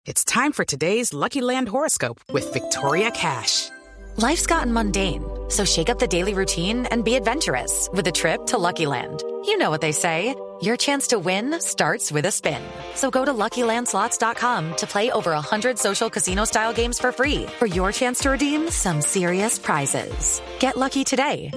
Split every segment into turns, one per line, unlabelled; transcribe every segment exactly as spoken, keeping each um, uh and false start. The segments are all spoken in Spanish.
It's time for today's Lucky Land horoscope with Victoria Cash.
Life's gotten mundane, so shake up the daily routine and be adventurous with a trip to Lucky Land. You know what they say, your chance to win starts with a spin. So go to Lucky Land Slots dot com to play over one hundred social casino-style games for free for your chance to redeem some serious prizes. Get lucky today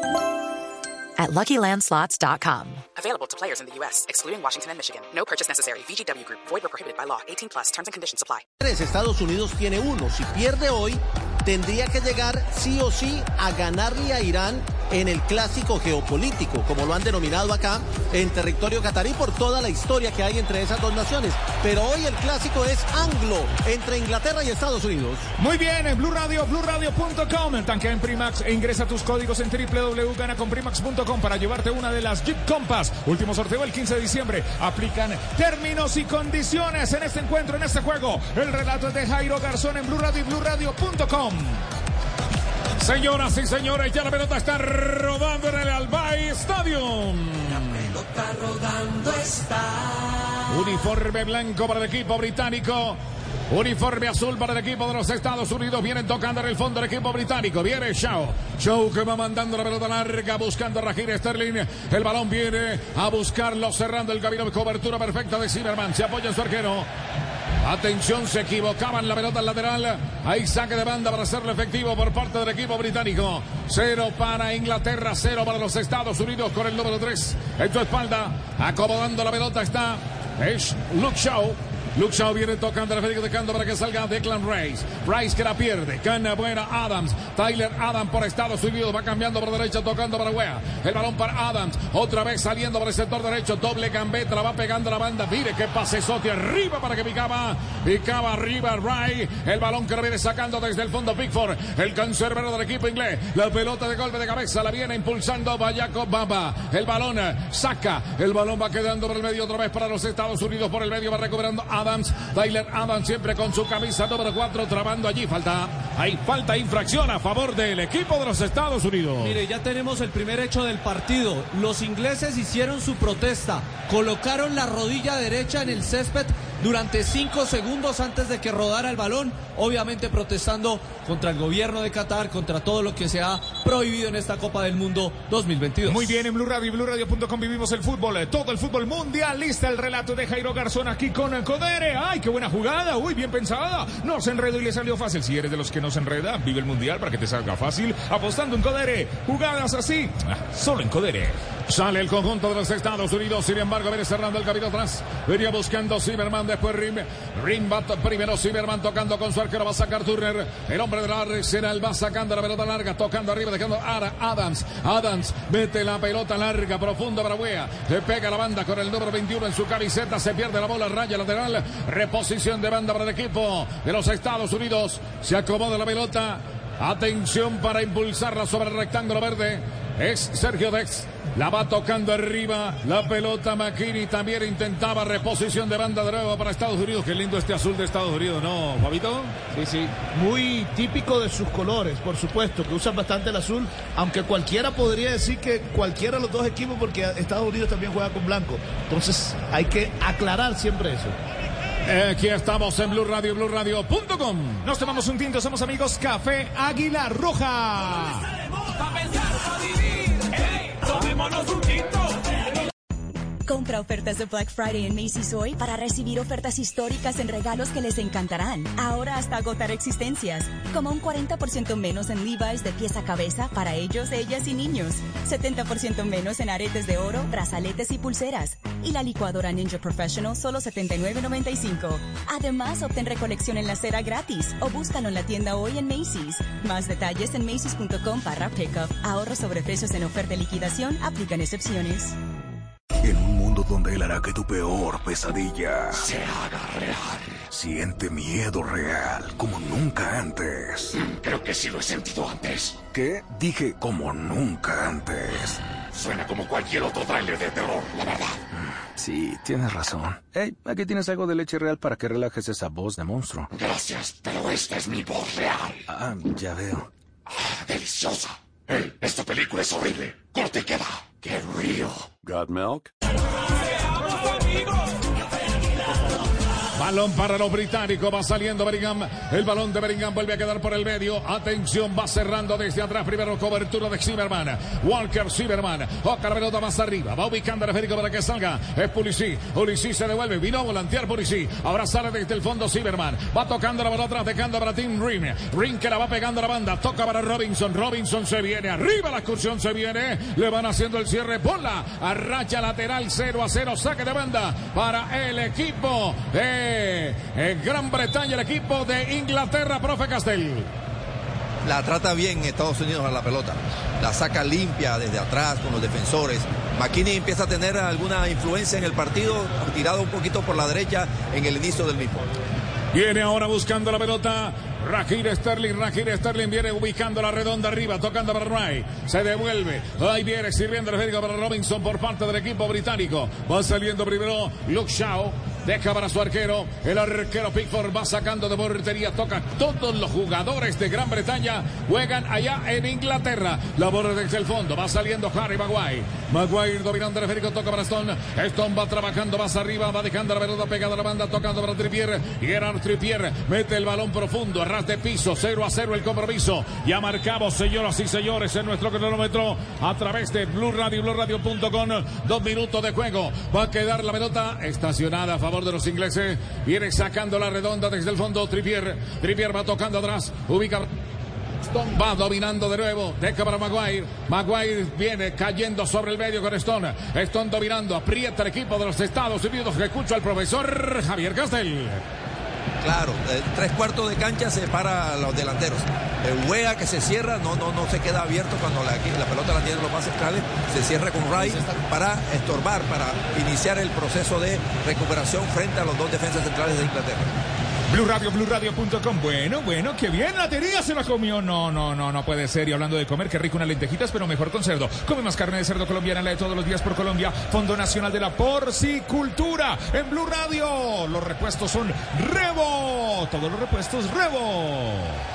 at Lucky Land Slots dot com.
Available to players in the U S, excluding Washington and Michigan. No purchase necessary. V G W Group. Void or prohibited by law. eighteen plus. Terms and conditions apply.
Estados Unidos tiene uno. Si pierde hoy, tendría que llegar sí o sí a ganarle a Irán en el clásico geopolítico, como lo han denominado acá, en territorio catarí, por toda la historia que hay entre esas dos naciones. Pero hoy el clásico es anglo, entre Inglaterra y Estados Unidos.
Muy bien, en Blue Radio, blue radio punto com, el tanque en Primax, e ingresa tus códigos en doble u doble u doble u punto gana con primax punto com para llevarte una de las Jeep Compass. Último sorteo el quince de diciembre. Aplican términos y condiciones en este encuentro, en este juego. El relato es de Jairo Garzón en Blue Radio y blue radio punto com. Señoras y señores, ya la pelota está rodando en el Albay Stadium.
La pelota rodando está.
Uniforme blanco para el equipo británico. Uniforme azul para el equipo de los Estados Unidos. Vienen tocando en el fondo el equipo británico. Viene Shaw. Shaw que va mandando la pelota larga, buscando a Raheem Sterling. El balón viene a buscarlo, cerrando el camino. Cobertura perfecta de Zimmerman. Se apoya en su arquero. Atención, se equivocaban, la pelota al lateral. Hay saque de banda para hacerlo efectivo por parte del equipo británico. Cero para Inglaterra, cero para los Estados Unidos con el número tres en su espalda. Acomodando la pelota está es Luke Shaw. Luke Shaw viene tocando el Federico de Cando para que salga Declan Rice. Rice que la pierde. Cana buena Adams. Tyler Adams por Estados Unidos. Va cambiando por derecha, tocando para Wea. El balón para Adams. Otra vez saliendo por el sector derecho. Doble gambeta. La va pegando la banda. Mire qué pase Sotti arriba para que picaba. Picaba arriba Rice. El balón que lo viene sacando desde el fondo Pickford. El cancerbero del equipo inglés. La pelota de golpe de cabeza. La viene impulsando Bayaco Baba. El balón saca. El balón va quedando por el medio otra vez para los Estados Unidos. Por el medio va recuperando Adams. Tyler Adams siempre con su camisa número cuatro, trabando allí. Falta, hay falta, infracción a favor del equipo de los Estados Unidos.
Mire, ya tenemos el primer hecho del partido. Los ingleses hicieron su protesta. Colocaron la rodilla derecha en el césped durante cinco segundos antes de que rodara el balón, obviamente protestando contra el gobierno de Qatar, contra todo lo que se ha prohibido en esta Copa del Mundo dos mil veintidós.
Muy bien, en Blue Radio y blue radio punto com vivimos el fútbol, todo el fútbol mundial. Lista el relato de Jairo Garzón aquí con Codere. ¡Ay, qué buena jugada! ¡Uy, bien pensada! No se enredó y le salió fácil. Si eres de los que no se enreda, vive el mundial para que te salga fácil apostando en Codere. Jugadas así, solo en Codere. Sale el conjunto de los Estados Unidos, sin embargo, viene cerrando el camino atrás. Venía buscando Zimmerman, después Rim. Rim va primero, Zimmerman tocando con su arquero, va a sacar Turner. El hombre de la Arsenal va sacando la pelota larga, tocando arriba, dejando a Adams. Adams mete la pelota larga, profunda para Wea. Le pega la banda con el número veintiuno en su camiseta, se pierde la bola, raya lateral. Reposición de banda para el equipo de los Estados Unidos. Se acomoda la pelota. Atención para impulsarla sobre el rectángulo verde. Es Sergio Dex. La va tocando arriba. La pelota McKinney también intentaba reposición de banda de nuevo para Estados Unidos. Qué lindo este azul de Estados Unidos, ¿no, Fabito?
Sí, sí. Muy típico de sus colores, por supuesto, que usan bastante el azul. Aunque cualquiera podría decir que cualquiera de los dos equipos, porque Estados Unidos también juega con blanco. Entonces hay que aclarar siempre eso.
Aquí estamos en Blue Radio, blue radio punto com. Nos tomamos un tinto, somos amigos Café Águila Roja.
Pa' pensar, pa' vivir. Hey, tomémonos un tinto.
Compra ofertas de Black Friday en Macy's hoy para recibir ofertas históricas en regalos que les encantarán. Ahora hasta agotar existencias. Como un cuarenta por ciento menos en Levi's de pies a cabeza para ellos, ellas y niños. setenta por ciento menos en aretes de oro, brazaletes y pulseras. Y la licuadora Ninja Professional solo setenta y nueve noventa y cinco. Además, obtén recolección en la acera gratis o búscalo en la tienda hoy en Macy's. Más detalles en macy's punto com barra pickup. Ahorros sobre precios en oferta y liquidación. Aplican excepciones.
En un mundo donde él hará que tu peor pesadilla
se haga real.
Siente miedo real como nunca antes.
Mm, creo que sí lo he sentido antes.
¿Qué? Dije como nunca antes.
Suena como cualquier otro tráiler de terror, la verdad.
Sí, tienes razón. Hey, aquí tienes algo de leche real para que relajes esa voz de monstruo.
Gracias, pero esta es mi voz real.
Ah, ya veo.
Ah, deliciosa. Hey, esta película es horrible. Corte y queda. Get real.
Got milk?
Balón para los británicos, va saliendo Bellingham. El balón de Bellingham vuelve a quedar por el medio. Atención, va cerrando desde atrás. Primero cobertura de Zimmerman. Walker Zimmerman. Oca la pelota más arriba. Va ubicando a Federico para que salga. Es Pulisic. Pulisic se devuelve. Vino a volantear Pulisic. Ahora sale desde el fondo Zimmerman. Va tocando la bola atrás, dejando para Tim Ring. Ring que la va pegando a la banda. Toca para Robinson. Robinson se viene. Arriba la excursión se viene. Le van haciendo el cierre. Bola a raya lateral. cero a cero. Saque de banda para el equipo de en Gran Bretaña, el equipo de Inglaterra, profe Castel.
La trata bien Estados Unidos a la pelota. La saca limpia desde atrás con los defensores. McKennie empieza a tener alguna influencia en el partido, tirado un poquito por la derecha en el inicio del mismo.
Viene ahora buscando la pelota Raheem Sterling, Raheem Sterling viene ubicando la redonda arriba, tocando para Wright, se devuelve, ahí viene sirviendo el esférico para Robinson por parte del equipo británico, va saliendo primero Luke Shaw, deja para su arquero, el arquero Pickford va sacando de portería, toca, todos los jugadores de Gran Bretaña juegan allá en Inglaterra, la bola desde el fondo, va saliendo Harry Maguire, Maguire dominando el esférico, toca para Stone, Stone va trabajando más arriba, va dejando la pelota pegada a la banda, tocando para Trippier, Gerard Trippier mete el balón profundo, ras de piso, cero a cero el compromiso, ya marcamos señoras y señores en nuestro cronómetro a través de Blue Radio, blue radio punto com, dos minutos de juego, va a quedar la pelota estacionada a favor de los ingleses, viene sacando la redonda desde el fondo Trippier, Trippier va tocando atrás, ubica Stone, va dominando de nuevo, deja para Maguire, Maguire viene cayendo sobre el medio con Stone, Stone dominando, aprieta el equipo de los Estados Unidos, que escucha al profesor Javier Castel.
Claro, eh, tres cuartos de cancha separa a los delanteros. El Wea que se cierra, no, no, no se queda abierto cuando la, la pelota la tienen los más centrales, se cierra con Wright para estorbar, para iniciar el proceso de recuperación frente a los dos defensas centrales de Inglaterra.
Blue Radio, blue radio punto com. Bueno, bueno, qué bien, la teoría se la comió. No, no, no, no puede ser. Y hablando de comer, qué rico unas lentejitas, pero mejor con cerdo. Come más carne de cerdo colombiana, la de todos los días por Colombia. Fondo Nacional de la Porcicultura. En Blue Radio, los repuestos son Rebo. Todos los repuestos Rebo.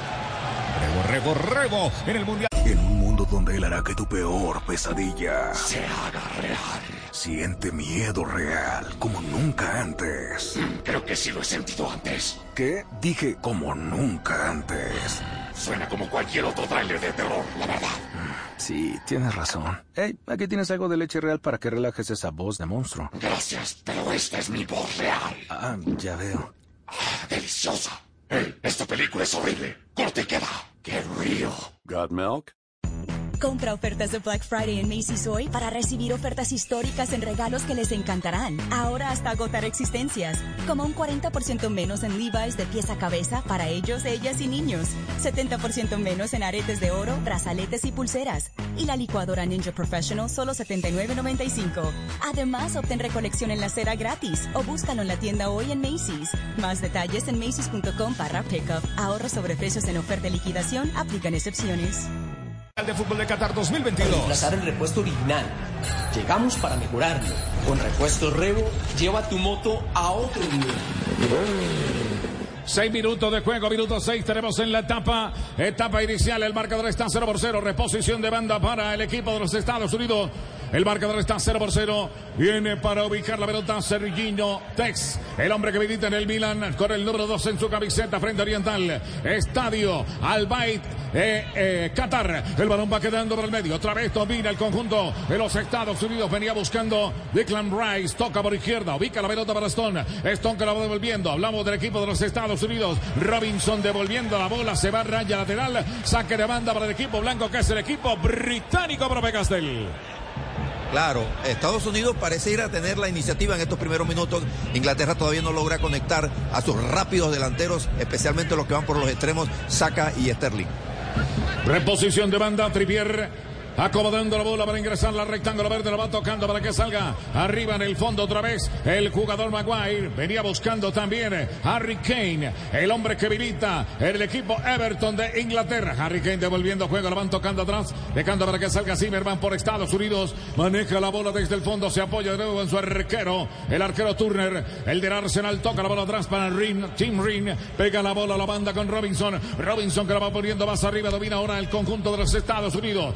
Rebo, Rebo, Rebo. En el Mundial.
En un mundo donde él hará que tu peor pesadilla
se haga real.
Siente miedo real, como nunca antes.
Mm, creo que sí lo he sentido antes.
¿Qué? Dije como nunca antes.
Suena como cualquier otro tráiler de terror, la verdad.
Sí, tienes razón. Hey, aquí tienes algo de leche real para que relajes esa voz de monstruo.
Gracias, pero esta es mi voz real.
Ah, ya veo.
Ah, deliciosa. Hey, esta película es horrible. Corte y queda. ¡Qué río!
¿Got milk?
Compra ofertas de Black Friday en Macy's hoy para recibir ofertas históricas en regalos que les encantarán. Ahora hasta agotar existencias. Como un cuarenta por ciento menos en Levi's de pies a cabeza para ellos, ellas y niños. setenta por ciento menos en aretes de oro, brazaletes y pulseras. Y la licuadora Ninja Professional solo setenta y nueve noventa y cinco. Además, obtén recolección en la acera gratis o búscalo en la tienda hoy en Macy's. Más detalles en macy's punto com barra pickup. Ahorros sobre precios en oferta y liquidación. Aplican excepciones.
De Fútbol de Qatar dos mil veintidós.
Reemplazar el repuesto original. Llegamos para mejorarlo. Con Repuesto Rebo, lleva tu moto a otro nivel.
Seis minutos de juego, minuto seis tenemos en la etapa, etapa inicial, el marcador está cero por cero, reposición de banda para el equipo de los Estados Unidos, el marcador está cero por cero, viene para ubicar la pelota Serginho Tex, el hombre que milita en el Milan con el número dos en su camiseta frente a Oriental, Estadio Al Bayt, eh, eh, Qatar, el balón va quedando por el medio, otra vez domina el conjunto de los Estados Unidos, venía buscando Declan Rice, toca por izquierda, ubica la pelota para Stone, Stone que la va devolviendo, hablamos del equipo de los Estados Unidos, Robinson devolviendo la bola, se va a raya lateral, saque de banda para el equipo blanco que es el equipo británico, profe Castel.
Claro, Estados Unidos parece ir a tener la iniciativa en estos primeros minutos. Inglaterra todavía no logra conectar a sus rápidos delanteros, especialmente los que van por los extremos, Saka y Sterling.
Reposición de banda, Trippier acomodando la bola para ingresar la rectángulo verde, lo va tocando para que salga arriba en el fondo otra vez el jugador Maguire, venía buscando también Harry Kane, el hombre que habilita el equipo Everton de Inglaterra. Harry Kane devolviendo juego, lo van tocando atrás, dejando para que salga Zimmerman por Estados Unidos, maneja la bola desde el fondo, se apoya de nuevo en su arquero, el arquero Turner, el del Arsenal, toca la bola atrás para Ring, Tim Ring, pega la bola a la banda con Robinson, Robinson que la va poniendo más arriba, domina ahora el conjunto de los Estados Unidos, la pelota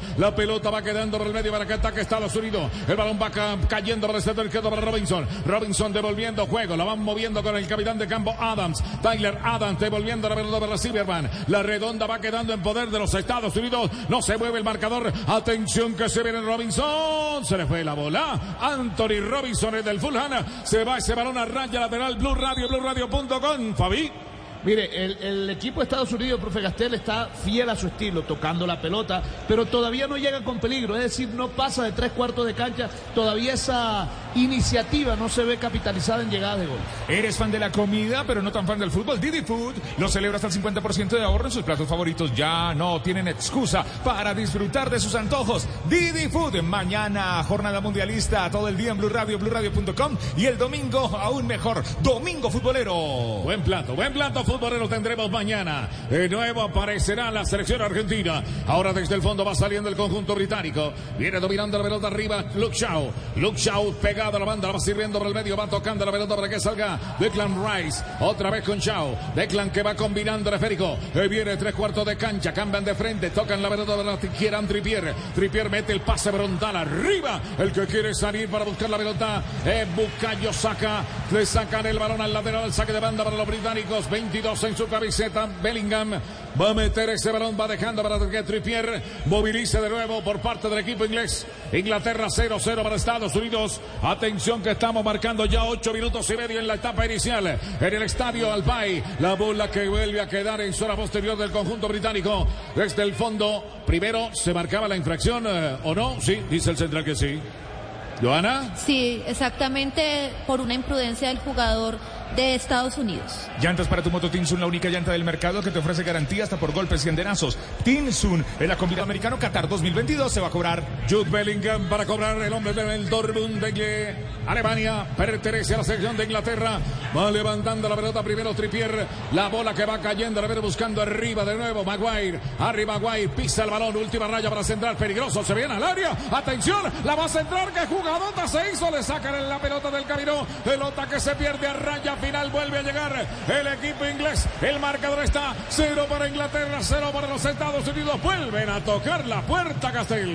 pelota va quedando por el medio para que ataque Estados Unidos. El balón va ca cayendo por el sector izquierdo para Robinson. Robinson devolviendo juego. La van moviendo con el capitán de campo Adams. Tyler Adams devolviendo la pelota para Silverman. La redonda va quedando en poder de los Estados Unidos. No se mueve el marcador. Atención que se viene Robinson. Se le fue la bola. Anthony Robinson es del Fulham. Se va ese balón a raya lateral. Blue Radio, blue radio punto com. Fabi.
Mire, el, el equipo de Estados Unidos, profe Gastel, está fiel a su estilo, tocando la pelota, pero todavía no llega con peligro, es decir, no pasa de tres cuartos de cancha, todavía esa iniciativa no se ve capitalizada en llegadas de gol.
¿Eres fan de la comida, pero no tan fan del fútbol? Didi Food lo celebra hasta el cincuenta por ciento de ahorro en sus platos favoritos. Ya no tienen excusa para disfrutar de sus antojos. Didi Food, mañana jornada mundialista, todo el día en Blue Radio, blue radio punto com, y el domingo aún mejor, domingo futbolero.
Buen plato, buen plato futbolero tendremos mañana. De nuevo aparecerá la selección argentina. Ahora desde el fondo va saliendo el conjunto británico. Viene dominando la pelota arriba Luke Shaw. Luke Shaw pegado a la banda, la va sirviendo por el medio, va tocando la pelota para que salga Declan Rice. Otra vez con Shaw. Declan que va combinando el esférico. Eh, viene tres cuartos de cancha, cambian de frente, tocan la pelota para quieran Trippier. Trippier mete el pase frontal arriba. El que quiere salir para buscar la pelota es Bukayo Saka. Le sacan el balón al lateral, el saque de banda para los británicos. veintidós en su camiseta. Bellingham va a meter ese balón, va dejando para que Trippier movilice de nuevo por parte del equipo inglés. Inglaterra cero cero para Estados Unidos. Atención que estamos marcando ya ocho minutos y medio en la etapa inicial en el estadio Albay. La bola que vuelve a quedar en zona posterior del conjunto británico. Desde el fondo, primero se marcaba la infracción, eh, ¿o no? Sí, dice el central que sí. ¿Joana?
Sí, exactamente por una imprudencia del jugador de Estados Unidos.
Llantas para tu moto Tinsun, la única llanta del mercado que te ofrece garantía hasta por golpes y andenazos. Tinsun, el combinado americano Qatar dos mil veintidós se va a cobrar.
Jude Bellingham para cobrar, el hombre del Dortmund de Alemania, pertenece a la selección de Inglaterra. Va levantando la pelota primero Trippier, la bola que va cayendo, la viene buscando arriba de nuevo Maguire. Harry Maguire pisa el balón, última raya para centrar, peligroso, se viene al área. Atención, la va a centrar, que jugadota se hizo, le sacan la pelota del camino, pelota que se pierde a raya final, vuelve a llegar el equipo inglés. El marcador está cero para Inglaterra, cero para los Estados Unidos. Vuelven a tocar la puerta Castel.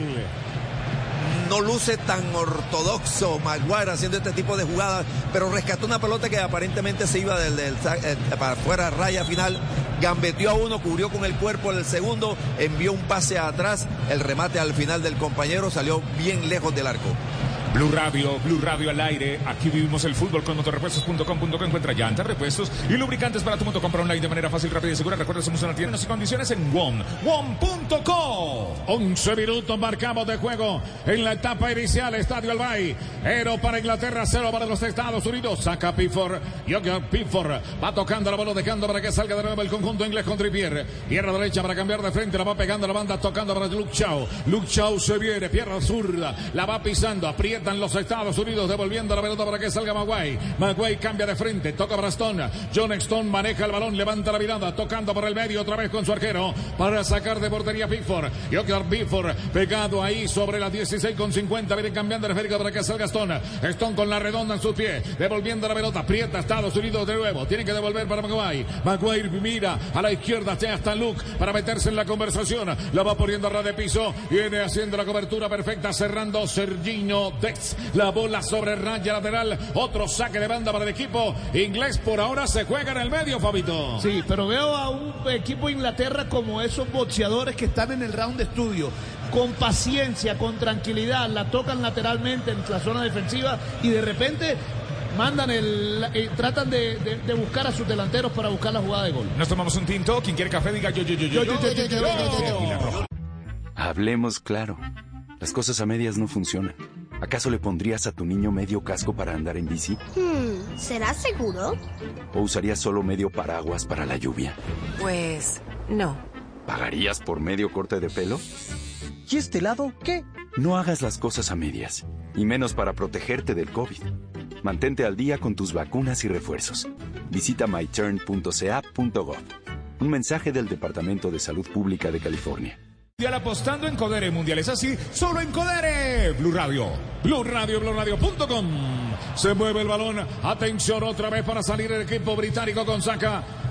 No luce tan ortodoxo Maguire haciendo este tipo de jugadas, pero rescató una pelota que aparentemente se iba del, del, eh, para afuera, raya final, gambeteó a uno, cubrió con el cuerpo el segundo, envió un pase atrás, el remate al final del compañero salió bien lejos del arco.
Blue Radio, Blue Radio al aire. Aquí vivimos el fútbol con motorrepuestos punto com punto co. Encuentra llantas, repuestos y lubricantes para tu moto. Compra online de manera fácil, rápida y segura. Recuerda, somos una tienda y condiciones en WOM. WOM punto com.
once minutos marcamos de juego en la etapa inicial. Estadio Albay. Cero para Inglaterra, cero para los Estados Unidos. Saca Pickford. Jürgen Pickford va tocando la bola, dejando para que salga de nuevo el conjunto inglés con Trippier. Pierna derecha para cambiar de frente. La va pegando la banda, tocando para Luke Shaw. Luke Shaw se viene. Pierna zurda. La va pisando. Aprieta los Estados Unidos, devolviendo la pelota para que salga Maguire. Maguire cambia de frente, toca para Stone. John Stone maneja el balón, levanta la mirada, tocando por el medio otra vez con su arquero para sacar de portería Pickford. Jokiar Pickford pegado ahí sobre las dieciséis con cincuenta. Viene cambiando el esférico para que salga Stone. Stone con la redonda en sus pies, devolviendo la pelota. Aprieta Estados Unidos de nuevo. Tiene que devolver para Maguire. Maguire mira a la izquierda, ya está Luke para meterse en la conversación. La va poniendo a ras de piso. Viene haciendo la cobertura perfecta, cerrando Serginho Dex. La bola sobre raya lateral. Otro saque de banda para el equipo inglés. Por ahora se juega en el medio, Fabito.
Sí, pero veo a un equipo de Inglaterra como esos boxeadores que están en el round de estudio. Con paciencia, con tranquilidad. La tocan lateralmente en la zona defensiva y de repente mandan el, eh, tratan de, de, de buscar a sus delanteros para buscar la jugada de gol.
Nos tomamos un tinto. Quien quiere café diga yo, yo, yo, yo, yo, yo, yo, yo, yo, yo.
Hablemos claro. Las cosas a medias no funcionan. ¿Acaso le pondrías a tu niño medio casco para andar en bici?
Hmm, ¿será seguro?
¿O usarías solo medio paraguas para la lluvia?
Pues no.
¿Pagarías por medio corte de pelo?
¿Y este lado qué?
No hagas las cosas a medias, y menos para protegerte del COVID. Mantente al día con tus vacunas y refuerzos. Visita my turn punto c a punto gov. Un mensaje del Departamento de Salud Pública de California.
Mundial apostando en Codere. Mundial es así, solo en Codere. Blue Radio.
Blue Radio, blue radio punto com. Se mueve el balón. Atención otra vez para salir el equipo británico con Saka.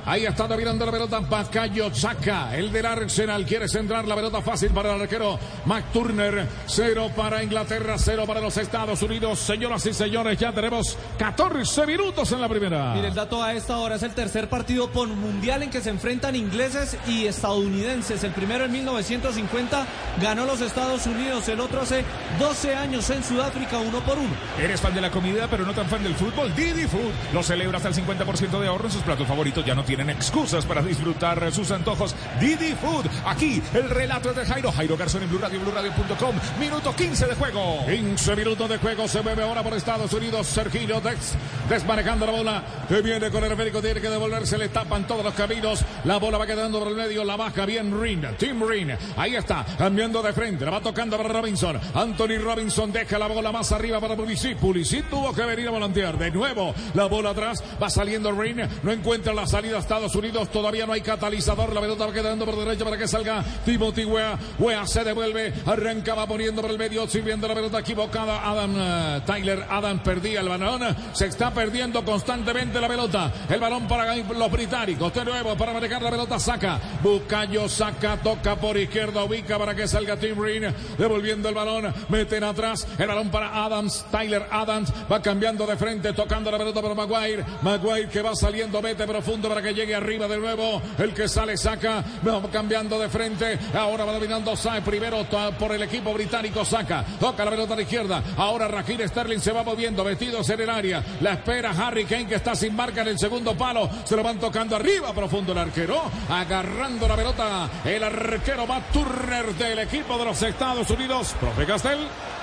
Ahí está dominando la pelota Bukayo Saka, el del Arsenal. Quiere centrar la pelota fácil para el arquero McTurner. Cero para Inglaterra, cero para los Estados Unidos. Señoras y señores, ya tenemos catorce minutos en la primera.
Mire, el dato a esta hora es el tercer partido por mundial en que se enfrentan ingleses y estadounidenses. El primero en mil novecientos cincuenta ganó los Estados Unidos, el otro hace doce años en Sudáfrica, uno por uno.
¿Eres fan de la comida pero no tan fan del fútbol? Didi Food lo celebra hasta el cincuenta por ciento de ahorro en sus platos favoritos. Ya no tienen excusas para disfrutar sus antojos. Didi Food. Aquí el relato es de Jairo. Jairo Garzón en Blue Radio, blue radio punto com. Minuto quince de juego.
quince minutos de juego. Se mueve ahora por Estados Unidos. Serginho Dex desmanejando la bola. Que viene con el esférico. Tiene que devolverse. Le tapan todos los caminos. La bola va quedando por el medio. La baja bien Rin. Tim Rin. Ahí está. Cambiando de frente. La va tocando para Robinson. Anthony Robinson deja la bola más arriba para Pulisic. Pulisic tuvo que venir a volantear. De nuevo. La bola atrás. Va saliendo Rin. No encuentra la salida a Estados Unidos. Todavía no hay catalizador. La pelota va quedando por derecha para que salga Timothy Weah. Weah se devuelve. Arranca, va poniendo por el medio. Sirviendo la pelota equivocada. Adam uh, Tyler. Adam perdía el balón. Se está perdiendo constantemente la pelota. El balón para los británicos. De nuevo para manejar la pelota. Saca. Bukayo Saka. Toca por izquierda. Ubica para que salga Tim Rin. Devolviendo el balón. Meten atrás. El balón para Adams. Tyler Adams. Va cambiando de frente. Tocando la pelota para Maguire. Maguire que va saliendo. Mete profundo para que llegue arriba de nuevo. El que sale saca. Va cambiando de frente. Ahora va dominando Sae. Primero por el equipo británico. Saca. Toca la pelota a la izquierda. Ahora Raheem Sterling se va moviendo. Vestidos en el área. La espera Harry Kane que está sin marca en el segundo palo. Se lo van tocando arriba profundo el arquero. Agarrando la pelota. El arquero Matt Turner del equipo de los Estados Unidos. Profe Castel.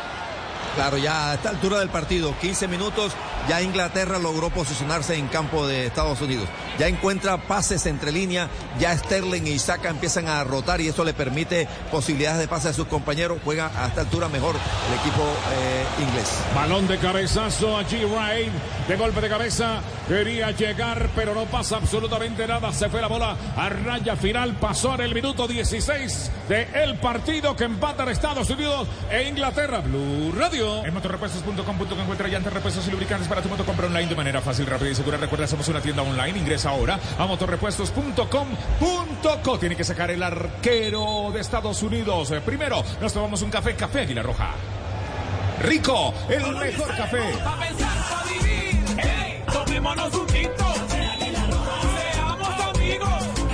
Claro, ya a esta altura del partido, quince minutos, ya Inglaterra logró posicionarse en campo de Estados Unidos. Ya encuentra pases entre líneas, ya Sterling y Saka empiezan a rotar y eso le permite posibilidades de pase a sus compañeros. Juega a esta altura mejor el equipo eh, inglés.
Balón de cabezazo a G. Wright, de golpe de cabeza, quería llegar, pero no pasa absolutamente nada. Se fue la bola a raya final, pasó en el minuto dieciséis del partido que empatan Estados Unidos e Inglaterra. Blue Radio.
En motorrepuestos punto com punto co encuentra llantas, repuestos y lubricantes para tu moto. Compra online de manera fácil, rápida y segura. Recuerda, somos una tienda online. Ingresa ahora a motorrepuestos punto com punto co. Tiene que sacar el arquero de Estados Unidos. Primero nos tomamos un café, Café Águila Roja. Rico, el mejor café.
Pa' pensar, pa' vivir. Hey, tomémonos un tinto. Café Águila Roja. Seamos amigos.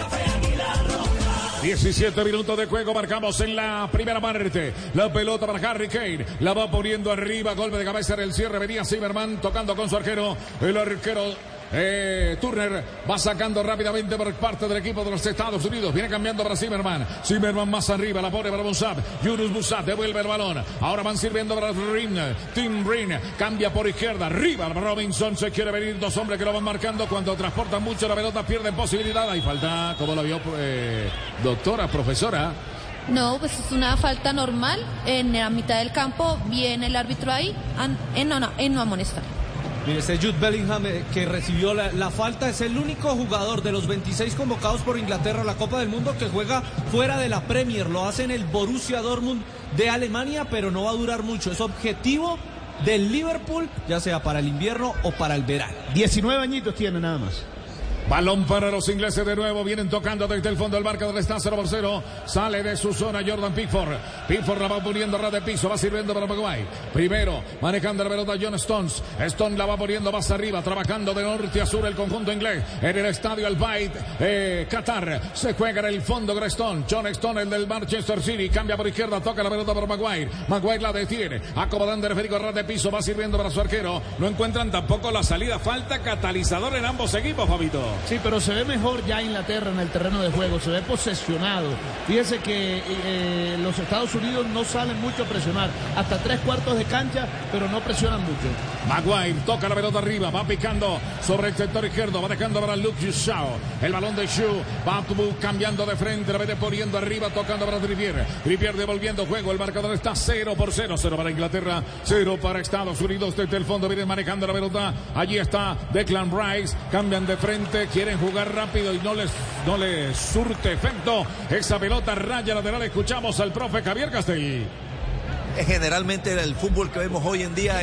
diecisiete minutos de juego, marcamos en la primera parte. La pelota para Harry Kane, la va poniendo arriba, golpe de cabeza en el cierre, venía Zimmerman tocando con su arquero, el arquero eh, Turner va sacando rápidamente por parte del equipo de los Estados Unidos, viene cambiando para Zimmerman, Zimmerman más arriba, la pone para Musab, Yunus Musab devuelve el balón, ahora van sirviendo para Rin, Tim Rin, cambia por izquierda, arriba Robinson, se quiere venir, dos hombres que lo van marcando, cuando transportan mucho la pelota pierden posibilidad, hay falta, como lo vio eh, doctora, profesora.
No, pues es una falta normal. En la mitad del campo viene el árbitro ahí en no, no, en no amonestar.
Mire, este Jude Bellingham eh, que recibió la, la falta es el único jugador de los veintiséis convocados por Inglaterra a la Copa del Mundo que juega fuera de la Premier. Lo hace en el Borussia Dortmund de Alemania, pero no va a durar mucho. Es objetivo del Liverpool, ya sea para el invierno o para el verano.
diecinueve añitos tiene nada más.
Balón para los ingleses de nuevo, vienen tocando desde el fondo del marcador, está cero por cero, sale de su zona Jordan Pickford, Pickford la va poniendo a ras de piso, va sirviendo para Maguire, primero manejando la pelota John Stones, Stone la va poniendo más arriba, trabajando de norte a sur el conjunto inglés, en el estadio Al Bayt, eh, Qatar, se juega en el fondo Stone, John Stone el del Manchester City, cambia por izquierda, toca la pelota para Maguire, Maguire la detiene, acomodando el esférico a ras de piso, va sirviendo para su arquero, no encuentran tampoco la salida, falta catalizador en ambos equipos, Fabito.
Sí, pero se ve mejor ya Inglaterra en el terreno de juego, se ve posesionado. Fíjese que eh, los Estados Unidos no salen mucho a presionar, hasta tres cuartos de cancha, pero no presionan mucho.
Maguire toca la pelota arriba, va picando sobre el sector izquierdo, va dejando para Luke Shaw. El balón de Shaw va cambiando de frente, la vete poniendo arriba, tocando para Trippier. Trippier devolviendo juego, el marcador está cero por cero, cero para Inglaterra, cero para Estados Unidos. Desde el fondo vienen manejando la pelota, allí está Declan Rice, cambian de frente, quieren jugar rápido y no les, no les surte efecto esa pelota raya lateral. Escuchamos al profe Javier Castel.
Generalmente el fútbol que vemos hoy en día es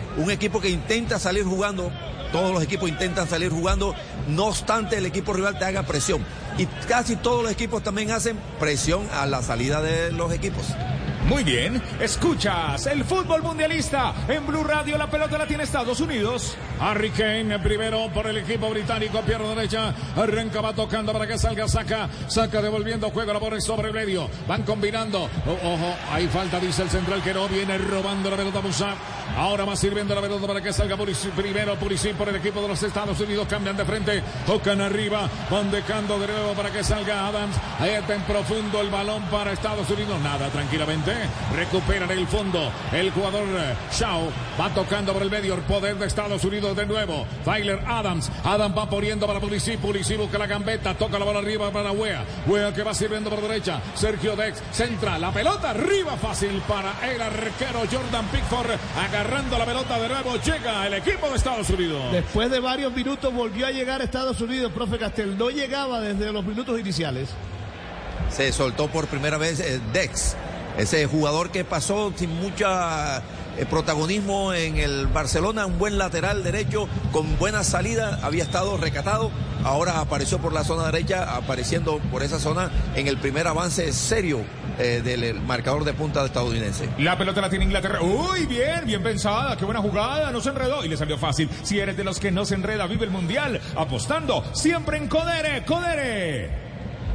un equipo que intenta salir jugando. Todos los equipos intentan salir jugando, no obstante el equipo rival te haga presión. Y casi todos los equipos también hacen presión a la salida de los equipos.
Muy bien, escuchas el fútbol mundialista en Blue Radio. La pelota la tiene Estados Unidos.
Harry Kane primero por el equipo británico, pierna derecha, arranca, va tocando para que salga, saca, saca devolviendo juego, la pone sobre el medio, van combinando, oh, ojo, hay falta, dice el central que no, viene robando la pelota Musab, ahora va sirviendo la pelota para que salga Pulisic, primero Pulisic por el equipo de los Estados Unidos, cambian de frente, tocan arriba, van dejando de nuevo para que salga Adams, ahí está en profundo el balón para Estados Unidos, nada, tranquilamente, recuperan el fondo, el jugador Shaw va tocando por el medio, el poder de Estados Unidos de nuevo, Tyler Adams, Adams va poniendo para Pulisic, Pulisic busca la gambeta, toca la bola arriba para Wea, Wea que va sirviendo por derecha, Sergio Dex, centra, la pelota arriba fácil para el arquero Jordan Pickford, agarrando la pelota de nuevo, llega el equipo de Estados Unidos.
Después de varios minutos volvió a llegar a Estados Unidos, profe Castel, no llegaba desde los minutos iniciales.
Se soltó por primera vez eh, Dex, ese jugador que pasó sin mucha eh, protagonismo en el Barcelona, un buen lateral derecho con buena salida, había estado recatado, ahora apareció por la zona derecha, apareciendo por esa zona en el primer avance serio eh, del marcador de punta estadounidense.
La pelota la tiene Inglaterra. Uy, bien, bien pensada, qué buena jugada, no se enredó y le salió fácil. Si eres de los que no se enreda, vive el Mundial apostando siempre en Codere, Codere.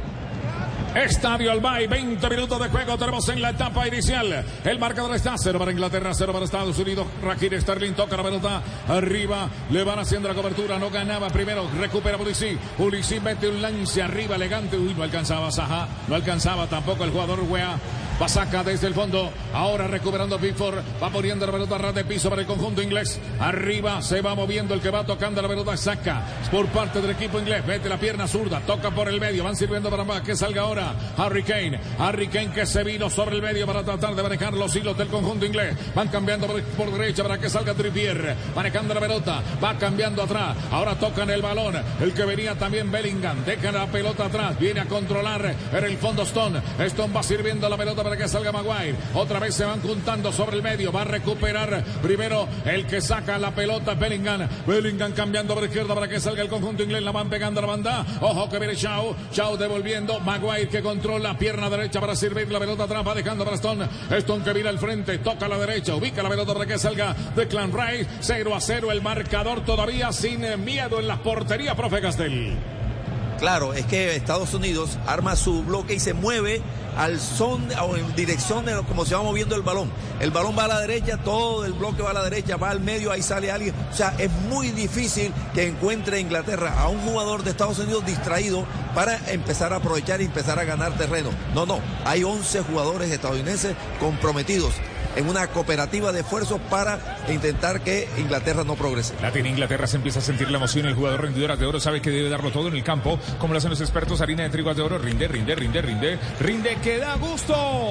Estadio Albay, veinte minutos de juego tenemos en la etapa inicial. El marcador está cero para Inglaterra, cero para Estados Unidos. Raheem Sterling toca la pelota arriba, le van haciendo la cobertura, no ganaba primero, recupera Pulisic. Pulisic mete un lance arriba elegante, uy, no alcanzaba Zaha, no alcanzaba tampoco el jugador Wea. Va saca desde el fondo, ahora recuperando Pickford, va poniendo la pelota a ras de piso para el conjunto inglés, arriba se va moviendo el que va tocando la pelota, saca por parte del equipo inglés, mete la pierna zurda, toca por el medio, van sirviendo para más, que salga ahora Harry Kane, Harry Kane que se vino sobre el medio para tratar de manejar los hilos del conjunto inglés, van cambiando por, por derecha para que salga Trippier, manejando la pelota, va cambiando atrás, ahora tocan el balón, el que venía también Bellingham, deja la pelota atrás, viene a controlar en el fondo Stone, Stone va sirviendo la pelota para que salga Maguire, otra vez se van juntando sobre el medio, va a recuperar primero el que saca la pelota Bellingham, Bellingham cambiando por izquierda para que salga el conjunto inglés, la van pegando a la banda, ojo que viene Shaw, Shaw devolviendo, Maguire que controla, pierna derecha para servir la pelota atrás, va dejando para Stone, Stone que viene al frente, toca a la derecha, ubica la pelota para que salga Declan Rice, cero a cero el marcador todavía sin miedo en las porterías, profe Castel.
Claro, es que Estados Unidos arma su bloque y se mueve al son o en dirección de como se va moviendo el balón. El balón va a la derecha, todo el bloque va a la derecha, va al medio, ahí sale alguien. O sea, es muy difícil que encuentre Inglaterra a un jugador de Estados Unidos distraído para empezar a aprovechar y empezar a ganar terreno. No, no, hay once jugadores estadounidenses comprometidos en una cooperativa de esfuerzos para intentar que Inglaterra no progrese.
La tiene Inglaterra, se empieza a sentir la emoción, el jugador rendidoras de oro sabe que debe darlo todo en el campo, como lo hacen los expertos, harina de trigo de oro, rinde, rinde, rinde, rinde, rinde, que da gusto.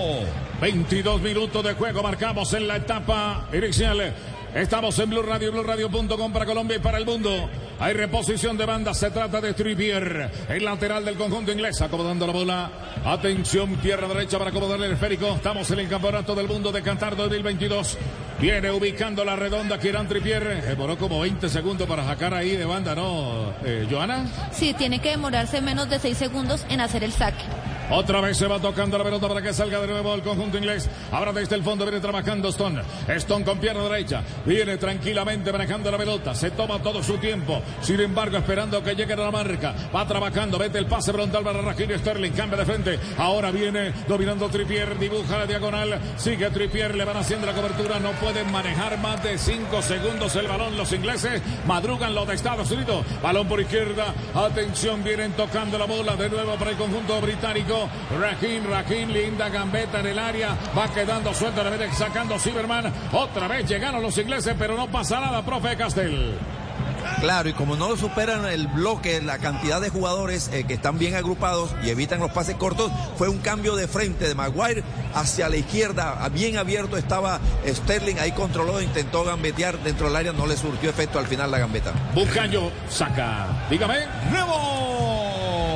veintidós minutos de juego marcamos en la etapa inicial. Estamos en Blue Radio, Blue Radio punto com para Colombia y para el mundo. Hay reposición de banda, se trata de Trippier, el lateral del conjunto inglés, acomodando la bola. Atención, pierna derecha para acomodarle el esférico. Estamos en el Campeonato del Mundo de Qatar dos mil veintidós. Viene ubicando la redonda Kieran Trippier. Demoró como veinte segundos para sacar ahí de banda, ¿no, eh, Joana?
Sí, tiene que demorarse menos de seis segundos en hacer el saque.
Otra vez se va tocando la pelota para que salga de nuevo el conjunto inglés. Ahora desde el fondo viene trabajando Stone. Stone con pierna derecha. Viene tranquilamente manejando la pelota. Se toma todo su tiempo. Sin embargo, esperando que llegue a la marca. Va trabajando. Vete el pase frontal para Raheem Sterling. Cambia de frente. Ahora viene dominando Trippier. Dibuja la diagonal. Sigue Trippier. Le van haciendo la cobertura. No pueden manejar más de cinco segundos el balón. Los ingleses madrugan los de Estados Unidos. Balón por izquierda. Atención. Vienen tocando la bola de nuevo para el conjunto británico. Raheem, Raheem, linda gambeta en el área, va quedando suelto, le viene sacando Zimmerman, otra vez llegaron los ingleses, pero no pasa nada, profe Castel.
Claro, y como no superan el bloque, la cantidad de jugadores eh, que están bien agrupados y evitan los pases cortos, fue un cambio de frente de Maguire hacia la izquierda, bien abierto estaba Sterling, ahí controló, intentó gambetear dentro del área, no le surtió efecto al final la gambeta.
Bucayo saca, dígame,
¡nuevo!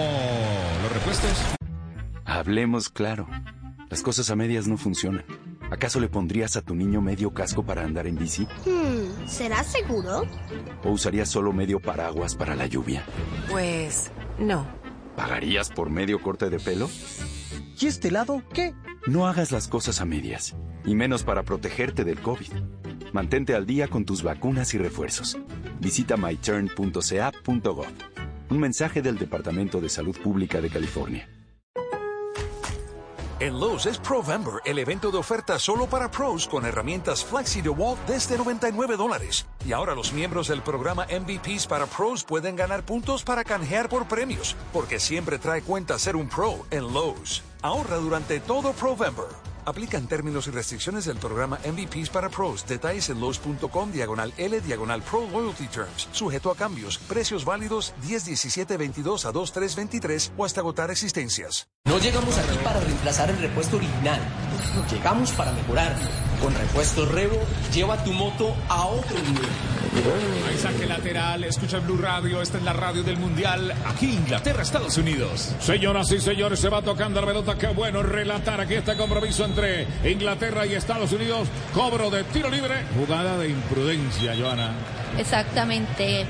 Los repuestos.
Hablemos claro. Las cosas a medias no funcionan. ¿Acaso le pondrías a tu niño medio casco para andar en bici?
Hmm, ¿será seguro?
¿O usarías solo medio paraguas para la lluvia?
Pues no.
¿Pagarías por medio corte de pelo?
¿Y este lado qué?
No hagas las cosas a medias, y menos para protegerte del COVID. Mantente al día con tus vacunas y refuerzos. Visita my turn punto c a punto gov. Un mensaje del Departamento de Salud Pública de California.
En Lowe's es Provember, el evento de ofertas solo para pros con herramientas Flexi DeWalt desde noventa y nueve dólares. Y ahora los miembros del programa M V Ps para pros pueden ganar puntos para canjear por premios, porque siempre trae cuenta ser un pro en Lowe's. Ahorra durante todo Provember. Aplican términos y restricciones del programa M V Ps para pros. Detalles en Lowe's.com diagonal L diagonal Pro Loyalty Terms. Sujeto a cambios. Precios válidos diez diecisiete veintidós a dos tres veintitrés o hasta agotar existencias.
No llegamos aquí para reemplazar el repuesto original. Llegamos para mejorarlo. Con repuesto Revo, lleva tu moto a otro nivel.
Hay saque lateral, escucha Blue Radio, esta es la radio del Mundial, aquí Inglaterra, Estados Unidos.
Señoras y señores, se va tocando la pelota, qué bueno relatar aquí este compromiso entre Inglaterra y Estados Unidos. Cobro de tiro libre, jugada de imprudencia, Joana.
Exactamente.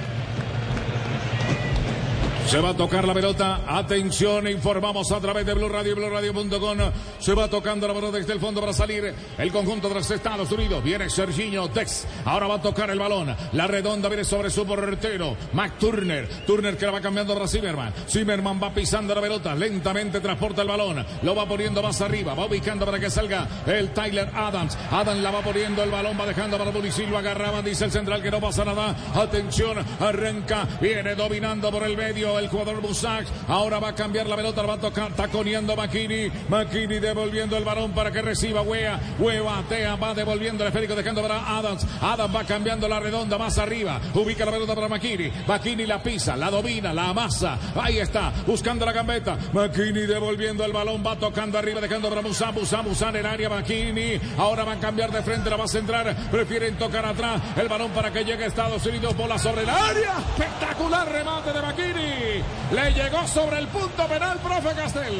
Se va a tocar la pelota, atención, informamos a través de Blue Radio y Blue Radio punto com. Se va tocando la pelota desde el fondo para salir el conjunto de los Estados Unidos. Viene Serginho Dex, ahora va a tocar el balón. La redonda viene sobre su portero, McTurner. Turner que la va cambiando para Zimmerman. Zimmerman va pisando la pelota, lentamente transporta el balón. Lo va poniendo más arriba, va ubicando para que salga el Tyler Adams. Adams la va poniendo el balón, va dejando para Pulisic, lo agarraba, dice el central que no pasa nada. Atención, arranca, viene dominando por el medio el jugador Busak, ahora va a cambiar la pelota, la va a tocar, taconeando McKinney, McKinney devolviendo el balón para que reciba Wea, Wea batea, va devolviendo el esférico, dejando para Adams, Adams va cambiando la redonda más arriba, ubica la pelota para McKinney, McKinney la pisa, la domina, la amasa, ahí está, buscando la gambeta, McKinney devolviendo el balón, va tocando arriba, dejando para Busak, Busak, Busak en el área, McKinney, ahora van a cambiar de frente, la va a centrar, prefieren tocar atrás, el balón para que llegue a Estados Unidos, bola sobre el área, espectacular remate de McKinney. Le llegó sobre el punto penal, profe Castel.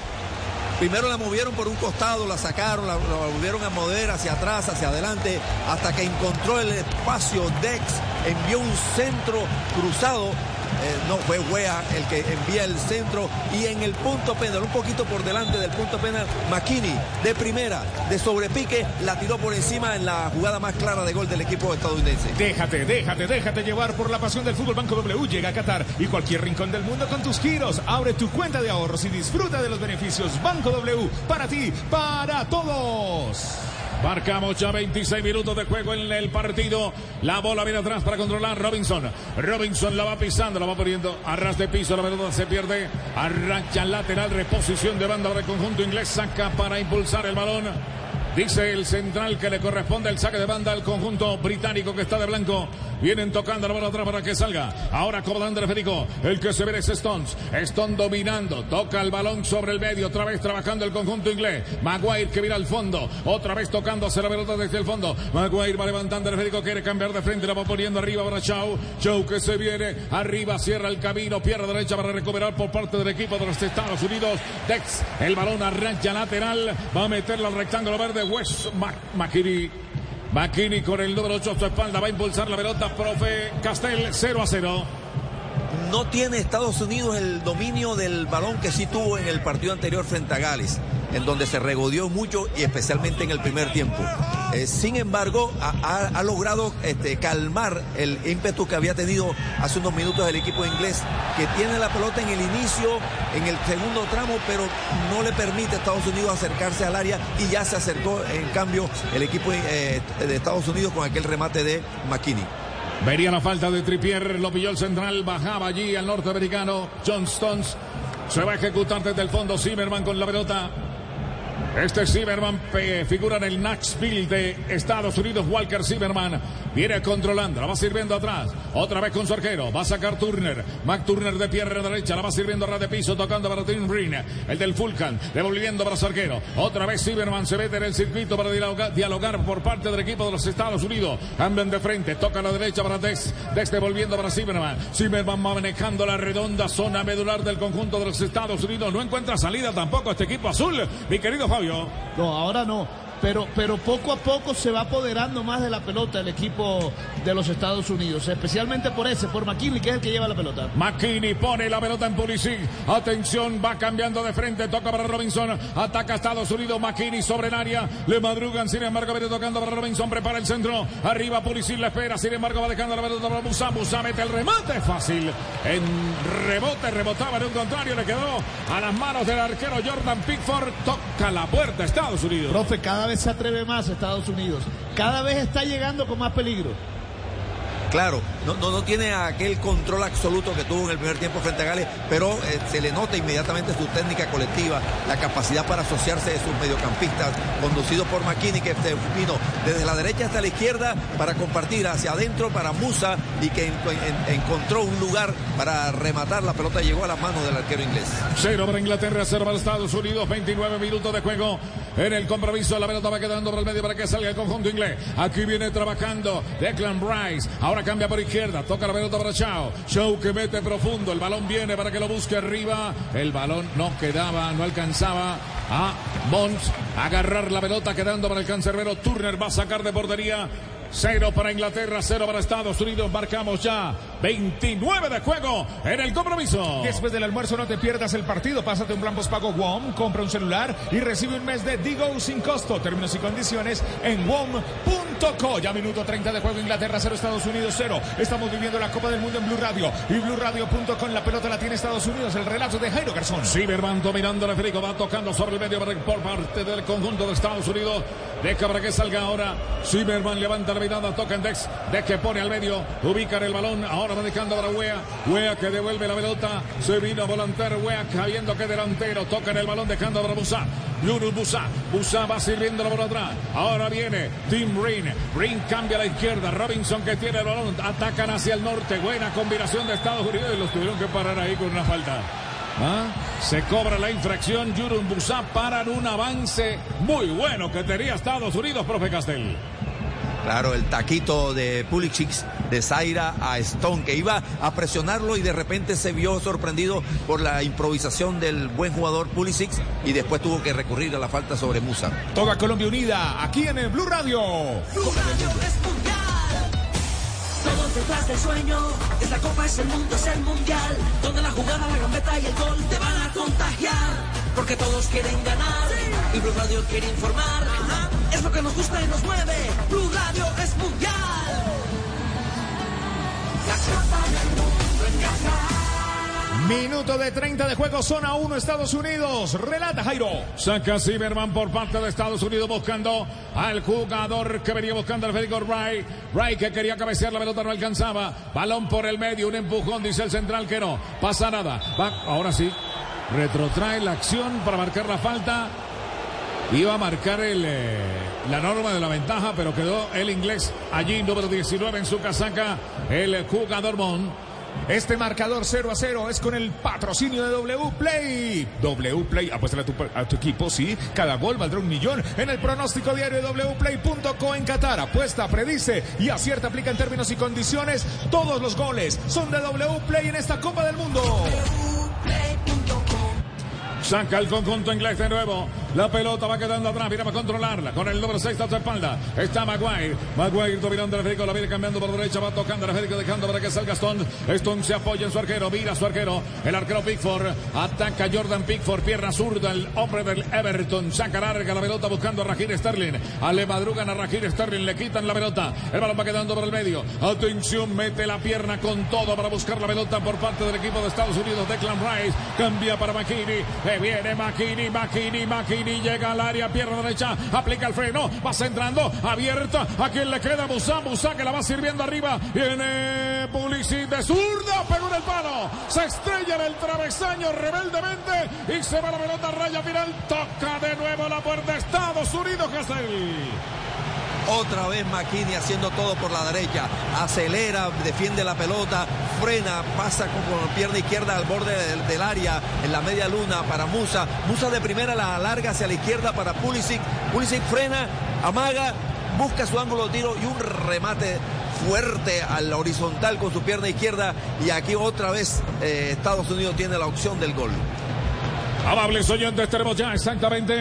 Primero la movieron por un costado, la sacaron, la, la volvieron a mover hacia atrás, hacia adelante, hasta que encontró el espacio. Dex envió un centro cruzado. Eh, no, fue Wea el que envía el centro y en el punto penal, un poquito por delante del punto penal, McKinney de primera, de sobrepique, la tiró por encima en la jugada más clara de gol del equipo estadounidense.
Déjate, déjate, déjate llevar por la pasión del fútbol. Banco W llega a Qatar y cualquier rincón del mundo con tus giros. Abre tu cuenta de ahorros y disfruta de los beneficios. Banco W, para ti, para todos.
Marcamos ya veintiséis minutos de juego en el partido. La bola viene atrás para controlar Robinson. Robinson la va pisando, la va poniendo a ras de piso. La pelota se pierde. Arranca lateral, reposición de banda para el conjunto inglés. Saca para impulsar el balón. Dice el central que le corresponde el saque de banda al conjunto británico que está de blanco. Vienen tocando la bola atrás para que salga. Ahora comandante Federico. El que se ve es Stones. Stone dominando. Toca el balón sobre el medio. Otra vez trabajando el conjunto inglés. Maguire que mira al fondo. Otra vez tocándose la pelota desde el fondo. Maguire va levantando el Federico. Quiere cambiar de frente. La va poniendo arriba para Shaw. Shaw que se viene arriba. Cierra el camino. Pierna derecha para recuperar por parte del equipo de los Estados Unidos. Dex. El balón arranca lateral. Va a meterlo al rectángulo verde. West McKinney. McKinney con el número ocho a su espalda. Va a impulsar la pelota, profe Castel. cero a cero.
No tiene Estados Unidos el dominio del balón que sí tuvo en el partido anterior frente a Gales, en donde se regodeó mucho y especialmente en el primer tiempo. Eh, sin embargo, ha, ha, ha logrado este, calmar el ímpetu que había tenido hace unos minutos el equipo inglés, que tiene la pelota en el inicio, en el segundo tramo, pero no le permite a Estados Unidos acercarse al área y ya se acercó, en cambio, el equipo eh, de Estados Unidos con aquel remate de McKinney.
Vería la falta de Trippier, lo pilló el central, bajaba allí al norteamericano John Stones. Se va a ejecutar desde el fondo Zimmerman con la pelota. Este Zimmerman figura en el Nashville de Estados Unidos. Walker Zimmerman viene controlando, la va sirviendo atrás. Otra vez con su arquero, va a sacar Turner. McTurner de pierna derecha, la va sirviendo a ras de piso, tocando para Tim Green, el del Fulham, devolviendo para su arquero. Otra vez Zimmerman se mete en el circuito para dialogar, dialogar por parte del equipo de los Estados Unidos. Cambian de frente, toca a la derecha para Dex. Dex devolviendo para Zimmerman. Zimmerman va manejando la redonda zona medular del conjunto de los Estados Unidos. No encuentra salida tampoco este equipo azul, mi querido Fabio.
No, ahora no. pero, pero poco a poco se va apoderando más de la pelota el equipo de los Estados Unidos, especialmente por ese, por McKinney, que es el que lleva la pelota.
McKinney pone la pelota en Pulisic. Atención, va cambiando de frente, toca para Robinson, ataca Estados Unidos, McKinney sobre el área, le madrugan, sin embargo, viene tocando para Robinson, prepara el centro, arriba Pulisic la espera, sin embargo, va dejando la pelota para Musa, Musa mete el remate fácil, en rebote, rebotaba en un contrario, le quedó a las manos del arquero Jordan Pickford, toca la puerta Estados Unidos.
Profe, cada vez se atreve más Estados Unidos, cada vez está llegando con más peligro.
Claro, no, no, no tiene aquel control absoluto que tuvo en el primer tiempo frente a Gales, pero eh, se le nota inmediatamente su técnica colectiva, la capacidad para asociarse de sus mediocampistas, conducidos por McKinney, que se vino desde la derecha hasta la izquierda para compartir hacia adentro para Musa, y que en, en, encontró un lugar para rematar la pelota y llegó a las manos del arquero inglés.
Cero para Inglaterra, cero para Estados Unidos, veintinueve minutos de juego en el compromiso. La pelota va quedando por el medio para que salga el conjunto inglés. Aquí viene trabajando Declan Rice, ahora cambia por izquierda, toca la pelota para Shaw, Shaw que mete profundo, el balón viene para que lo busque arriba, el balón no quedaba, no alcanzaba a Mons a agarrar la pelota, quedando para el cancerbero. Turner va a sacar de portería. Cero para Inglaterra, cero para Estados Unidos. Marcamos ya veintinueve de juego en el compromiso.
Después del almuerzo no te pierdas el partido. Pásate un plan postpago W O M, compra un celular y recibe un mes de Digo sin costo. Términos y condiciones en W O M punto co. Ya minuto treinta de juego, Inglaterra cero, Estados Unidos cero. Estamos viviendo la Copa del Mundo en Blue Radio y Blue Radio punto com. La pelota la tiene Estados Unidos. El relato de Jairo Garzón.
Zimmerman dominando el Federico, va tocando sobre el medio por parte del conjunto de Estados Unidos. Deja para que salga ahora. Zimmerman levanta la mirada, toca en Dex. Dex que pone al medio, ubican el balón. Ahora va dejando para Wea. Wea que devuelve la pelota. Se vino a volantear Wea, sabiendo que delantero. Toca en el balón, dejando para Musa. Yunus Musa. Musa va sirviéndolo por atrás. Ahora viene Tim Ring. Ring cambia a la izquierda. Robinson que tiene el balón. Atacan hacia el norte. Buena combinación de Estados Unidos y los tuvieron que parar ahí con una falta. ¿Ah? Se cobra la infracción. Yunus Musa paran un avance muy bueno que tenía Estados Unidos, profe Castel.
Claro, el taquito de Pulisic de Zaire a Stone, que iba a presionarlo y de repente se vio sorprendido por la improvisación del buen jugador Pulisic y después tuvo que recurrir a la falta sobre Musa.
Toda Colombia unida, aquí en el Blue Radio.
Blue Radio es mundial. Todos detrás del sueño. Esta copa es el mundo, es el mundial. Donde la jugada, la gambeta y el gol te van a contagiar. Porque todos quieren ganar. Y Blue Radio quiere informar. Ajá. Es lo que nos gusta y nos mueve. Blue Radio es mundial. La copa del mundo en casa.
Minuto de treinta de juego, zona uno, Estados Unidos. Relata Jairo.
Saca Zimmerman por parte de Estados Unidos buscando al jugador que venía buscando al Federico Wright. Wright que quería cabecear, la pelota no alcanzaba. Balón por el medio, un empujón, dice el central que no. Pasa nada. Va, ahora sí. Retrotrae la acción para marcar la falta. Iba a marcar el, eh, la norma de la ventaja, pero quedó el inglés allí, número diecinueve en su casaca, el jugador Mon.
Este marcador cero a cero es con el patrocinio de W Play. W Play, apuéstale a tu, a tu equipo, sí. Cada gol valdrá un millón en el pronóstico diario de W Play punto co en Qatar. Apuesta, predice y acierta, aplica en términos y condiciones. Todos los goles son de W Play en esta Copa del Mundo.
Saca el conjunto inglés de nuevo. La pelota va quedando atrás. Mira, va a controlarla. Con el número seis a su espalda está Maguire. Maguire dominando el Federico. La viene cambiando por derecha. Va tocando el Federico, dejando para que salga Stone. Stone se apoya en su arquero. Mira a su arquero. El arquero Pickford. Ataca Jordan Pickford. Pierna zurda. El hombre del Everton. Saca larga la pelota buscando a Raheem Sterling. A le madrugan a Raheem Sterling. Le quitan la pelota. El balón va quedando por el medio. Atención. Mete la pierna con todo para buscar la pelota por parte del equipo de Estados Unidos. Declan Rice. Cambia para McKinney. Viene McKinney, McKinney, McKinney, llega al área, pierna derecha, aplica el freno, va centrando, abierta, a quien le queda Musa, Musa que la va sirviendo arriba, viene Pulisic de zurda, pegó en el palo, se estrella en el travesaño rebeldemente y se va la pelota a raya final, toca de nuevo la puerta Estados Unidos, Castel.
Otra vez McKinney haciendo todo por la derecha. Acelera, defiende la pelota, frena, pasa con, con pierna izquierda al borde del, del área, en la media luna para Musa. Musa de primera la alarga hacia la izquierda para Pulisic. Pulisic frena, amaga, busca su ángulo de tiro y un remate fuerte al horizontal con su pierna izquierda. Y aquí otra vez eh, Estados Unidos tiene la opción del gol.
Amables oyentes, tenemos ya exactamente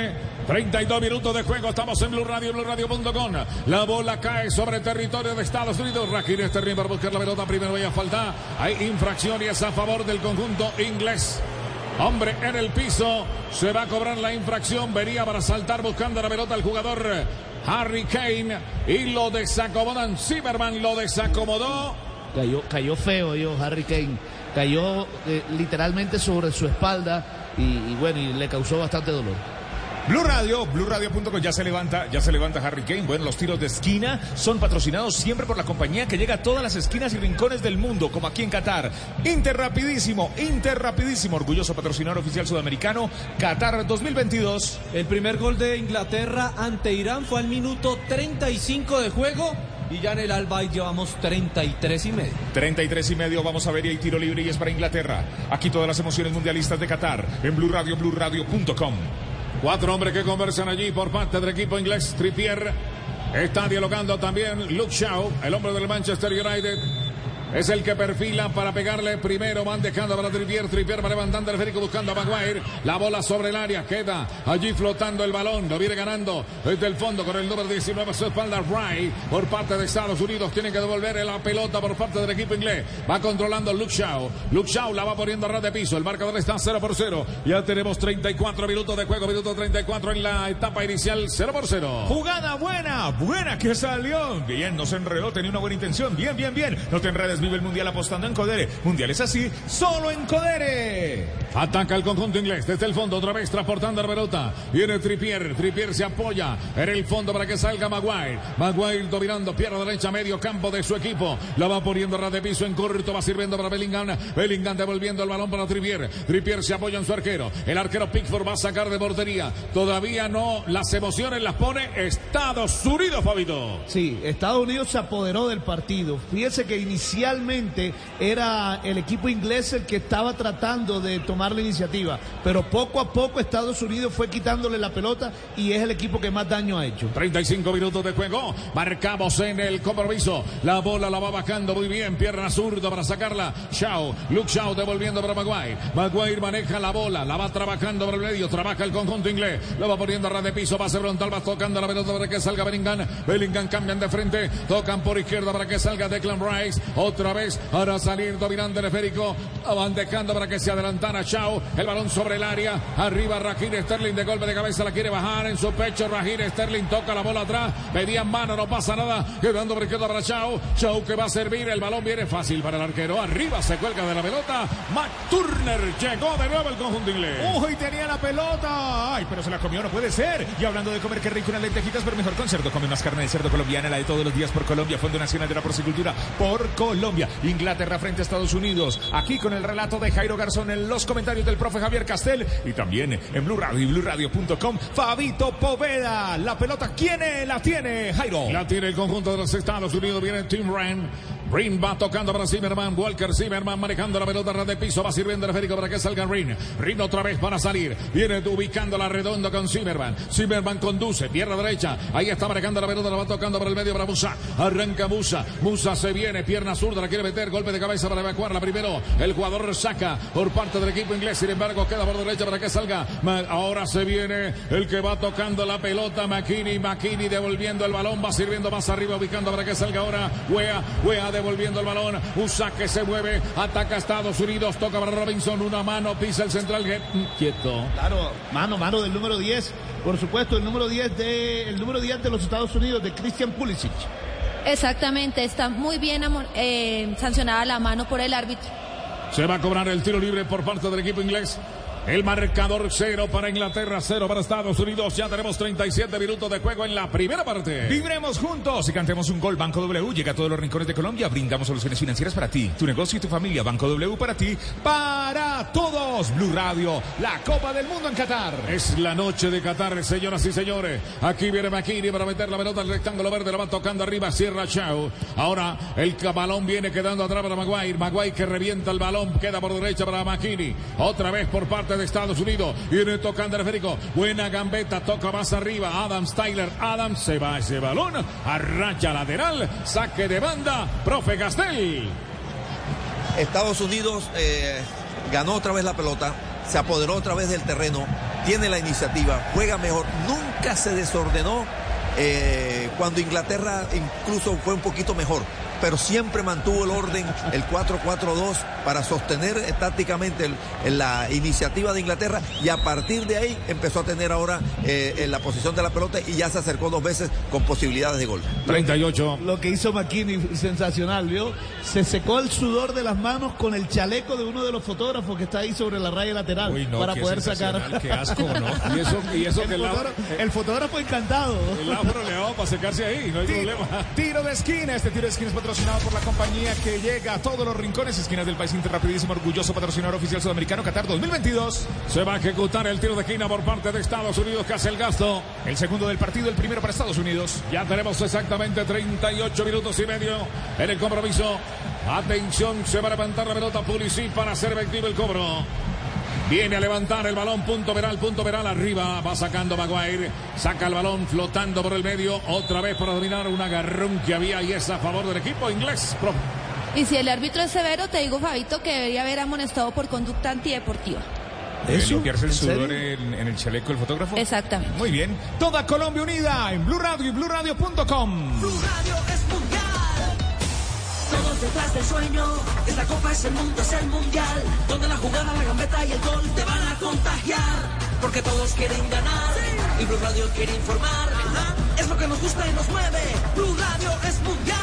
treinta y dos minutos de juego, estamos en Blue Radio, Blue Radio punto com. La bola cae sobre territorio de Estados Unidos. Raheem Sterling para buscar la pelota, primero vaya a faltar. Hay infracción y es a favor del conjunto inglés. Hombre en el piso, se va a cobrar la infracción, venía para saltar buscando la pelota el jugador Harry Kane y lo desacomodan. Zimmerman lo desacomodó.
Cayó, cayó feo yo, Harry Kane. Cayó eh, literalmente sobre su espalda y, y bueno, y le causó bastante dolor.
Blue Radio, Blue Radio punto com, ya se levanta, ya se levanta Harry Kane. Bueno, los tiros de esquina son patrocinados siempre por la compañía que llega a todas las esquinas y rincones del mundo, como aquí en Qatar. Interrapidísimo, Interrapidísimo, orgulloso patrocinador oficial sudamericano, Qatar dos mil veintidós.
El primer gol de Inglaterra ante Irán fue al minuto treinta y cinco de juego. Y ya en el Al Bayt llevamos treinta y tres y medio.
treinta y tres y medio, vamos a ver, y hay tiro libre y es para Inglaterra. Aquí todas las emociones mundialistas de Qatar, en Blue Radio, Blue Radio punto com.
Cuatro hombres que conversan allí por parte del equipo inglés. Trippier está dialogando también. Luke Shaw, el hombre del Manchester United, es el que perfila para pegarle primero. Van dejando para Trippier. Trippier va levantando el esférico buscando a Maguire. La bola sobre el área. Queda allí flotando el balón. Lo viene ganando desde el fondo con el número diecinueve a su espalda. Wright por parte de Estados Unidos. Tiene que devolver la pelota por parte del equipo inglés. Va controlando Luke Shaw. Luke Shaw la va poniendo a ras de piso. El marcador está cero por cero. Ya tenemos treinta y cuatro minutos de juego. Minuto treinta y cuatro en la etapa inicial. cero por cero.
Jugada buena. Buena que salió. Bien, no se enredó. Tenía una buena intención. Bien, bien, bien. No te enredes. Vive el mundial apostando en Codere. Mundial es así, solo en Codere.
Ataca el conjunto inglés desde el fondo, otra vez transportando la pelota. Viene Trippier, Trippier se apoya en el fondo para que salga Maguire. Maguire dominando, pierna derecha, medio campo de su equipo. La va poniendo a ras de piso en corto, va sirviendo para Bellingham. Bellingham devolviendo el balón para Trippier. Trippier se apoya en su arquero. El arquero Pickford va a sacar de portería. Todavía no, las emociones las pone Estados Unidos, Fabito.
Sí, Estados Unidos se apoderó del partido. Fíjese que inicialmente era el equipo inglés el que estaba tratando de tomar la iniciativa, pero poco a poco Estados Unidos fue quitándole la pelota y es el equipo que más daño ha hecho.
treinta y cinco minutos de juego, marcamos en el compromiso. La bola la va bajando muy bien, pierna zurda para sacarla. Shaw, Luke Shaw devolviendo para Maguire. Maguire maneja la bola, la va trabajando por el medio, trabaja el conjunto inglés, la va poniendo a ras de piso, pase frontal, va tocando la pelota para que salga Bellingham. Bellingham cambian de frente, tocan por izquierda para que salga Declan Rice. Otra vez para salir dominando el esférico, van dejando para que se adelantara Shaw, el balón sobre el área, arriba Raheem Sterling de golpe de cabeza, la quiere bajar en su pecho. Raheem Sterling toca la bola atrás, pedían mano, no pasa nada, quedando por izquierda para Shaw. Shaw que va a servir, el balón viene fácil para el arquero, arriba se cuelga de la pelota. McTurner llegó de nuevo el conjunto inglés.
Uy, tenía la pelota, ay, pero se la comió, no puede ser. Y hablando de comer, qué rico unas lentejitas, pero mejor con cerdo. Come más carne de cerdo colombiana, la de todos los días por Colombia. Fondo Nacional de la Porcicultura por Colombia. Inglaterra frente a Estados Unidos, aquí con el relato de Jairo Garzón, en los comentarios del profe Javier Castel y también en Blue Radio y Blue Radio punto com. Fabito Poveda, la pelota, ¿quién la tiene, Jairo?
La tiene el conjunto de los Estados Unidos, viene Tim Ryan. Rin va tocando para Zimmerman, Walker Zimmerman manejando la pelota ras de piso, va sirviendo el esférico para que salga Rin. Rin otra vez para salir, viene ubicando la redonda con Zimmerman. Zimmerman conduce, pierna derecha, ahí está manejando la pelota, la va tocando para el medio para Musa. Arranca Musa, Musa se viene, pierna zurda, la quiere meter, golpe de cabeza para evacuarla primero. El jugador saca por parte del equipo inglés, sin embargo queda por derecha para que salga. Ahora se viene el que va tocando la pelota, McKinney, McKinney devolviendo el balón, va sirviendo más arriba, ubicando para que salga ahora Wea, Wea devolviendo el balón, un saque se mueve, ataca a Estados Unidos, toca para Robinson, una mano, pisa el central, quieto.
Claro, mano, mano del número diez, por supuesto, el número diez de, el número diez de los Estados Unidos, de Christian Pulisic.
Exactamente, está muy bien eh, sancionada la mano por el árbitro.
Se va a cobrar el tiro libre por parte del equipo inglés. El marcador cero para Inglaterra, cero para Estados Unidos. Ya tenemos treinta y siete minutos de juego en la primera parte.
Vibremos juntos y cantemos un gol. Banco W llega a todos los rincones de Colombia. Brindamos soluciones financieras para ti, tu negocio y tu familia. Banco W para ti, para todos. Blue Radio, la Copa del Mundo en Qatar.
Es la noche de Qatar, señoras y señores. Aquí viene McKinney para meter la pelota al rectángulo verde. La va tocando arriba, cierra Shaw. Ahora el balón viene quedando atrás para Maguire. Maguire que revienta el balón, queda por derecha para McKinney. Otra vez por parte de Estados Unidos, viene tocando el esférico, buena gambeta, toca más arriba, Adams, Tyler Adams, se va ese balón, a raya lateral, saque de banda, profe Castel.
Estados Unidos eh, ganó otra vez la pelota, se apoderó otra vez del terreno, tiene la iniciativa, juega mejor, nunca se desordenó eh, cuando Inglaterra incluso fue un poquito mejor, pero siempre mantuvo el orden, el cuatro cuatro dos, para sostener eh, tácticamente el, la iniciativa de Inglaterra, y a partir de ahí empezó a tener ahora eh, en la posición de la pelota y ya se acercó dos veces con posibilidades de gol.
treinta y ocho.
Lo que hizo McKinney, sensacional, ¿vio? Se secó el sudor de las manos con el chaleco de uno de los fotógrafos que está ahí sobre la raya lateral.
Uy, no,
para
qué
poder sacar.
Qué asco, ¿no?
Y eso, y eso
el,
que el,
fotógrafo, el fotógrafo encantado.
El afro le va para secarse ahí, no hay
tiro,
problema.
Tiro de esquina. Este tiro de esquina es patrocinado por la compañía que llega a todos los rincones y esquinas del país. Inter Rapidísimo, orgulloso patrocinador oficial sudamericano Qatar dos mil veintidós.
Se va a ejecutar el tiro de esquina por parte de Estados Unidos, que hace el gasto.
El segundo del partido, el primero para Estados Unidos.
Ya tenemos exactamente treinta y ocho minutos y medio en el compromiso. Atención, se va a levantar la pelota Pulisic para hacer efectivo el cobro. Viene a levantar el balón, punto Veral, punto Veral, arriba, va sacando Maguire, saca el balón flotando por el medio, otra vez para dominar un agarrón que había y es a favor del equipo inglés. Pro.
Y si el árbitro es severo, te digo, Fabito, que debería haber amonestado por conducta antideportiva.
¿Debe limpiarse el sudor en, en el chaleco del fotógrafo?
Exactamente.
Muy bien. Toda Colombia unida en Blue Radio y blue radio punto com.
Blue Radio es mundial. Todos detrás del sueño. Esta copa es el mundo, es el mundial. Donde la jugada, la gambeta y el gol te van a contagiar. Porque todos quieren ganar. Sí. Y Blue Radio quiere informar. Ajá. Es lo que nos gusta y nos mueve. Blue Radio es mundial.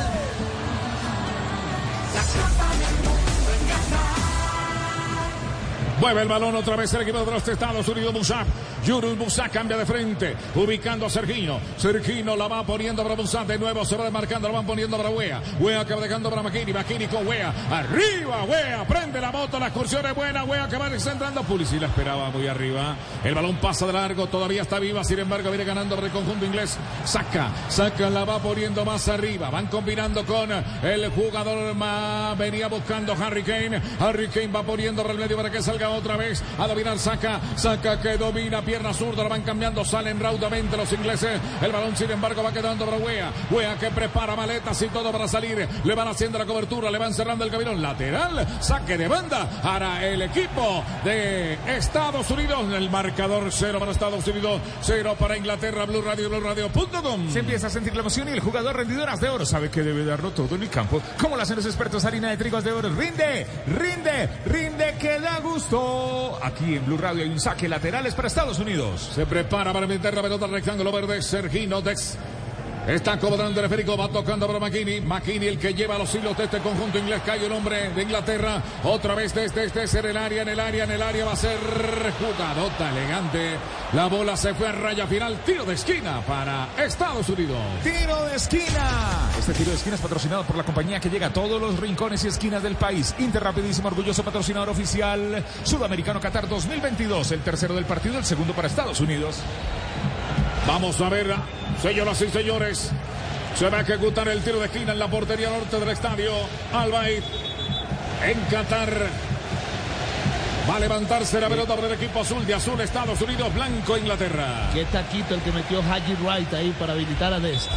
La copa del mundo en casa.
Mueve el balón otra vez el equipo de los Estados Unidos. Musab, Yunus Musab cambia de frente, ubicando a Serginho. Serginho la va poniendo para Musab, de nuevo se va desmarcando, la van poniendo para Wea. Wea acaba dejando para McKinney, McKinney con Wea. Arriba, Wea, prende la moto, la excursión es buena. Wea que va centrando, Pulisic la esperaba muy arriba. El balón pasa de largo, todavía está viva, sin embargo viene ganando por el conjunto inglés. Saca, saca, la va poniendo más arriba. Van combinando con el jugador más, venía buscando Harry Kane. Harry Kane va poniendo por el medio para que salga otra vez a dominar. Saca, saca que domina, pierna zurda, la van cambiando, salen raudamente los ingleses. El balón sin embargo va quedando para Wea. Wea que prepara maletas y todo para salir. Le van haciendo la cobertura, le van cerrando el camino lateral. Saque de banda para el equipo de Estados Unidos. El marcador cero para Estados Unidos, cero para Inglaterra. Blue Radio, blue radio punto com.
Se empieza a sentir la emoción y el jugador rendidoras de oro sabe que debe darlo todo en el campo. Como lo hacen los expertos, harina de trigos de oro. Rinde, rinde, rinde que da gusto. Aquí en Blue Radio hay un saque laterales para Estados Unidos.
Se prepara para meter la pelota al rectángulo verde. Serginho Dex está acomodando el esférico, va tocando para McKinney. McKinney el que lleva los hilos de este conjunto inglés. Cae un hombre de Inglaterra. Otra vez desde este, este, en el área, en el área, en el área. Va a ser jugadota elegante. La bola se fue a raya final. Tiro de esquina para Estados Unidos.
Tiro de esquina. Este tiro de esquina es patrocinado por la compañía que llega a todos los rincones y esquinas del país. Inter Rapidísimo, orgulloso patrocinador oficial sudamericano Qatar dos mil veintidós. El tercero del partido, el segundo para Estados Unidos.
Vamos a ver, señoras y señores, se va a ejecutar el tiro de esquina en la portería norte del estadio Al Bayt en Qatar. Va a levantarse la pelota por el equipo azul, de azul Estados Unidos, blanco Inglaterra.
Qué taquito el que metió Haji Wright ahí para habilitar a Dest.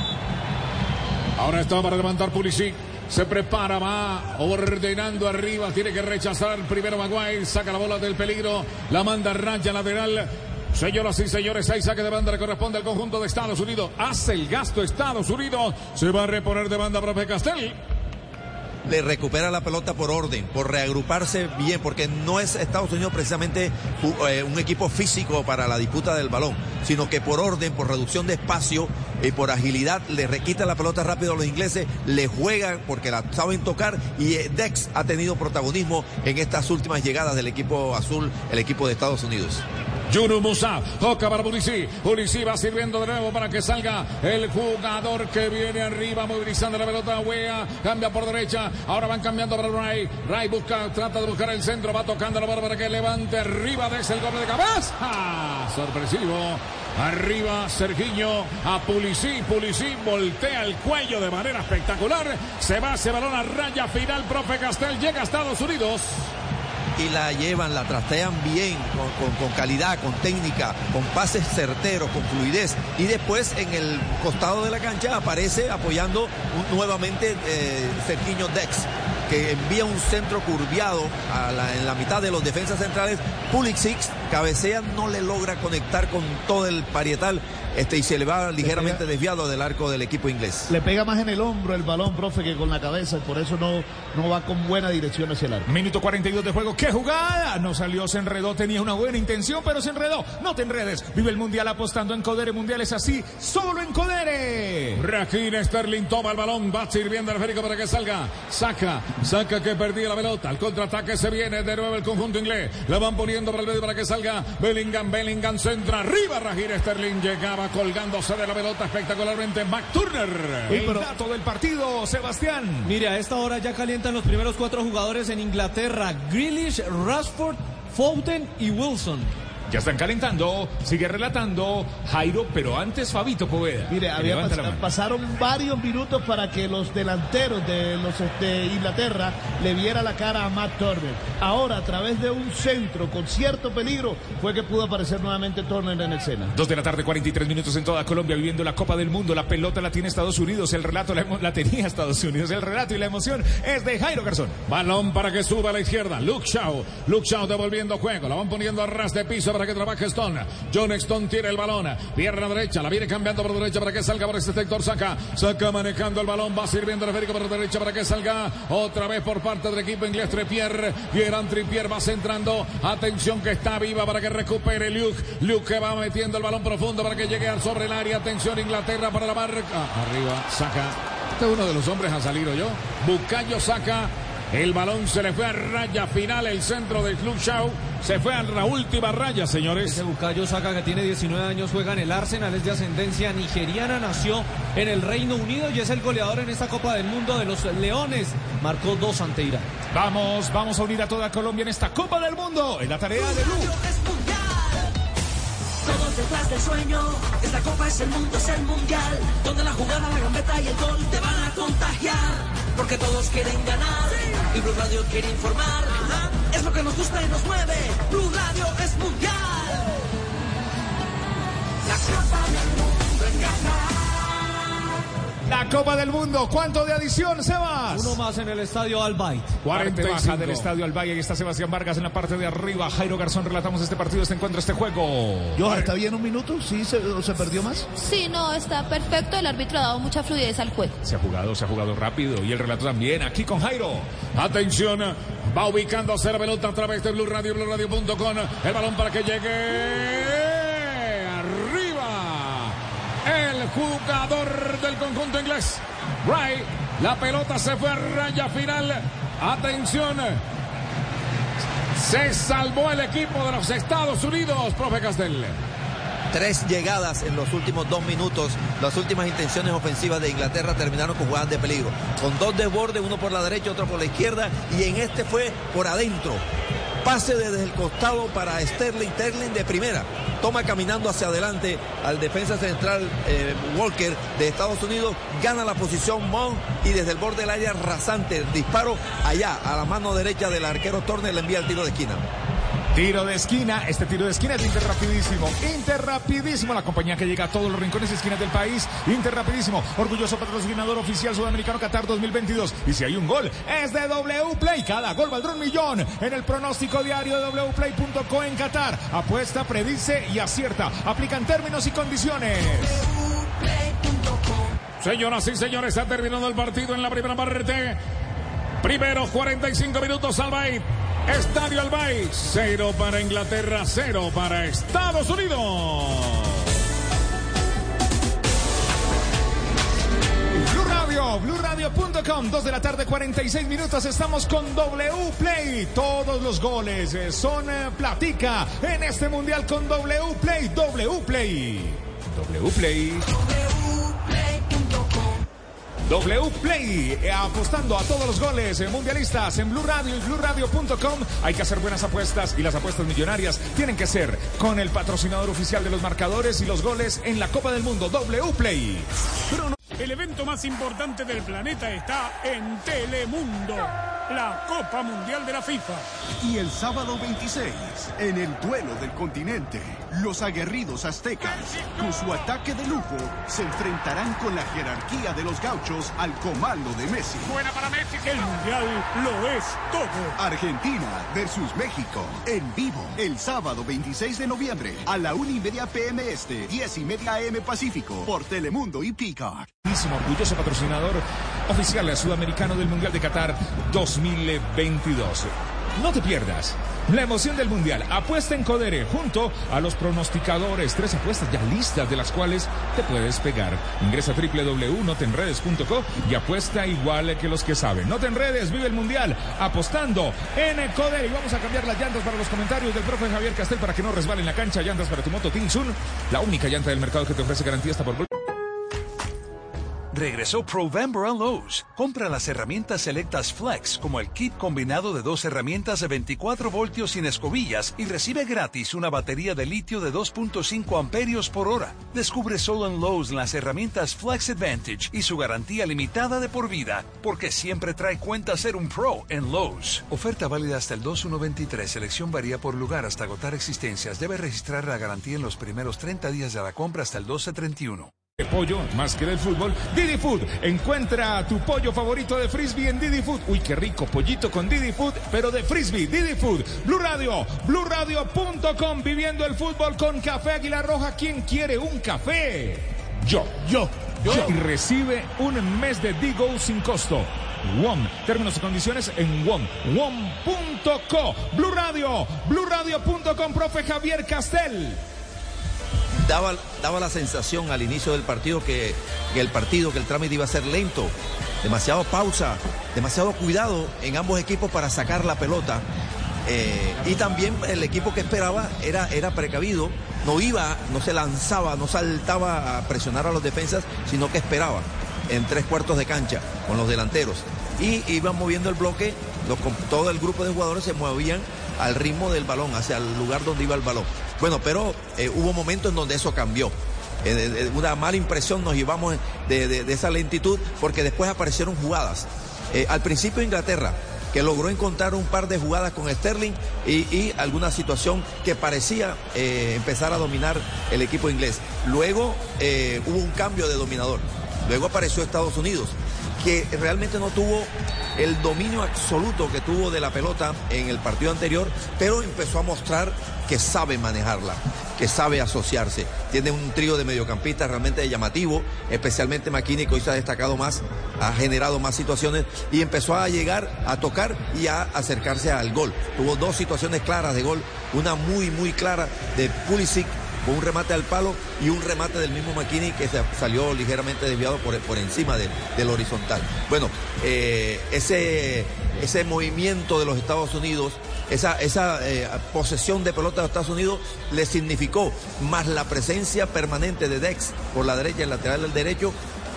Ahora está para levantar Pulisic. Se prepara, va ordenando arriba, tiene que rechazar primero Maguire, saca la bola del peligro, la manda a raya lateral. Señoras y señores, hay saque de banda, le corresponde al conjunto de Estados Unidos. Hace el gasto Estados Unidos, se va a reponer de banda profe Castel.
Le recupera la pelota por orden, por reagruparse bien, porque no es Estados Unidos precisamente un equipo físico para la disputa del balón, sino que por orden, por reducción de espacio y por agilidad le requita la pelota rápido a los ingleses, le juegan porque la saben tocar y Dex ha tenido protagonismo en estas últimas llegadas del equipo azul, el equipo de Estados Unidos.
Yunus Musab, toca para Pulisic. Pulisic va sirviendo de nuevo para que salga el jugador que viene arriba, movilizando la pelota. Wea cambia por derecha. Ahora van cambiando para Ray. Ray busca, trata de buscar el centro. Va tocando la bola para que levante arriba. Desde el golpe de cabeza. Sorpresivo. Arriba Serginho a Pulisic. Pulisic voltea el cuello de manera espectacular. Se va ese balón a raya final. Profe Castel llega a Estados Unidos.
Y la llevan, la trastean bien, con, con, con calidad, con técnica, con pases certeros, con fluidez. Y después en el costado de la cancha aparece apoyando un, nuevamente eh, Serginho Dex, que envía un centro curviado a la, en la mitad de los defensas centrales. Pulisic cabecea, no le logra conectar con todo el parietal este, y se le va ligeramente desviado del arco del equipo inglés.
Le pega más en el hombro el balón, profe, que con la cabeza, y por eso no, no va con buena dirección hacia el arco.
Minuto cuarenta y dos de juego. ¡Qué jugada! No salió, se enredó, tenía una buena intención, pero se enredó. No te enredes. Vive el Mundial apostando en Codere. Mundial es así, solo en Codere.
Raheem Sterling toma el balón, va sirviendo al esférico para que salga. Saca, saca que perdía la pelota. Al contraataque se viene de nuevo el conjunto inglés. La van poniendo para el medio para que salga Bellingham. Bellingham centra arriba. Raheem Sterling llegaba colgándose de la pelota espectacularmente. McTurner.
El pero... dato del partido, Sebastián.
Mire, a esta hora ya calientan los primeros cuatro jugadores en Inglaterra: Grealish, Rashford, Foden y Wilson.
Ya están calentando, sigue relatando Jairo, pero antes Fabito Poveda.
Mire, había pas pasaron varios minutos para que los delanteros de los de Inglaterra le viera la cara a Matt Turner. Ahora, a través de un centro con cierto peligro, fue que pudo aparecer nuevamente Turner en escena.
Dos de la tarde, cuarenta y tres minutos en toda Colombia, viviendo la Copa del Mundo. La pelota la tiene Estados Unidos, el relato la, la tenía Estados Unidos. El relato y la emoción es de Jairo Garzón.
Balón para que suba a la izquierda. Luke Shaw. Luke Shaw devolviendo juego. La van poniendo a ras de piso para que trabaje Stone. John Stone tira el balón. Pierna derecha. La viene cambiando por derecha para que salga por este sector. Saca. Saca manejando el balón. Va sirviendo el esférico por derecha para que salga. Otra vez por parte del equipo inglés. Trippier. Kieran Trippier va centrando. Atención que está viva para que recupere Luke. Luke que va metiendo el balón profundo para que llegue al sobre el área. Atención Inglaterra para la marca. Arriba. Saca. Este es uno de los hombres a salir yo. Bukayo Saka. El balón se le fue a raya final, el centro del Club Shaw se fue a la última raya, señores.
Ese Bukayo Saka, que tiene diecinueve años, juega en el Arsenal, es de ascendencia nigeriana, nació en el Reino Unido y es el goleador en esta Copa del Mundo de los Leones. Marcó dos ante Irán.
Vamos, vamos a unir a toda Colombia en esta Copa del Mundo, en la tarea de Lu.
Todos detrás del sueño, esta copa es el mundo, es el mundial, donde la jugada, la gambeta y el gol te van a contagiar, porque todos quieren ganar, y Blue Radio quiere informar, es lo que nos gusta y nos mueve, Blue Radio es mundial. La Copa del Mundo en Qatar.
La Copa del Mundo, ¿cuánto de adición, Sebas?
Uno más en el estadio Al Bayt.
cuarenta baja del estadio Al Bayt. Ahí está Sebastián Vargas en la parte de arriba. Jairo Garzón, relatamos este partido, este encuentro, este juego.
Johan, ¿está bien un minuto? ¿Sí se, se perdió más?
Sí, no, está perfecto. El árbitro ha dado mucha fluidez al juego.
Se ha jugado, se ha jugado rápido. Y el relato también, aquí con Jairo.
Atención, va ubicándose la pelota a través de Blue Radio, Blue Radio punto com. El balón para que llegue el jugador del conjunto inglés, Wright. La pelota se fue a raya final. Atención. Se salvó el equipo de los Estados Unidos, profe Castel.
Tres llegadas en los últimos dos minutos. Las últimas intenciones ofensivas de Inglaterra terminaron con jugadas de peligro. Con dos de borde, uno por la derecha, otro por la izquierda. Y en este fue por adentro. Pase desde el costado para Sterling. Sterling de primera. Toma caminando hacia adelante al defensa central eh, Walker de Estados Unidos. Gana la posición Mount y desde el borde del área rasante. El disparo allá a la mano derecha del arquero Turner, le envía el tiro de esquina.
Tiro de esquina, este tiro de esquina es Inter Rapidísimo, Inter Rapidísimo, la compañía que llega a todos los rincones y esquinas del país, Inter Rapidísimo, orgulloso patrocinador oficial sudamericano Qatar dos mil veintidós, y si hay un gol, es de W Play, cada gol valdrá un millón, en el pronóstico diario de w play punto co en Qatar, apuesta, predice y acierta, aplican términos y condiciones.
Señoras y señores, está terminando el partido en la primera parte, primeros cuarenta y cinco minutos al Bayt. Estadio Al Bayt, cero para Inglaterra, cero para Estados Unidos.
Blue Radio, blue radio punto com, dos de la tarde, cuarenta y seis minutos, estamos con W Play. Todos los goles son eh, platica en este mundial con W Play, W Play. W Play. W Play, eh, apostando a todos los goles eh, mundialistas en Blue Radio y blue radio punto com. Hay que hacer buenas apuestas y las apuestas millonarias tienen que ser con el patrocinador oficial de los marcadores y los goles en la Copa del Mundo, W Play.
El evento más importante del planeta está en Telemundo. la Copa Mundial de la FIFA.
Y el sábado veintiséis, en el duelo del continente, los aguerridos aztecas, con su ataque de lujo, se enfrentarán con la jerarquía de los gauchos al comando de Messi.
Buena para Messi, el Mundial lo es todo.
Argentina versus México, en vivo, el sábado veintiséis de noviembre, a la una y media P M Este, diez y media A M Pacífico, por Telemundo y Peacock.
Orgulloso patrocinador oficial sudamericano del Mundial de Qatar dos mil veintidós. No te pierdas la emoción del Mundial. Apuesta en Codere junto a los pronosticadores. Tres apuestas ya listas de las cuales te puedes pegar. Ingresa a doble u doble u doble u punto no te enredes punto co y apuesta igual que los que saben. No te enredes, vive el Mundial apostando en Codere. Y vamos a cambiar las llantas para los comentarios del profe Javier Castel para que no resbale en la cancha. Llantas para tu moto Tinsun, la única llanta del mercado que te ofrece garantía hasta por...
Regresó Provember a Lowe's. Compra las herramientas selectas Flex, como el kit combinado de dos herramientas de veinticuatro voltios sin escobillas y recibe gratis una batería de litio de dos punto cinco amperios por hora. Descubre solo en Lowe's las herramientas Flex Advantage y su garantía limitada de por vida, porque siempre trae cuenta ser un pro en Lowe's. Oferta válida hasta el dos uno veintitrés. Selección varía por lugar hasta agotar existencias. Debe registrar la garantía en los primeros treinta días de la compra hasta el doce treinta y uno.
De pollo, más que del fútbol, Didi Food. Encuentra tu pollo favorito de frisbee en Didi Food. Uy, qué rico, pollito con Didi Food, pero de frisbee, Didi Food. Blue Radio, blue radio punto com, viviendo el fútbol con Café Águila Roja. ¿Quién quiere un café? Yo, yo, yo. Y recibe un mes de Digo sin costo. W O M. Términos y condiciones en W O M. W O M punto co. Blue Radio, blue radio punto com, profe Javier Castel.
Daba, daba la sensación al inicio del partido que, que el partido, que el trámite iba a ser lento, demasiado pausa, demasiado cuidado en ambos equipos para sacar la pelota. Eh, y también el equipo que esperaba era, era precavido, no iba, no se lanzaba, no saltaba a presionar a los defensas, sino que esperaba en tres cuartos de cancha con los delanteros. Y iban moviendo el bloque, los, todo el grupo de jugadores se movían al ritmo del balón, hacia el lugar donde iba el balón. Bueno, pero eh, hubo momentos en donde eso cambió. Eh, de, de una mala impresión nos llevamos de, de, de esa lentitud, porque después aparecieron jugadas. Eh, al principio Inglaterra, que logró encontrar un par de jugadas con Sterling y, y alguna situación que parecía eh, empezar a dominar el equipo inglés. Luego eh, hubo un cambio de dominador. Luego apareció Estados Unidos, que realmente no tuvo el dominio absoluto que tuvo de la pelota en el partido anterior, pero empezó a mostrar que sabe manejarla, que sabe asociarse. Tiene un trío de mediocampistas realmente llamativo, especialmente McKennie, que hoy se ha destacado más, ha generado más situaciones y empezó a llegar, a tocar y a acercarse al gol. Tuvo dos situaciones claras de gol, una muy, muy clara de Pulisic, con un remate al palo y un remate del mismo McKennie que se salió ligeramente desviado por, por encima de, del horizontal. Bueno, eh, ese, ese movimiento de los Estados Unidos, esa, esa eh, posesión de pelota de Estados Unidos le significó, más la presencia permanente de Dex por la derecha, el lateral del derecho,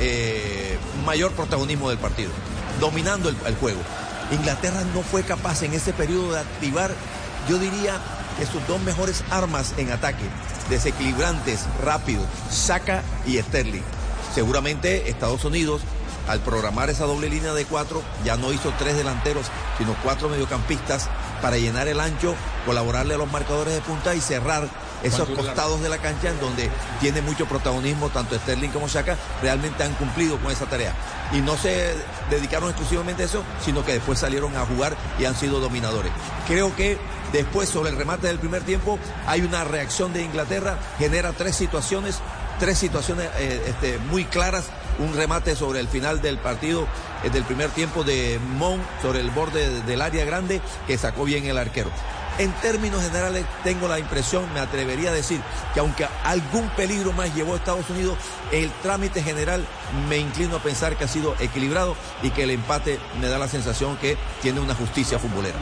eh, mayor protagonismo del partido, dominando el, el juego. Inglaterra no fue capaz en ese periodo de activar, yo diría, que sus dos mejores armas en ataque, desequilibrantes, rápidos, Saka y Sterling. Seguramente Estados Unidos, al programar esa doble línea de cuatro, ya no hizo tres delanteros, sino cuatro mediocampistas para llenar el ancho, colaborarle a los marcadores de punta y cerrar esos costados de la cancha en donde tiene mucho protagonismo tanto Sterling como Saka. Realmente han cumplido con esa tarea. Y no se dedicaron exclusivamente a eso, sino que después salieron a jugar y han sido dominadores. Creo que después, sobre el remate del primer tiempo, hay una reacción de Inglaterra, genera tres situaciones, tres situaciones eh, este, muy claras. Un remate sobre el final del partido, eh, del primer tiempo de Mount, sobre el borde de, del área grande, que sacó bien el arquero. En términos generales, tengo la impresión, me atrevería a decir, que aunque algún peligro más llevó a Estados Unidos, el trámite general me inclino a pensar que ha sido equilibrado y que el empate me da la sensación que tiene una justicia futbolera.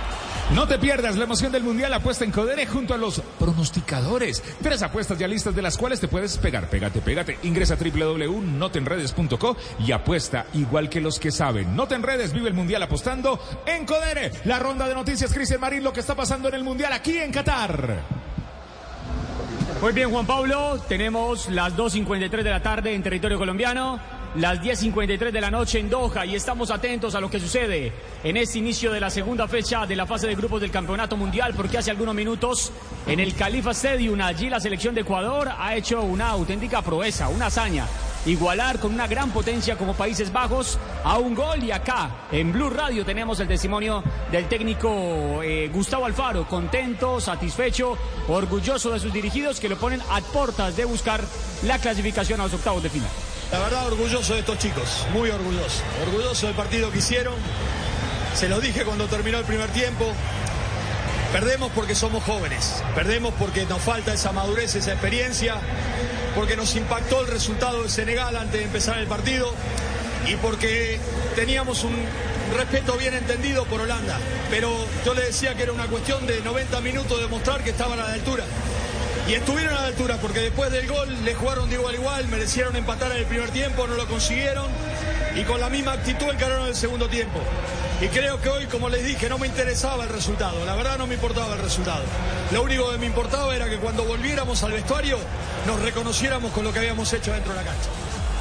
No te pierdas la emoción del Mundial, apuesta en Codere junto a los pronosticadores. Tres apuestas ya listas de las cuales te puedes pegar. Pégate, pégate. Ingresa a doble u doble u doble u punto no te enredes punto co y apuesta igual que los que saben. No te enredes, vive el Mundial apostando en Codere. La ronda de noticias, Cristian Marín, lo que está pasando en el Mundial aquí en Qatar.
Muy bien, Juan Pablo, tenemos las dos cincuenta y tres de la tarde en territorio colombiano.
las diez cincuenta y tres de la noche en Doha y estamos atentos a lo que sucede en este inicio de la segunda fecha de la fase de grupos del Campeonato Mundial, porque hace algunos minutos en el Khalifa Stadium, allí la selección de Ecuador ha hecho una auténtica proeza, una hazaña. Igualar con una gran potencia como Países Bajos a un gol, y acá en Blue Radio tenemos el testimonio del técnico eh, Gustavo Alfaro, contento, satisfecho, orgulloso de sus dirigidos que lo ponen a puertas de buscar la clasificación a los octavos de final.
La verdad, orgulloso de estos chicos, muy orgulloso, orgulloso del partido que hicieron. Se los dije cuando terminó el primer tiempo. Perdemos porque somos jóvenes, perdemos porque nos falta esa madurez, esa experiencia, porque nos impactó el resultado de Senegal antes de empezar el partido y porque teníamos un respeto bien entendido por Holanda. Pero yo le decía que era una cuestión de noventa minutos de mostrar que estaban a la altura. Y estuvieron a la altura porque después del gol le jugaron de igual a igual, merecieron empatar en el primer tiempo, no lo consiguieron y con la misma actitud encararon el segundo tiempo. Y creo que hoy, como les dije, no me interesaba el resultado, la verdad no me importaba el resultado. Lo único que me importaba era que cuando volviéramos al vestuario nos reconociéramos con lo que habíamos hecho dentro de la cancha.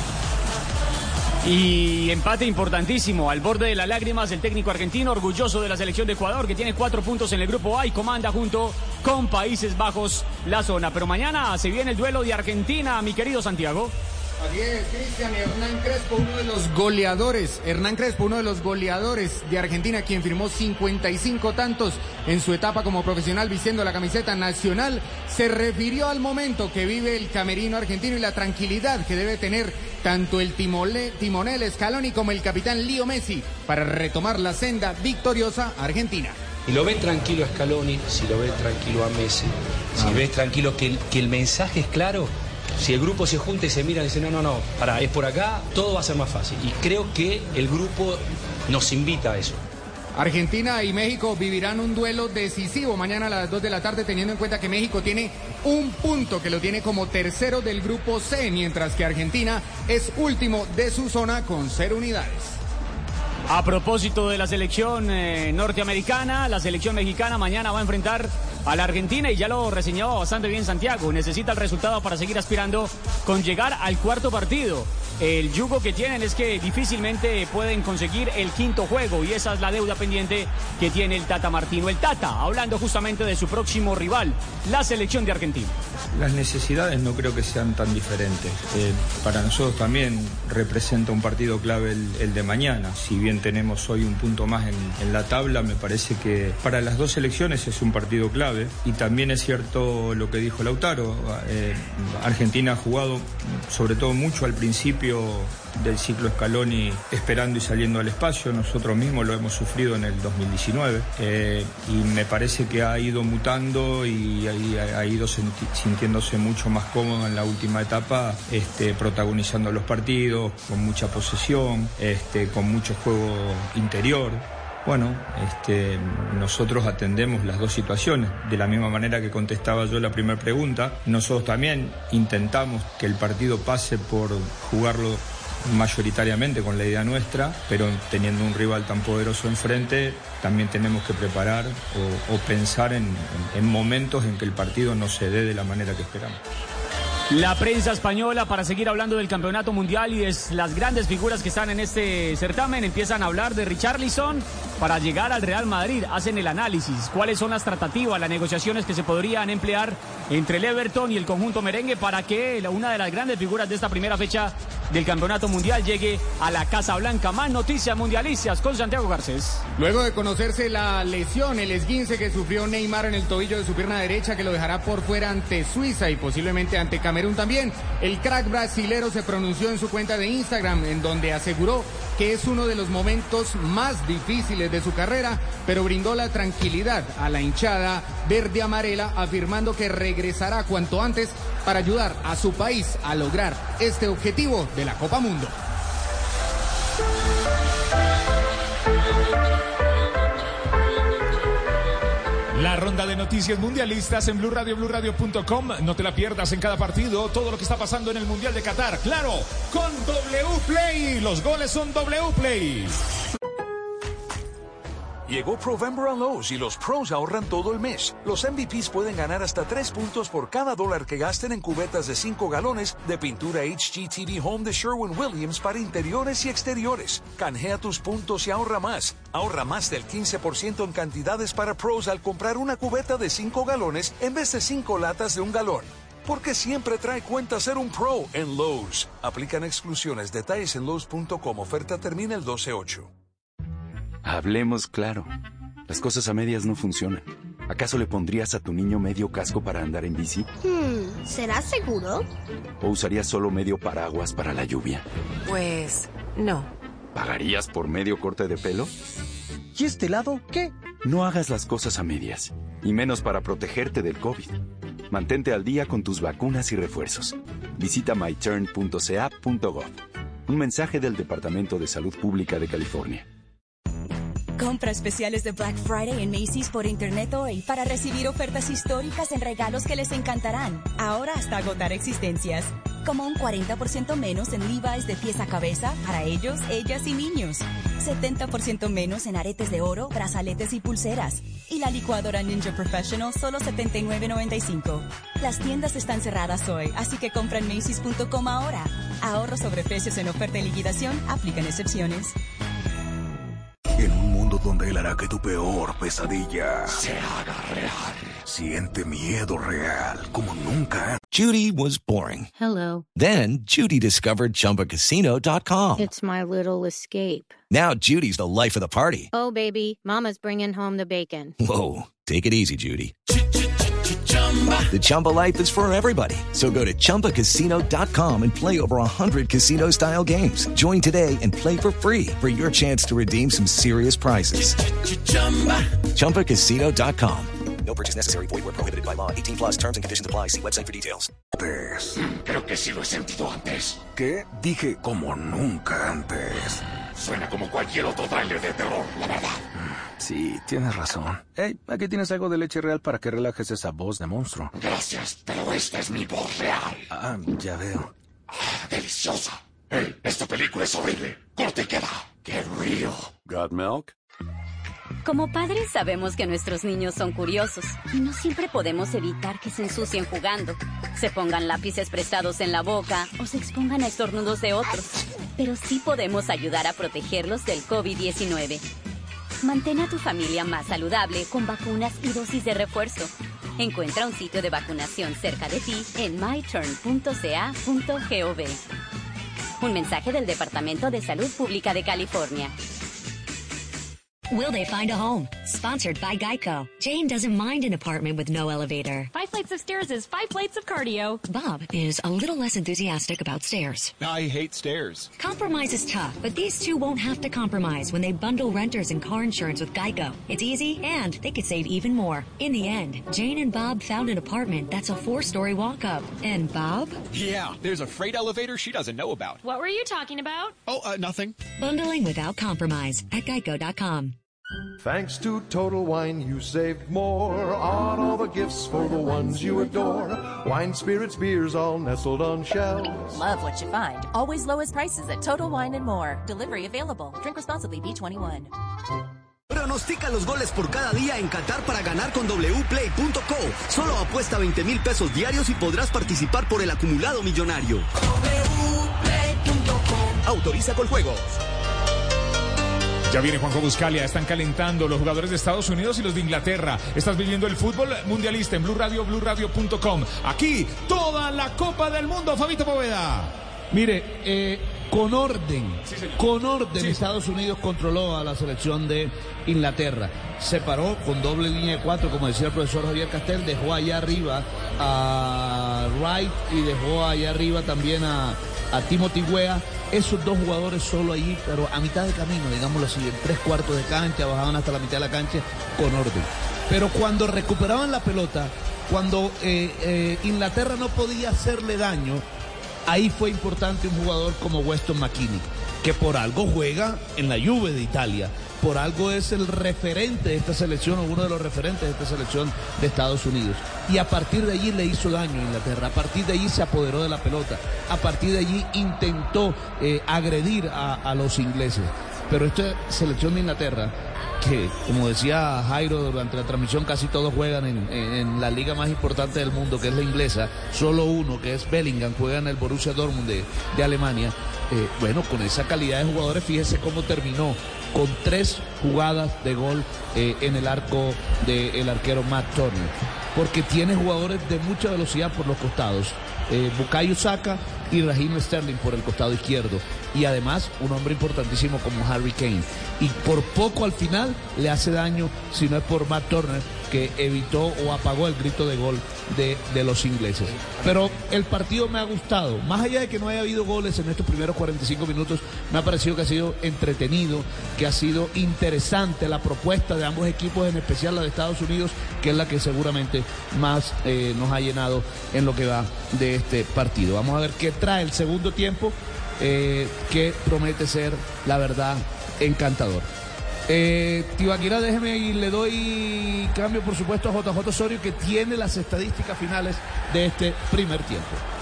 Y empate importantísimo, al borde de las lágrimas el técnico argentino, orgulloso de la selección de Ecuador, que tiene cuatro puntos en el grupo A y comanda junto con Países Bajos la zona. Pero mañana se viene el duelo de Argentina, mi querido Santiago.
Así es, Cristian. Hernán Crespo, uno de los goleadores, Hernán Crespo, uno de los goleadores de Argentina, quien firmó cincuenta y cinco tantos en su etapa como profesional vistiendo la camiseta nacional, se refirió al momento que vive el camerino argentino y la tranquilidad que debe tener tanto el timole, timonel Scaloni como el capitán Leo Messi para retomar la senda victoriosa argentina.
Y lo ven tranquilo a Scaloni, si lo ven tranquilo a Messi, si ah. ves tranquilo que el, que el mensaje es claro. Si el grupo se junta y se mira y dice, no, no, no, pará, es por acá, todo va a ser más fácil. Y creo que el grupo nos invita a eso.
Argentina y México vivirán un duelo decisivo mañana a las dos de la tarde, teniendo en cuenta que México tiene un punto que lo tiene como tercero del grupo C, mientras que Argentina es último de su zona con cero unidades.
A propósito de la selección eh, norteamericana, la selección mexicana mañana va a enfrentar a la Argentina y ya lo reseñaba bastante bien Santiago. Necesita el resultado para seguir aspirando con llegar al cuarto partido. El yugo que tienen es que difícilmente pueden conseguir el quinto juego y esa es la deuda pendiente que tiene el Tata Martino. El Tata, hablando justamente de su próximo rival, la selección de Argentina.
Las necesidades no creo que sean tan diferentes. Eh, para nosotros también representa un partido clave el, el de mañana. Si bien tenemos hoy un punto más en, en la tabla, me parece que para las dos selecciones es un partido clave. Y también es cierto lo que dijo Lautaro. Eh, Argentina ha jugado sobre todo mucho al principio del ciclo Scaloni esperando y saliendo al espacio. Nosotros mismos lo hemos sufrido en el dos mil diecinueve eh, y me parece que ha ido mutando y ha, ha ido senti sintiéndose mucho más cómodo en la última etapa, este, protagonizando los partidos con mucha posesión, este, con mucho juego interior. Bueno, este, nosotros atendemos las dos situaciones. De la misma manera que contestaba yo la primera pregunta, nosotros también intentamos que el partido pase por jugarlo mayoritariamente con la idea nuestra, pero teniendo un rival tan poderoso enfrente, también tenemos que preparar o, o pensar en, en, en momentos en que el partido no se dé de la manera que esperamos.
La prensa española, para seguir hablando del campeonato mundial y de las grandes figuras que están en este certamen, empiezan a hablar de Richarlison para llegar al Real Madrid. Hacen el análisis, cuáles son las tratativas, las negociaciones que se podrían emplear entre el Everton y el conjunto merengue para que una de las grandes figuras de esta primera fecha del campeonato mundial llegue a la Casa Blanca. Más noticias mundialistas con Santiago Garcés.
Luego de conocerse la lesión, el esguince que sufrió Neymar en el tobillo de su pierna derecha, que lo dejará por fuera ante Suiza y posiblemente ante Camerún también, el crack brasilero se pronunció en su cuenta de Instagram, en donde aseguró que es uno de los momentos más difíciles de su carrera, pero brindó la tranquilidad a la hinchada verde amarela, afirmando que regresará cuanto antes para ayudar a su país a lograr este objetivo de la Copa Mundo.
La ronda de noticias mundialistas en Blue Radio, blue radio punto com. No te la pierdas en cada partido, todo lo que está pasando en el Mundial de Qatar. Claro, con W Play. Los goles son W Play.
Llegó Provember a Lowe's y los pros ahorran todo el mes. Los M V Ps pueden ganar hasta tres puntos por cada dólar que gasten en cubetas de cinco galones de pintura H G T V Home de Sherwin-Williams para interiores y exteriores. Canjea tus puntos y ahorra más. Ahorra más del quince por ciento en cantidades para pros al comprar una cubeta de cinco galones en vez de cinco latas de un galón. Porque siempre trae cuenta ser un pro en Lowe's. Aplican exclusiones. Detalles en Lowe's punto com. Oferta termina el doce ocho.
Hablemos claro. Las cosas a medias no funcionan. ¿Acaso le pondrías a tu niño medio casco para andar en bici?
Hmm, ¿será seguro?
¿O usarías solo medio paraguas para la lluvia?
Pues no.
¿Pagarías por medio corte de pelo?
¿Y este lado qué?
No hagas las cosas a medias, y menos para protegerte del COVID. Mantente al día con tus vacunas y refuerzos. Visita my turn punto c a punto gov. Un mensaje del Departamento de Salud Pública de California.
Compra especiales de Black Friday en Macy's por internet hoy para recibir ofertas históricas en regalos que les encantarán. Ahora hasta agotar existencias. Como un cuarenta por ciento menos en Levi's de pies a cabeza para ellos, ellas y niños. setenta por ciento menos en aretes de oro, brazaletes y pulseras. Y la licuadora Ninja Professional solo setenta y nueve noventa y cinco. Las tiendas están cerradas hoy, así que compra en Macy's punto com ahora. Ahorro sobre precios en oferta y liquidación, aplican excepciones.
En un mundo donde él hará que tu peor pesadilla
se haga real.
Siente miedo real como nunca.
Judy was boring.
Hello.
Then Judy discovered Chumba Casino dot com.
It's my little escape.
Now Judy's the life of the party.
Oh, baby, mama's bringing home the bacon.
Whoa, take it easy, Judy. The Chumba life is for everybody. So go to Chumba Casino dot com and play over one hundred casino-style games. Join today and play for free for your chance to redeem some serious prizes. Chumba Casino dot com. No purchase necessary. Void where prohibited by law. eighteen plus terms and conditions apply. See website for details.
Creo que sí lo he sentido antes.
¿Qué? Dije como nunca antes.
Suena como cualquier otro tráiler de terror, la verdad.
Sí, tienes razón. Hey, aquí tienes algo de leche real para que relajes esa voz de monstruo.
Gracias, pero esta es mi voz real.
Ah, ya veo.
Ah, deliciosa. Hey, esta película es horrible. Corte y queda. ¡Qué real!
¿Got milk?
Como padres sabemos que nuestros niños son curiosos y no siempre podemos evitar que se ensucien jugando, se pongan lápices prestados en la boca o se expongan a estornudos de otros. Pero sí podemos ayudar a protegerlos del COVID diecinueve. Mantén a tu familia más saludable con vacunas y dosis de refuerzo. Encuentra un sitio de vacunación cerca de ti en my turn punto c a punto gov. Un mensaje del Departamento de Salud Pública de California.
Will they find a home? Sponsored by Geico. Jane doesn't mind an apartment with no elevator.
Five flights of stairs is five flights of cardio.
Bob is a little less enthusiastic about stairs.
I hate stairs.
Compromise is tough, but these two won't have to compromise when they bundle renters and car insurance with Geico. It's easy, and they could save even more. In the end, Jane and Bob found an apartment that's a four-story walk-up. And Bob?
Yeah, there's a freight elevator she doesn't know about.
What were you talking about?
Oh, uh, nothing.
Bundling without compromise at geico dot com.
Thanks to Total Wine, you saved more on all the gifts for the ones you adore. Wine, spirits, beers, all nestled on shelves.
Love what you find. Always lowest prices at Total Wine and More. Delivery available. Drink responsibly. B twenty-one.
Pronostica los goles por cada día en Qatar para ganar con w play punto co. Solo apuesta veinte mil pesos diarios y podrás participar por el acumulado millonario.
w play punto com.
Autoriza con juegos.
Ya viene Juanjo Buscalia, están calentando los jugadores de Estados Unidos y los de Inglaterra. Estás viviendo el fútbol mundialista en Blue Radio, blue radio punto com. Aquí, toda la Copa del Mundo, Fabito Poveda.
Mire, eh, con orden,
sí,
con orden
sí.
Estados Unidos controló a la selección de Inglaterra. Se paró con doble línea de cuatro, como decía el profesor Javier Castel, dejó allá arriba a Wright y dejó allá arriba también a, a Timothy Weah. Esos dos jugadores solo allí, pero a mitad de camino, digámoslo así, en tres cuartos de cancha, bajaban hasta la mitad de la cancha con orden. Pero cuando recuperaban la pelota, cuando eh, eh, Inglaterra no podía hacerle daño, ahí fue importante un jugador como Weston McKennie, que por algo juega en la Juve de Italia, por algo es el referente de esta selección o uno de los referentes de esta selección de Estados Unidos. Y a partir de allí le hizo daño a Inglaterra, a partir de allí se apoderó de la pelota, a partir de allí intentó eh, agredir a, a los ingleses. pero esta selección de Inglaterra, que como decía Jairo durante la transmisión, casi todos juegan en, en, en la liga más importante del mundo, que es la inglesa, solo uno, que es Bellingham, juega en el Borussia Dortmund de, de Alemania. Eh, bueno, con esa calidad de jugadores, fíjese cómo terminó, con tres jugadas de gol eh, en el arco del arquero Matt Turner, porque tiene jugadores de mucha velocidad por los costados, eh, Bukayo Saka y Raheem Sterling por el costado izquierdo, y además un hombre importantísimo como Harry Kane, y por poco al final le hace daño, si no es por Matt Turner, que evitó o apagó el grito de gol de, de los ingleses. Pero el partido me ha gustado, más allá de que no haya habido goles en estos primeros cuarenta y cinco minutos, me ha parecido que ha sido entretenido, que ha sido interesante la propuesta de ambos equipos, en especial la de Estados Unidos, que es la que seguramente más eh, nos ha llenado en lo que va de este partido. Vamos a ver qué trae el segundo tiempo, eh, que promete ser, la verdad, encantador. Eh, Tibaquira, déjeme y le doy cambio, por supuesto, a J J Osorio, que tiene las estadísticas finales de este primer tiempo.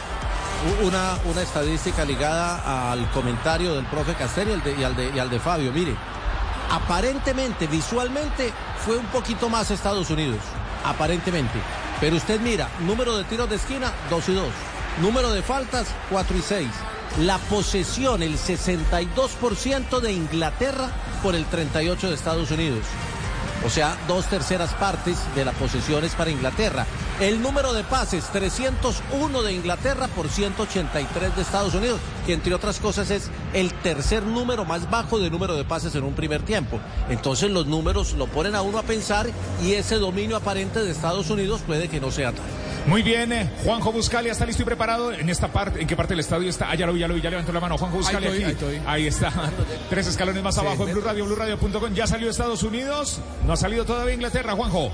Una, una estadística ligada al comentario del profe Castelli y al de, y al de, y al de Fabio. Mire, aparentemente, visualmente, fue un poquito más Estados Unidos, aparentemente. Pero usted mira, número de tiros de esquina, dos y dos. Número de faltas, cuatro y seis. La posesión, el sesenta y dos por ciento de Inglaterra por el treinta y ocho por ciento de Estados Unidos. O sea, dos terceras partes de la posesión es para Inglaterra. El número de pases, trescientos uno de Inglaterra por ciento ochenta y tres de Estados Unidos, que entre otras cosas es el tercer número más bajo de número de pases en un primer tiempo. Entonces los números lo ponen a uno a pensar, y ese dominio aparente de Estados Unidos puede que no sea tal.
Muy bien, eh, Juanjo Buscalia está listo y preparado. ¿En esta parte, en qué parte del estadio está? Ah, ya lo vi, ya lo vi, ya levantó la mano. Juanjo Buscalia
ahí estoy,
aquí.
Ahí, estoy.
Ahí está. Tres escalones más abajo en Blue Radio, blue radio punto com. Ya salió Estados Unidos. No ha salido todavía Inglaterra, Juanjo.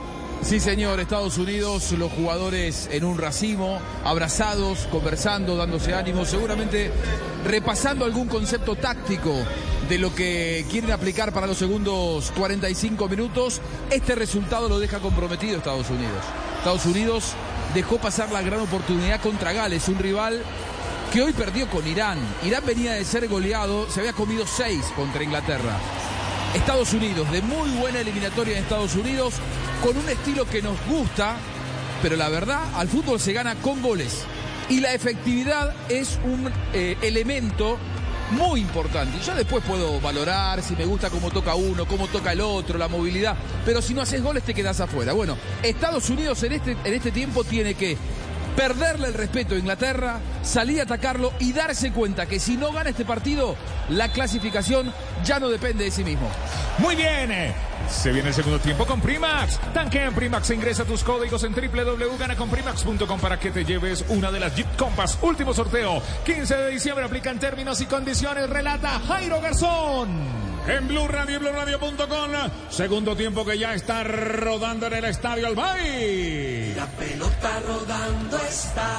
Sí, señor, Estados Unidos, los jugadores en un racimo, abrazados, conversando, dándose ánimo, seguramente repasando algún concepto táctico de lo que quieren aplicar para los segundos cuarenta y cinco minutos. Este resultado lo deja comprometido Estados Unidos. Estados Unidos dejó pasar la gran oportunidad contra Gales, un rival que hoy perdió con Irán. Irán venía de ser goleado, se había comido seis contra Inglaterra. Estados Unidos, de muy buena eliminatoria en Estados Unidos, con un estilo que nos gusta, pero la verdad, al fútbol se gana con goles. Y la efectividad es un eh, elemento muy importante. Y yo después puedo valorar si me gusta cómo toca uno, cómo toca el otro, la movilidad, pero si no haces goles te quedas afuera. Bueno, Estados Unidos en este, en este tiempo tiene que perderle el respeto a Inglaterra, salir a atacarlo y darse cuenta que si no gana este partido, la clasificación ya no depende de sí mismo.
Muy bien, se viene el segundo tiempo con Primax. Tanque en Primax, ingresa tus códigos en doble u doble u doble u punto gana con primax punto com para que te lleves una de las Jeep Compass. Último sorteo, quince de diciembre, aplican términos y condiciones, relata Jairo Garzón. En Blue Radio, blue radio punto com, segundo tiempo que ya está rodando en el Estadio Albay.
La pelota rodando está.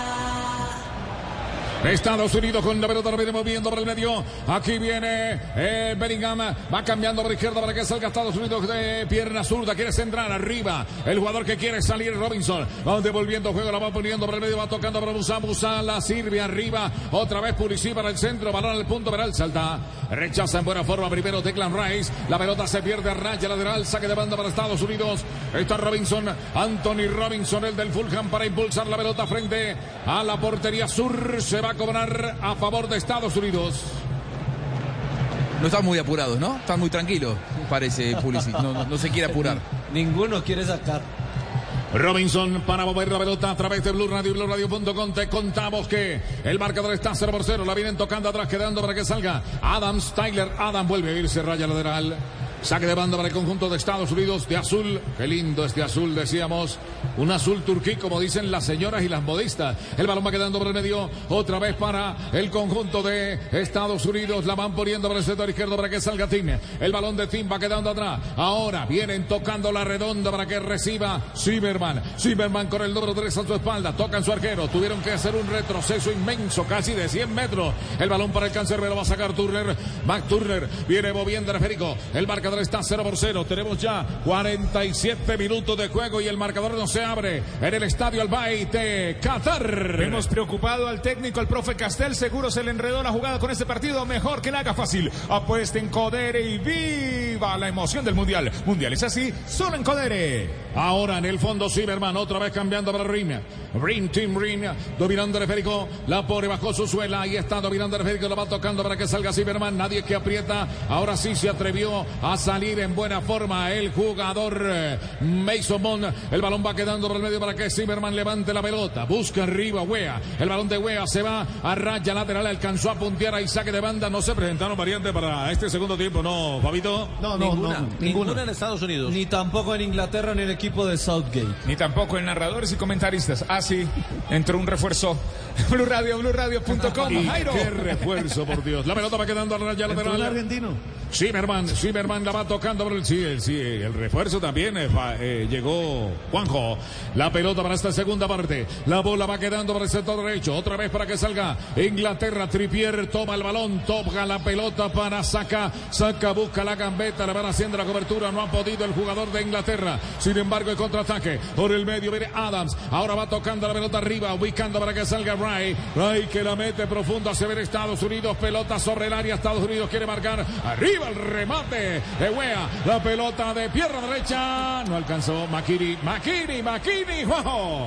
Estados Unidos con la pelota, la viene moviendo por el medio. Aquí viene eh, Bellingham. Va cambiando por la izquierda para que salga Estados Unidos de pierna zurda. Quiere centrar arriba. El jugador que quiere salir, Robinson. Va devolviendo juego, la va poniendo por el medio. Va tocando para Musa. Musa la sirve arriba. Otra vez Pulisic para el centro. Balón al punto penal. Salta. Rechaza en buena forma primero Declan Rice. La pelota se pierde a raya lateral. Saque de banda para Estados Unidos. Está Robinson. Anthony Robinson, el del Fulham, para impulsar la pelota frente a la portería sur. Se va a cobrar a favor de Estados Unidos.
No están muy apurados, ¿no? Están muy tranquilos, parece Pulisic. No, no, no se quiere apurar.
Ninguno quiere sacar.
Robinson para mover la pelota a través de Blue Radio, blue radio punto com. Te contamos que el marcador está cero por cero. La vienen tocando atrás, quedando para que salga Adams. Tyler Adam vuelve a irse raya lateral. Saque de banda para el conjunto de Estados Unidos de azul. Qué lindo este azul, decíamos. Un azul turquí, como dicen las señoras y las modistas. El balón va quedando por el medio. Otra vez para el conjunto de Estados Unidos. La van poniendo por el sector izquierdo para que salga Tim. El balón de Tim va quedando atrás. Ahora vienen tocando la redonda para que reciba Zimmerman. Zimmerman con el número tres a su espalda. Tocan su arquero. Tuvieron que hacer un retroceso inmenso, casi de cien metros. El balón para el cancerbero va a sacar Turner. McTurner viene moviendo el esférico. El marca marcador está cero por cero. Tenemos ya cuarenta y siete minutos de juego y el marcador no se abre en el estadio Al Bayt de Qatar.
Hemos preocupado al técnico, el profe Castel. Seguro se le enredó la jugada con este partido. Mejor que la haga fácil. Apuesta en Codere y viva la emoción del Mundial. Mundial es así, solo en Codere.
Ahora en el fondo Zimmerman, otra vez cambiando para Rin. Rin, Tim Rin, dominando el esférico. La pone bajo su suela. Ahí está dominando el esférico. Lo va tocando para que salga Zimmerman. Nadie que aprieta. Ahora sí se atrevió a salir en buena forma el jugador eh, Mason Mount. El balón va quedando por el medio para que Zimmerman levante la pelota. Busca arriba Wea. El balón de Wea se va a raya lateral. Alcanzó a puntear ahí, saque de banda. No se presentaron variantes para este segundo tiempo, ¿no, Fabito?
No, no, ninguna, no, ninguna en Estados Unidos.
Ni tampoco en Inglaterra ni en el equipo de Southgate.
Ni tampoco en narradores y comentaristas. Ah, sí, entró un refuerzo. Blue Radio, blue radio punto com. Jairo.
Qué refuerzo, por Dios. La pelota va quedando a raya lateral.
El argentino.
Zimmerman, Zimmerman la va tocando por el, sí, el, sí, el refuerzo también eh, eh, llegó Juanjo. La pelota para esta segunda parte. La bola va quedando por el sector derecho. Otra vez para que salga Inglaterra. Trippier toma el balón, toca la pelota para Saka. Saka busca la gambeta, le van haciendo la cobertura. No ha podido el jugador de Inglaterra. Sin embargo, el contraataque por el medio viene Adams. Ahora va tocando la pelota arriba, ubicando para que salga Ray. Ray que la mete profundo hacia ver Estados Unidos. Pelota sobre el área. Estados Unidos quiere marcar. Arriba el remate de Wea. La pelota de pierna derecha. No alcanzó Makini. Makini, Makini. ¡Wow!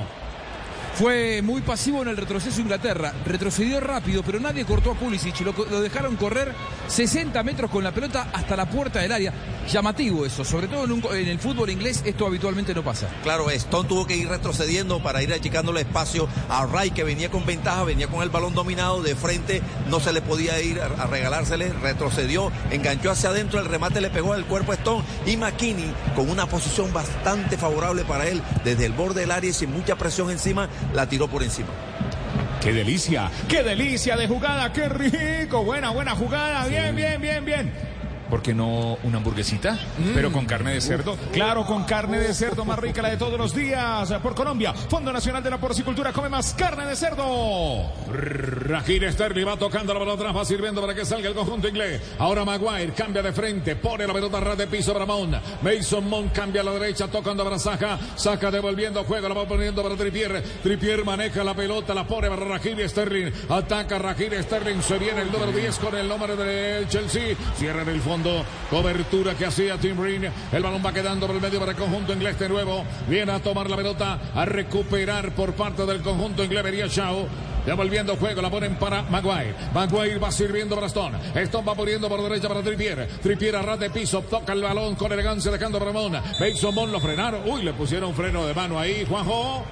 Fue muy pasivo en el retroceso Inglaterra. Retrocedió rápido, pero nadie cortó a Pulisic. Lo, lo dejaron correr sesenta metros con la pelota hasta la puerta del área. Llamativo eso. Sobre todo en, un, en el fútbol inglés esto habitualmente no pasa.
Claro, Stone tuvo que ir retrocediendo para ir achicándole espacio a Ray, que venía con ventaja, venía con el balón dominado de frente. No se le podía ir a, a regalársele. Retrocedió, enganchó hacia adentro. El remate le pegó al cuerpo a Stone. Y McKinney, con una posición bastante favorable para él, desde el borde del área y sin mucha presión encima, la tiró por encima.
¡Qué delicia! ¡Qué delicia de jugada! ¡Qué rico! Buena, buena jugada. Bien, bien, bien, bien. ¿Por qué no una hamburguesita? Mm. Pero con carne de cerdo. Claro, con carne de cerdo más rica, la de todos los días. Por Colombia, Fondo Nacional de la Porcicultura, come más carne de cerdo.
Raheem Sterling va tocando la pelota atrás, va sirviendo para que salga el conjunto inglés. Ahora Maguire cambia de frente, pone la pelota a ras de piso para Mount. Mason Mount cambia a la derecha, tocando para Saka. Saka devolviendo juego, la va poniendo para Trippier. Trippier maneja la pelota, la pone para Raheem Sterling. Ataca Raheem Sterling, se viene el número diez con el número del Chelsea. Cierra en el fondo. Cobertura que hacía Tim Ring. El balón va quedando por el medio para el conjunto inglés de nuevo. Viene a tomar la pelota, a recuperar por parte del conjunto inglés. Vería Shaw. Devolviendo juego, la ponen para Maguire. Maguire va sirviendo para Stone. Stone va poniendo por derecha para Trippier. Trippier a ras de piso, toca el balón con elegancia, dejando para Mount. Mason Mount lo frenaron. Uy, le pusieron freno de mano ahí, Juanjo.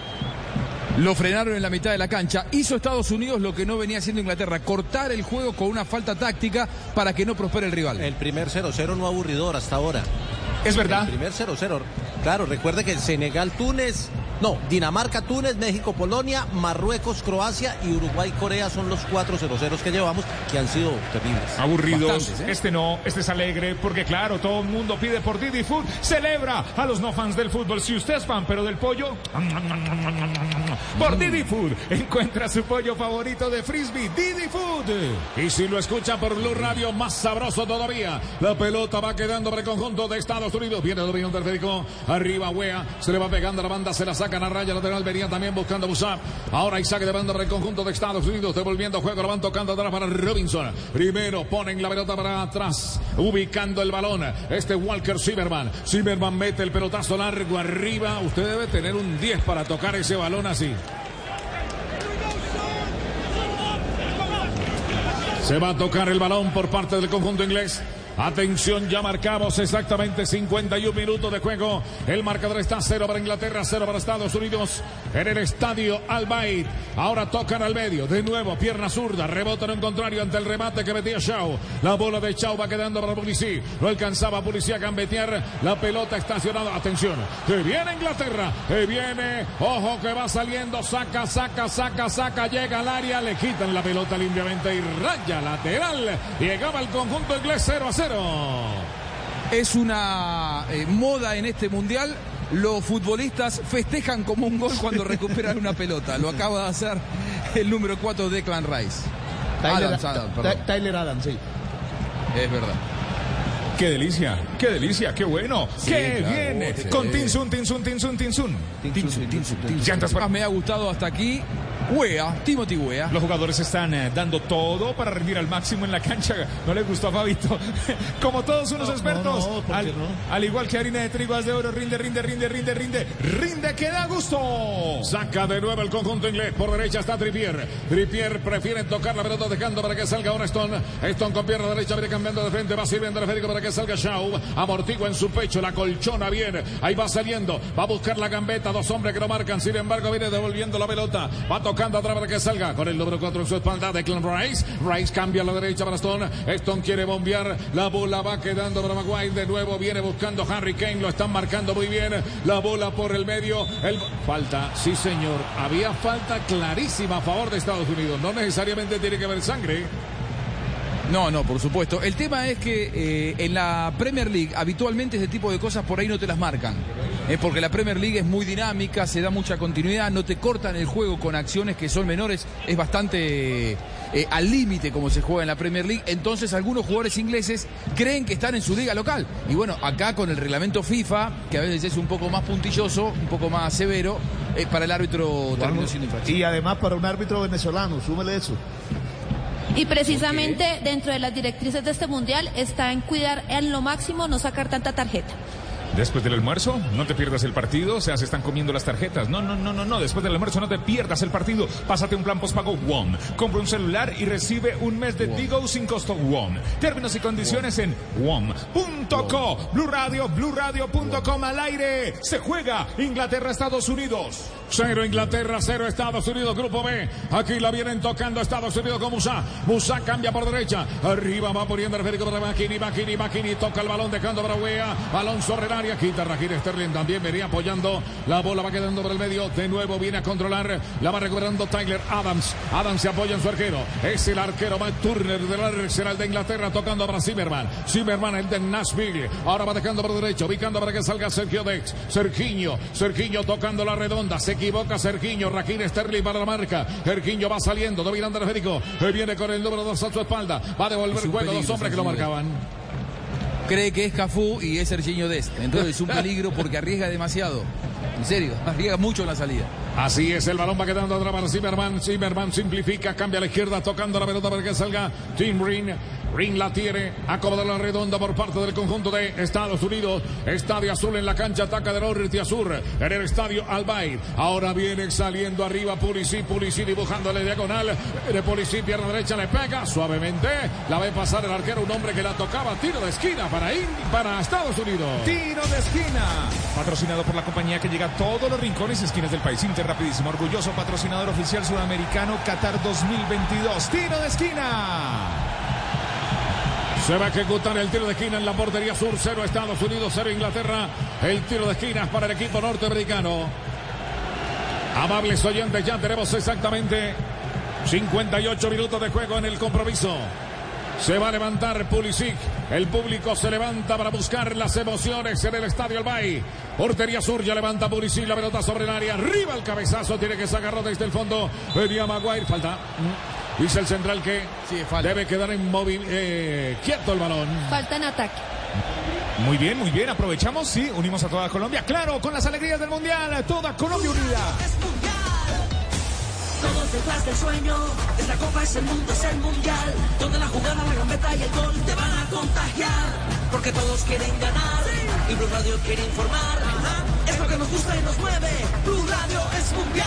Lo frenaron en la mitad de la cancha. Hizo Estados Unidos lo que no venía haciendo Inglaterra, cortar el juego con una falta táctica para que no prospere el rival.
El primer cero cero no aburridor hasta ahora.
Es verdad.
El primer cero cero. Claro, recuerde que el Senegal-Túnez, no, Dinamarca-Túnez, México-Polonia, Marruecos-Croacia y Uruguay-Corea son los cuatro cero ceros que llevamos, que han sido terribles.
Aburridos. ¿eh? Este no, este es alegre, porque claro, todo el mundo pide por Didi Food. Celebra a los no fans del fútbol. Si usted es fan, pero del pollo, por Didi Food encuentra su pollo favorito de frisbee, Didi Food.
Y si lo escucha por Blue Radio, más sabroso todavía. La pelota va quedando para el conjunto de Estados Unidos. Viene dominando el Federico. Arriba Wea, se le va pegando a la banda, se la sacan a raya lateral, venía también buscando Musab. Ahora hay saque de banda para el conjunto de Estados Unidos, devolviendo juego, lo van tocando atrás para Robinson. Primero ponen la pelota para atrás, ubicando el balón. Este Walker Zimmerman. Zimmerman mete el pelotazo largo arriba. Usted debe tener un diez para tocar ese balón así. Se va a tocar el balón por parte del conjunto inglés. Atención, ya marcamos exactamente cincuenta y un minutos de juego. El marcador está cero para Inglaterra, cero para Estados Unidos en el estadio Al Bayt. Ahora tocan al medio, de nuevo pierna zurda, rebota en un contrario ante el remate que metía Shaw. La bola de Shaw va quedando para Pulisic. No alcanzaba Pulisic a gambetear. La pelota estacionada. Atención, que viene Inglaterra, que viene. Ojo que va saliendo, saca, saca, saca, saca, llega al área, le quitan la pelota limpiamente y raya lateral. Llegaba el conjunto inglés cero a cero.
Es una eh, moda en este mundial. Los futbolistas festejan como un gol cuando recuperan una pelota. Lo acaba de hacer el número cuatro de Declan Rice.
Tyler Adams, Adams, Tyler Adams, sí.
Es verdad.
Qué delicia, qué delicia, qué bueno,
Sí,
qué
claro,
bien.
sí.
Con Tinsun, Tinsun, Tinsun, Tinsun.
Tinsun, Tinsun, Tinsun.
Llantas para-
Me ha gustado hasta aquí Wea, Timothy Wea.
Los jugadores están eh, dando todo para rendir al máximo en la cancha. No le gustó a Fabito. Como todos unos
No,
expertos.
no, no, ¿por
al,
qué no?
al igual que harina de trigo haz de oro, rinde, rinde, rinde, rinde, rinde. Rinde que da gusto. Saca de nuevo el conjunto inglés. Por derecha está Trippier. Trippier prefiere tocar la pelota dejando para que salga ahora Stone. Stone con pierna derecha viene cambiando de frente. Va sirviendo el esférico para que salga Shaw. Amortigua en su pecho. La colchona bien. Ahí va saliendo. Va a buscar la gambeta. Dos hombres que lo marcan. Sin embargo, viene devolviendo la pelota. Va tocando atrás para que salga. Con el número cuatro en su espalda, Declan Rice. Rice cambia a la derecha para Stone. Stone quiere bombear. La bola va quedando para Maguire. De nuevo viene buscando Harry Kane. Lo están marcando muy bien. La bola por el medio. El... Falta, sí señor. Había falta clarísima a favor de Estados Unidos. No necesariamente tiene que haber sangre.
No, no, por supuesto. El tema es que eh, en la Premier League habitualmente este tipo de cosas por ahí no te las marcan. Es porque la Premier League es muy dinámica, se da mucha continuidad, no te cortan el juego con acciones que son menores, es bastante eh, al límite como se juega en la Premier League. Entonces algunos jugadores ingleses creen que están en su liga local. Y bueno, acá con el reglamento FIFA, que a veces es un poco más puntilloso, un poco más severo, eh, para el árbitro terminó siendo infracción.
Y además para un árbitro venezolano, súmele eso.
Y precisamente dentro de las directrices de este mundial está en cuidar en lo máximo no sacar tanta tarjeta.
Después del almuerzo, no te pierdas el partido. O sea, se están comiendo las tarjetas. No, no, no, no, no. Después del almuerzo, no te pierdas el partido. Pásate un plan postpago W O M. Compra un celular y recibe un mes de Tigo sin costo W O M. Términos y condiciones en W O M punto co. Blue Radio, blue radio punto com al aire. Se juega Inglaterra, Estados Unidos. Cero Inglaterra, cero Estados Unidos, Grupo B. Aquí la vienen tocando Estados Unidos con Musa. Musa cambia por derecha. Arriba va poniendo el esférico para Makini. Makini, Makini toca el balón dejando para Wea. Balón sobre el área. Quita Raheem Sterling. También venía apoyando. La bola va quedando por el medio. De nuevo viene a controlar. La va recuperando Tyler Adams. Adams se apoya en su arquero. Es el arquero Matt Turner del Arsenal de Inglaterra tocando para Zimmerman. Zimmerman, el de Nashville. Ahora va dejando por derecho. Ubicando para que salga Sergio Dex. Serginho. Serginho tocando la redonda. Se equivoca Serginho, Raheem Sterling para la marca. Serginho va saliendo, dominando el esférico. Viene con el número dos a su espalda. Va a devolver el juego, dos hombres que lo marcaban.
Cree que es Cafú y es Serginho Dest. Entonces es un peligro porque arriesga demasiado. En serio, arriesga mucho en la salida.
Así es, el balón va quedando atrás para Zimmerman. Zimmerman simplifica, cambia a la izquierda, tocando la pelota para que salga Tim Ring. Ring la tiene, acomoda la redonda por parte del conjunto de Estados Unidos. Estadio Azul en la cancha, ataca de norte a sur. En el estadio Al Bayt. Ahora viene saliendo arriba Pulisic, Pulisic dibujándole diagonal. De Pulisic, pierna derecha, le pega suavemente. La ve pasar el arquero, un hombre que la tocaba. Tiro de esquina para, in, para Estados Unidos.
Tiro de esquina. Patrocinado por la compañía que llega a todos los rincones y esquinas del país. Inter rapidísimo, orgulloso patrocinador oficial sudamericano Qatar dos mil veintidós. Tiro de esquina.
Se va a ejecutar el tiro de esquina en la portería sur. Cero Estados Unidos, cero Inglaterra. El tiro de esquina para el equipo norteamericano. Amables oyentes, ya tenemos exactamente cincuenta y ocho minutos de juego en el compromiso. Se va a levantar Pulisic. El público se levanta para buscar las emociones en el estadio Al Bayt. Portería sur, ya levanta Pulisic. La pelota sobre el área. Arriba el cabezazo. Tiene que sacarlo desde el fondo. Venía Maguire. Falta. Dice el central que
sí,
debe quedar en móvil, eh, quieto el balón.
Falta en ataque.
Muy bien, muy bien. Aprovechamos, sí, unimos a toda Colombia. Claro, con las alegrías del Mundial. Toda Colombia unida.
Todos detrás del sueño, es la copa, es el mundo, es el mundial. Donde la jugada, la gambeta y el gol te van a contagiar. Porque todos quieren ganar y Blue Radio quiere informar. Es lo que nos gusta y nos mueve. Blue Radio es mundial.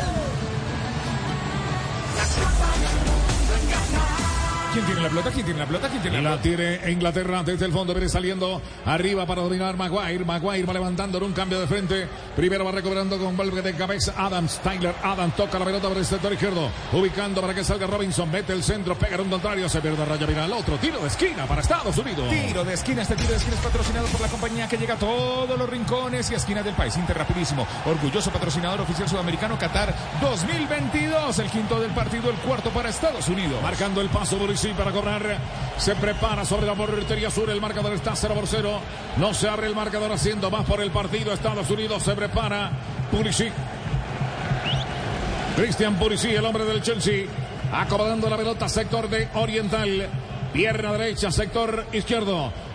La copa del mundo en Qatar.
¿Quién tiene la pelota? ¿Quién tiene la pelota? ¿Quién tiene la
La
pelota?
tiene Inglaterra desde el fondo, viene saliendo arriba para dominar Maguire. Maguire va levantando en un cambio de frente. Primero va recuperando con golpe de cabeza Adams. Tyler Adams toca la pelota por el sector izquierdo. Ubicando para que salga Robinson. Mete el centro, pega en un contrario. Se pierde raya viral. Otro tiro de esquina para Estados Unidos.
Tiro de esquina. Este tiro de esquina es patrocinado por la compañía que llega a todos los rincones y esquinas del país. Inter rapidísimo. Orgulloso patrocinador oficial sudamericano Qatar dos mil veintidós. El quinto del partido, el cuarto para Estados Unidos.
Marcando el paso Pulisic para cobrar. Se prepara sobre la portería sur. El marcador está cero por cero. No se abre el marcador, haciendo más por el partido. Estados Unidos se prepara. Pulisic. Christian Pulisic, el hombre del Chelsea. Acomodando la pelota, sector de oriental. Pierna derecha, sector izquierdo.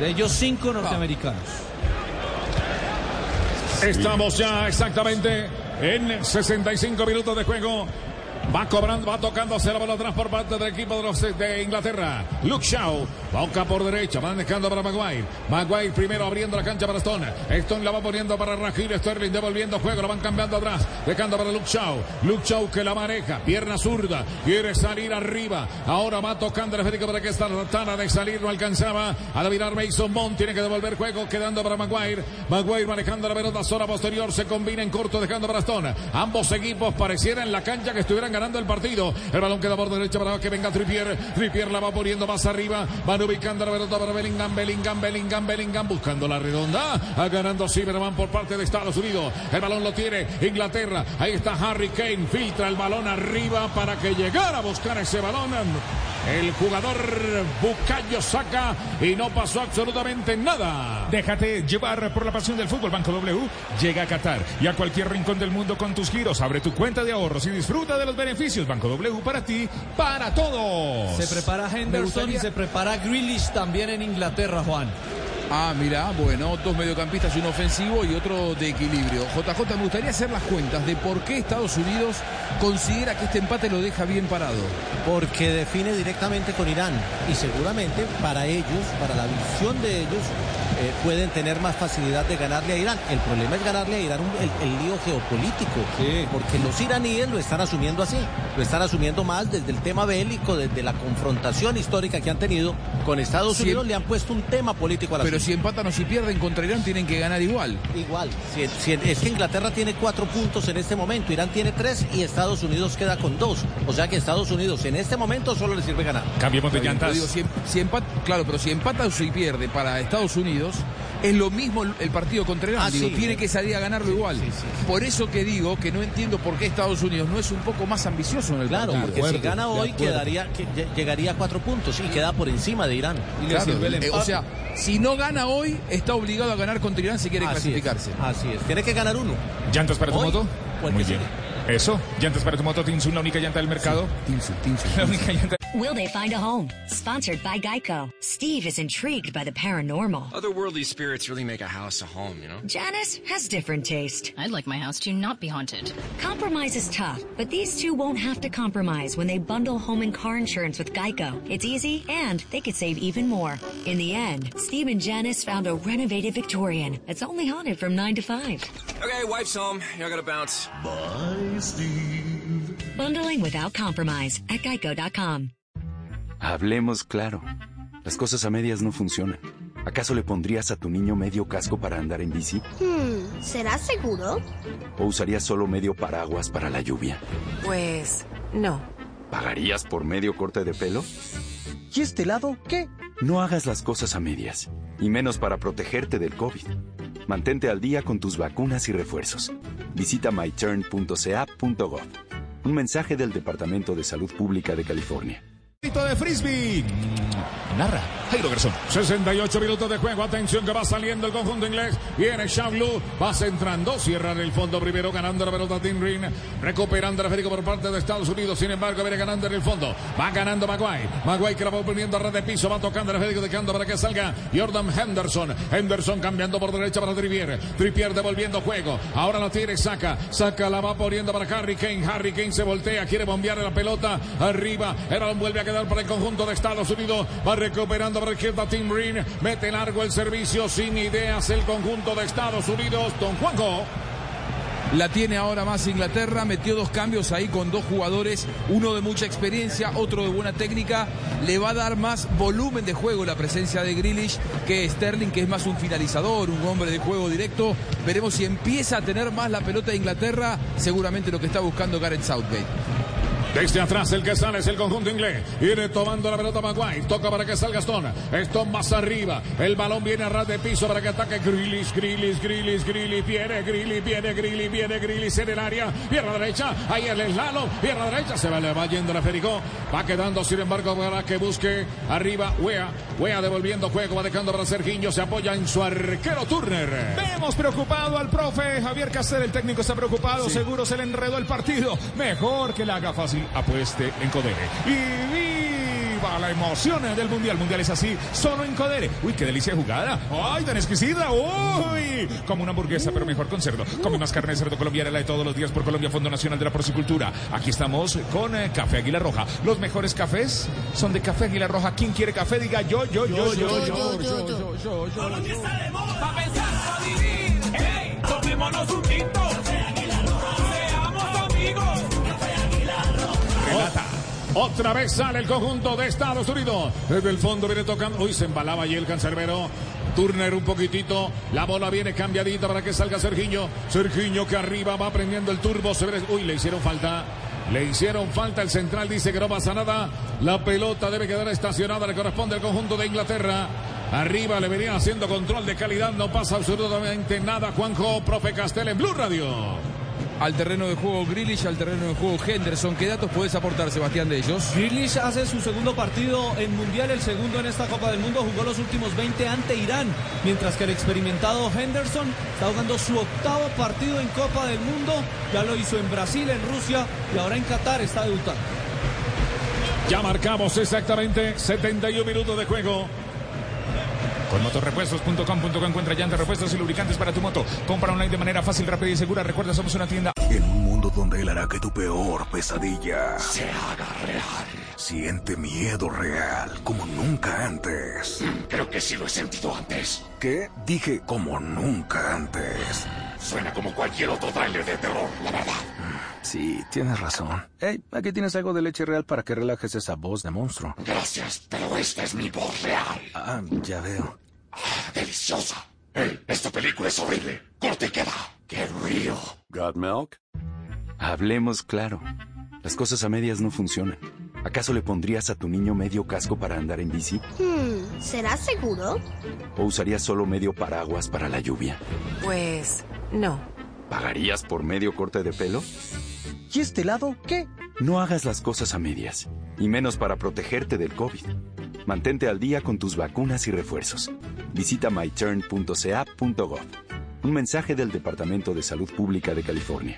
De ellos cinco norteamericanos.
Estamos ya exactamente en sesenta y cinco minutos de juego. Va cobrando, va tocándose la bola atrás por parte del equipo de, los, de Inglaterra. Luke Shaw, boca por derecha, van dejando para Maguire. Maguire primero abriendo la cancha para Stone. Stone la va poniendo para Raheem Sterling, devolviendo juego, lo van cambiando atrás, dejando para Luke Shaw. Luke Shaw que la maneja, pierna zurda, quiere salir arriba. Ahora va tocando el esférico para que esta tratara de salir, no alcanzaba. A mirar Mason Mount, tiene que devolver juego, quedando para Maguire. Maguire manejando la pelota, zona posterior, se combina en corto, dejando para Stone. Ambos equipos pareciera en la cancha que estuvieran ganando el partido. El balón queda por derecha para que venga Trippier. Trippier la va poniendo más arriba. Van ubicando la pelota para Bellingham. Bellingham, Bellingham, Bellingham. Buscando la redonda. A ganando Zimmerman por parte de Estados Unidos. El balón lo tiene Inglaterra. Ahí está Harry Kane. Filtra el balón arriba para que llegara a buscar ese balón. El jugador Bukayo Saka y no pasó absolutamente nada.
Déjate llevar por la pasión del fútbol. Banco W llega a Qatar y a cualquier rincón del mundo con tus giros. Abre tu cuenta de ahorros y disfruta de los beneficios. Banco W para ti, para todos.
Se prepara Henderson gustaría... y se prepara Grealish también en Inglaterra, Juan.
Ah, mira, bueno, dos mediocampistas, uno ofensivo y otro de equilibrio. J J, me gustaría hacer las cuentas de por qué Estados Unidos considera que este empate lo deja bien parado.
Porque define directamente con Irán y seguramente para ellos, para la visión de ellos, eh, pueden tener más facilidad de ganarle a Irán. El problema es ganarle a Irán un, el, el lío geopolítico, sí. Porque los iraníes lo están asumiendo así, lo están asumiendo más desde el tema bélico, desde la confrontación histórica que han tenido con Estados
si
Unidos,
el...
le han puesto un tema político a la
Pero si empatan o si pierden contra Irán, tienen que ganar igual.
Igual. Si, si, es que Inglaterra tiene cuatro puntos en este momento, Irán tiene tres y Estados Unidos queda con dos. O sea que Estados Unidos en este momento solo le sirve ganar.
Cambiemos de llantas.
Digo, si, si empata, claro, pero si empata o si pierde para Estados Unidos, es lo mismo el, el partido contra Irán. Ah, digo, sí, tiene que salir a ganarlo sí, igual. Sí, sí, sí. Por eso que digo que no entiendo por qué Estados Unidos no es un poco más ambicioso en el
claro,
partido.
Claro, porque si gana hoy quedaría, que, llegaría a cuatro puntos y queda por encima de Irán. Y
claro, le sirve el empate. O sea, si no gana hoy, está obligado a ganar contra Irán si quiere
así
clasificarse.
Es, así es, tiene que ganar uno.
¿Llantas para tu
hoy,
moto? Muy bien. Sigue. Eso, llantas para tu moto, Tinsun, la única llanta del mercado.
Sí. Tinsun, Tinsun.
La única llanta.
Will they find a home? Sponsored by Geico. Steve is intrigued by the paranormal.
Otherworldly spirits really make a house a home, you know?
Janice has different taste.
I'd like my house to not be haunted.
Compromise is tough, but these two won't have to compromise when they bundle home and car insurance with Geico. It's easy, and they could save even more. In the end, Steve and Janice found a renovated Victorian that's only haunted from nine to five.
Okay, wife's home. I gotta bounce.
Bye, Steve.
Bundling without compromise at geico dot com.
Hablemos claro. Las cosas a medias no funcionan. ¿Acaso le pondrías a tu niño medio casco para andar en bici?
Hmm, ¿será seguro?
¿O usarías solo medio paraguas para la lluvia?
Pues, no.
¿Pagarías por medio corte de pelo? ¿Y este lado qué? No hagas las cosas a medias. Y menos para protegerte del COVID. Mantente al día con tus vacunas y refuerzos. Visita my turn punto c a punto gov. Un mensaje del Departamento de Salud Pública de California.
De frisbee.
Narra Jairo Garzón.
sesenta y ocho minutos de juego. Atención que va saliendo el conjunto inglés. Viene Shaw, va centrando. Cierra en el fondo primero, ganando la pelota Tim Ring. Recuperando el esférico por parte de Estados Unidos. Sin embargo, viene ganando en el fondo. Va ganando Maguire. Maguire que la va poniendo a red de piso. Va tocando el esférico, dejando para que salga Jordan Henderson. Henderson cambiando por derecha para Trippier. Trippier devolviendo juego. Ahora la tiene Saka. Saka la va poniendo para Harry Kane. Harry Kane se voltea. Quiere bombear la pelota arriba. El balón vuelve a quedar para el conjunto de Estados Unidos. Va recuperando para la izquierda Tim Ring. Mete largo el servicio sin ideas el conjunto de Estados Unidos. Don Juanjo.
La tiene ahora más Inglaterra, metió dos cambios ahí con dos jugadores, uno de mucha experiencia, otro de buena técnica. Le va a dar más volumen de juego la presencia de Grealish que Sterling, que es más un finalizador, un hombre de juego directo. Veremos si empieza a tener más la pelota de Inglaterra, seguramente lo que está buscando Gareth Southgate.
Desde atrás el que sale es el conjunto inglés. Viene tomando la pelota Maguire. Toca para que salga Stone. Stone más arriba. El balón viene a ras de piso para que ataque Grealish, Grealish, Grealish, Grealish. Viene Grealish, viene Grealish, viene Grealish en el área. Pierna derecha. Ahí el slalom. Pierna derecha. Se va, le va yendo la Federico. Va quedando, sin embargo, para que busque arriba Wea. Wea devolviendo juego. Va dejando para Serginho. Se apoya en su arquero Turner.
Vemos preocupado al profe Javier Castel. El técnico está preocupado. Sí. Seguro se le enredó el partido. Mejor que la haga fácil. Apueste en Codere y
viva la emoción del Mundial. Mundial es así, solo en Codere. Uy, qué delicia de jugada. Ay, tan exquisita. Uy, como una hamburguesa, pero mejor con cerdo. Come más carne de cerdo colombiana, la de todos los días por Colombia, Fondo Nacional de la Porcicultura. Aquí estamos con eh, Café Águila Roja. Los mejores cafés son de Café Águila Roja. ¿Quién quiere café? Diga yo, yo, yo, yo, yo, yo, yo, yo, yo, yo.
Colombia está de moda, pa' pensar, pa' vivir. Hey, tomémonos un tinto. Café Águila Roja. Seamos amigos. Café Águila Roja.
Relata. Otra vez sale el conjunto de Estados Unidos. Desde el fondo viene tocando. Uy, se embalaba allí el cancerbero. Turner un poquitito. La bola viene cambiadita para que salga Sergiño. Sergiño que arriba va prendiendo el turbo. Se ve... Uy, le hicieron falta. Le hicieron falta. El central dice que no pasa nada. La pelota debe quedar estacionada. Le corresponde al conjunto de Inglaterra. Arriba le venía haciendo control de calidad. No pasa absolutamente nada. Juanjo, profe Castel en Blue Radio.
Al terreno de juego Grealish, al terreno de juego Henderson. ¿Qué datos puedes aportar, Sebastián, de ellos?
Grealish hace su segundo partido en Mundial, el segundo en esta Copa del Mundo. Jugó los últimos veinte ante Irán, mientras que el experimentado Henderson está jugando su octavo partido en Copa del Mundo. Ya lo hizo en Brasil, en Rusia y ahora en Qatar está debutando.
Ya marcamos exactamente setenta y un minutos de juego. Con motorrepuestos punto com punto co encuentra llantas, repuestos y lubricantes para tu moto. Compra online de manera fácil, rápida y segura. Recuerda, somos una tienda.
En un mundo donde él hará que tu peor pesadilla
se haga real.
Siente miedo real, como nunca antes.
Creo que sí lo he sentido antes.
¿Qué? Dije como nunca antes.
Suena como cualquier otro tráiler de terror, la verdad.
Sí, tienes razón. Hey, aquí tienes algo de leche real para que relajes esa voz de monstruo.
Gracias, pero esta es mi voz real.
Ah, ya veo.
Ah, deliciosa. Hey, esta película es horrible. Corte y queda. ¡Qué río!
¿Got milk? Hablemos claro. Las cosas a medias no funcionan. ¿Acaso le pondrías a tu niño medio casco para andar en bici?
Hmm, ¿será seguro?
¿O usarías solo medio paraguas para la lluvia?
Pues, no.
¿Pagarías por medio corte de pelo? ¿Y este lado qué? No hagas las cosas a medias, y menos para protegerte del COVID. Mantente al día con tus vacunas y refuerzos. Visita my turn punto c a punto gov. Un mensaje del Departamento de Salud Pública de California.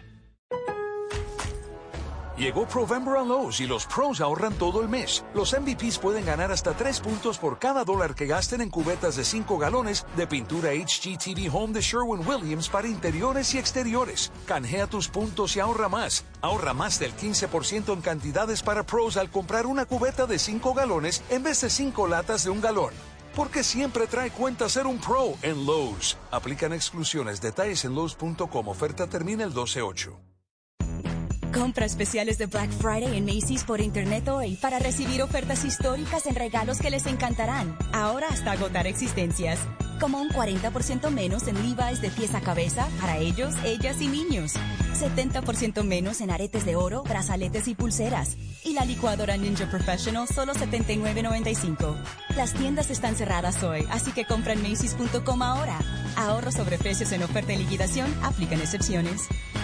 Llegó Provember a Lowe's y los pros ahorran todo el mes. Los M V Ps pueden ganar hasta tres puntos por cada dólar que gasten en cubetas de cinco galones de pintura H G T V Home de Sherwin-Williams para interiores y exteriores. Canjea tus puntos y ahorra más. Ahorra más del quince por ciento en cantidades para pros al comprar una cubeta de cinco galones en vez de cinco latas de un galón. Porque siempre trae cuenta ser un pro en Lowe's. Aplican exclusiones. Detalles en Lowe's punto com. Oferta termina el doce ocho.
Compra especiales de Black Friday en Macy's por internet hoy para recibir ofertas históricas en regalos que les encantarán. Ahora hasta agotar existencias. Como un cuarenta por ciento menos en Levi's de pies a cabeza para ellos, ellas y niños. setenta por ciento menos en aretes de oro, brazaletes y pulseras. Y la licuadora Ninja Professional solo setenta y nueve noventa y cinco. Las tiendas están cerradas hoy, así que compra en Macy's punto com ahora. Ahorro sobre precios en oferta y liquidación, aplican excepciones.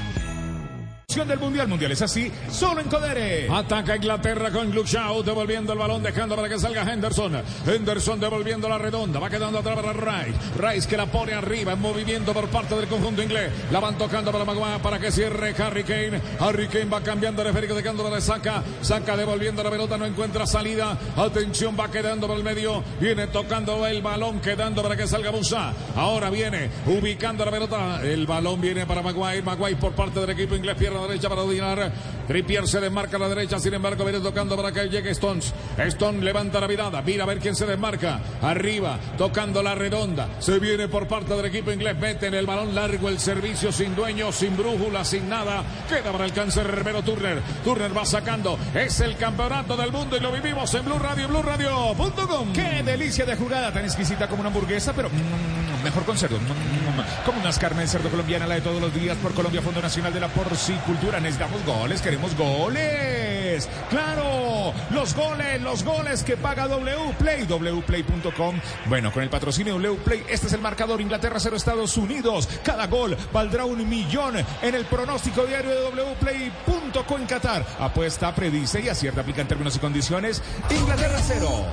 Del Mundial, Mundial es así, solo en Codere. Ataca Inglaterra con Luke Shaw, devolviendo el balón, dejando para que salga Henderson. Henderson devolviendo la redonda, va quedando atrás para Rice. Rice que la pone arriba en movimiento por parte del conjunto inglés. La van tocando para Maguire para que cierre Harry Kane. Harry Kane va cambiando de esférico, dejando para Saka. Saka devolviendo la pelota, no encuentra salida. Atención, va quedando por el medio. Viene tocando el balón, quedando para que salga Musa. Ahora viene ubicando la pelota. El balón viene para Maguire. Maguire por parte del equipo inglés, pierna derecha para Odinar. Trippier se desmarca a la derecha, sin embargo viene tocando para que llegue Stones. Stone levanta la mirada, mira a ver quién se desmarca. Arriba, tocando la redonda. Se viene por parte del equipo inglés, mete en el balón largo el servicio, sin dueño, sin brújula, sin nada. Queda para el cancerbero Turner. Turner va sacando. Es el campeonato del mundo y lo vivimos en Blue Radio, Blue Radio punto com. Qué delicia de jugada, tan exquisita como una hamburguesa, pero mmm, mejor con cerdo. Mmm, como unas carnes de cerdo colombiana, la de todos los días por Colombia, Fondo Nacional de la Porcicultura. Necesitamos goles, queremos goles. ¡Claro! Los goles, los goles que paga W Play, W Play punto com. Bueno, con el patrocinio de W Play, este es el marcador. Inglaterra cero, Estados Unidos. Cada gol valdrá un millón en el pronóstico diario de W Play punto com en Qatar. Apuesta, predice y acierta, aplica en términos y condiciones. Inglaterra cero.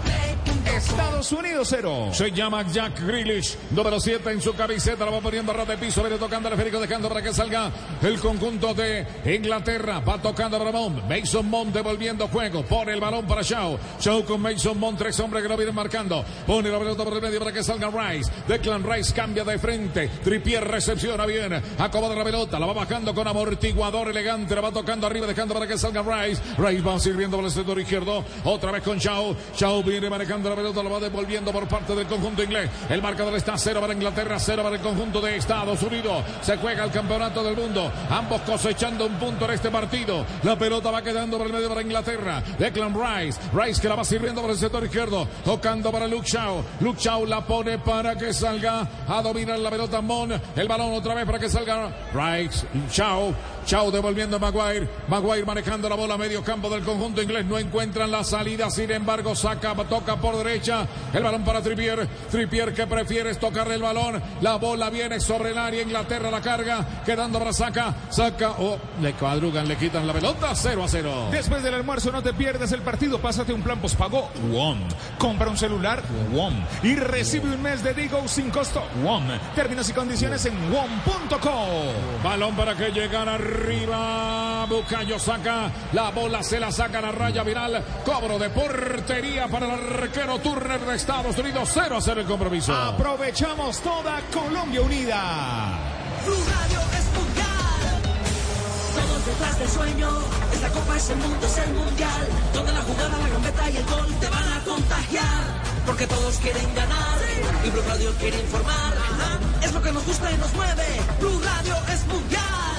Estados Unidos cero. Se llama Jack Grealish, número siete en su camiseta, la va poniendo a ras de piso, viene tocando el esférico, dejando para que salga el conjunto de Inglaterra, va tocando para Mount, Mason Mount devolviendo juego, pone el balón para Shaw, Shaw con Mason Mount, tres hombres que lo vienen marcando, pone la pelota por el medio para que salga Rice, Declan Rice cambia de frente, Trippier recepciona bien, acomoda la pelota, la va bajando con amortiguador elegante, la va tocando arriba, dejando para que salga Rice, Rice va sirviendo por el sector izquierdo, otra vez con Shaw, Shaw viene manejando la pelota, lo va devolviendo por parte del conjunto inglés, el marcador está cero para Inglaterra, cero para el conjunto de Estados Unidos, se juega el campeonato del mundo, ambos cosechando un punto en este partido, la pelota va quedando por el medio para Inglaterra, Declan Rice, Rice que la va sirviendo por el sector izquierdo, tocando para Luke Shaw, Luke Shaw la pone para que salga a dominar la pelota Mon, el balón otra vez para que salga Rice, Shaw, Shaw devolviendo a Maguire, Maguire manejando la bola a medio campo del conjunto inglés, no encuentran la salida, sin embargo saca, toca por derecha, el balón para Trippier, Trippier que prefiere tocarle el balón, la bola viene sobre el área, Inglaterra la carga, quedando para Saka, Saka, oh, le cuadrugan, le quitan la pelota, cero a cero.
Después del almuerzo no te pierdas el partido, pásate un plan pospago W O M, compra un celular W O M y recibe un mes de Digo sin costo W O M, términos y condiciones en W O M punto com.
Balón para que llegan arriba, Bukayo Saka, la bola se la saca a la raya viral, cobro de portería para el arquero Turner de Estados Unidos, cero a cero el compromiso.
Aprovechamos toda Colombia unida.
Blue Radio es mundial. Todos detrás del sueño. Esta copa es el mundo, es el mundial. Donde la jugada, la gambeta y el gol te van a contagiar. Porque todos quieren ganar. Y Blue Radio quiere informar. Es lo que nos gusta y nos mueve. Blue Radio es mundial.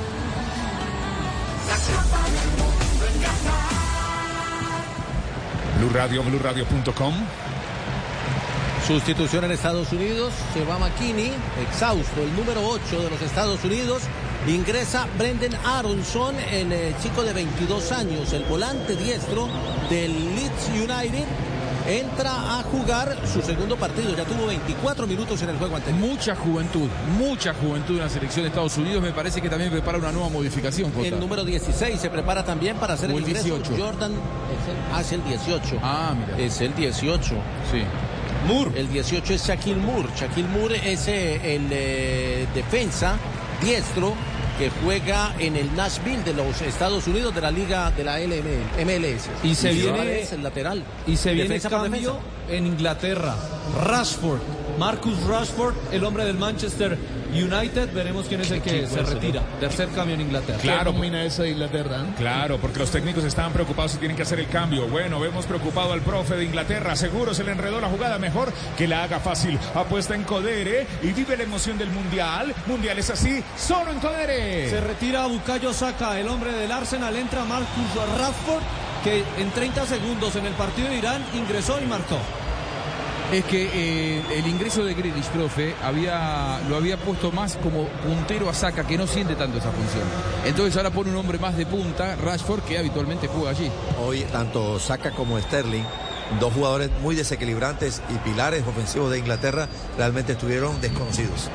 La copa del mundo en Qatar.
Blue Radio, blue radio punto com.
Sustitución en Estados Unidos, se va McKinney, exhausto, el número ocho de los Estados Unidos. Ingresa Brendan Aronson, el eh, chico de veintidós años, el volante diestro del Leeds United. Entra a jugar su segundo partido, ya tuvo veinticuatro minutos en el juego anterior.
Mucha juventud, mucha juventud en la selección de Estados Unidos, me parece que también prepara una nueva modificación, Jota.
El número dieciséis se prepara también para hacer
o
el,
el
ingreso.
dieciocho.
Jordan es el, ah, es el dieciocho.
Ah, mira.
Es el dieciocho.
Sí.
Moore. El dieciocho es Shaquille Moore. Shaquille Moore es eh, el eh, defensa diestro que juega en el Nashville de los Estados Unidos de la liga de la M L S.
Y se
y
viene
es el lateral.
Y se viene
defensa
cambio en Inglaterra. Rashford, Marcus Rashford, el hombre del Manchester United, veremos quién es el que se retira. Tercer cambio en Inglaterra.
Claro,
domina esa Inglaterra.
Claro, porque los técnicos estaban preocupados y tienen que hacer el cambio. Bueno, vemos preocupado al profe de Inglaterra. Seguro se le enredó la jugada, mejor que la haga fácil. Apuesta en Codere y vive la emoción del Mundial. Mundial es así, solo en Codere.
Se retira Bukayo Saka, el hombre del Arsenal. Entra Marcus Rashford, que en treinta segundos en el partido de Irán ingresó y marcó.
Es que eh, el ingreso de Grealish, profe, había, lo había puesto más como puntero a Saka, que no siente tanto esa función. Entonces ahora pone un hombre más de punta, Rashford, que habitualmente juega allí.
Hoy tanto Saka como Sterling, dos jugadores muy desequilibrantes y pilares ofensivos de Inglaterra, realmente estuvieron desconocidos.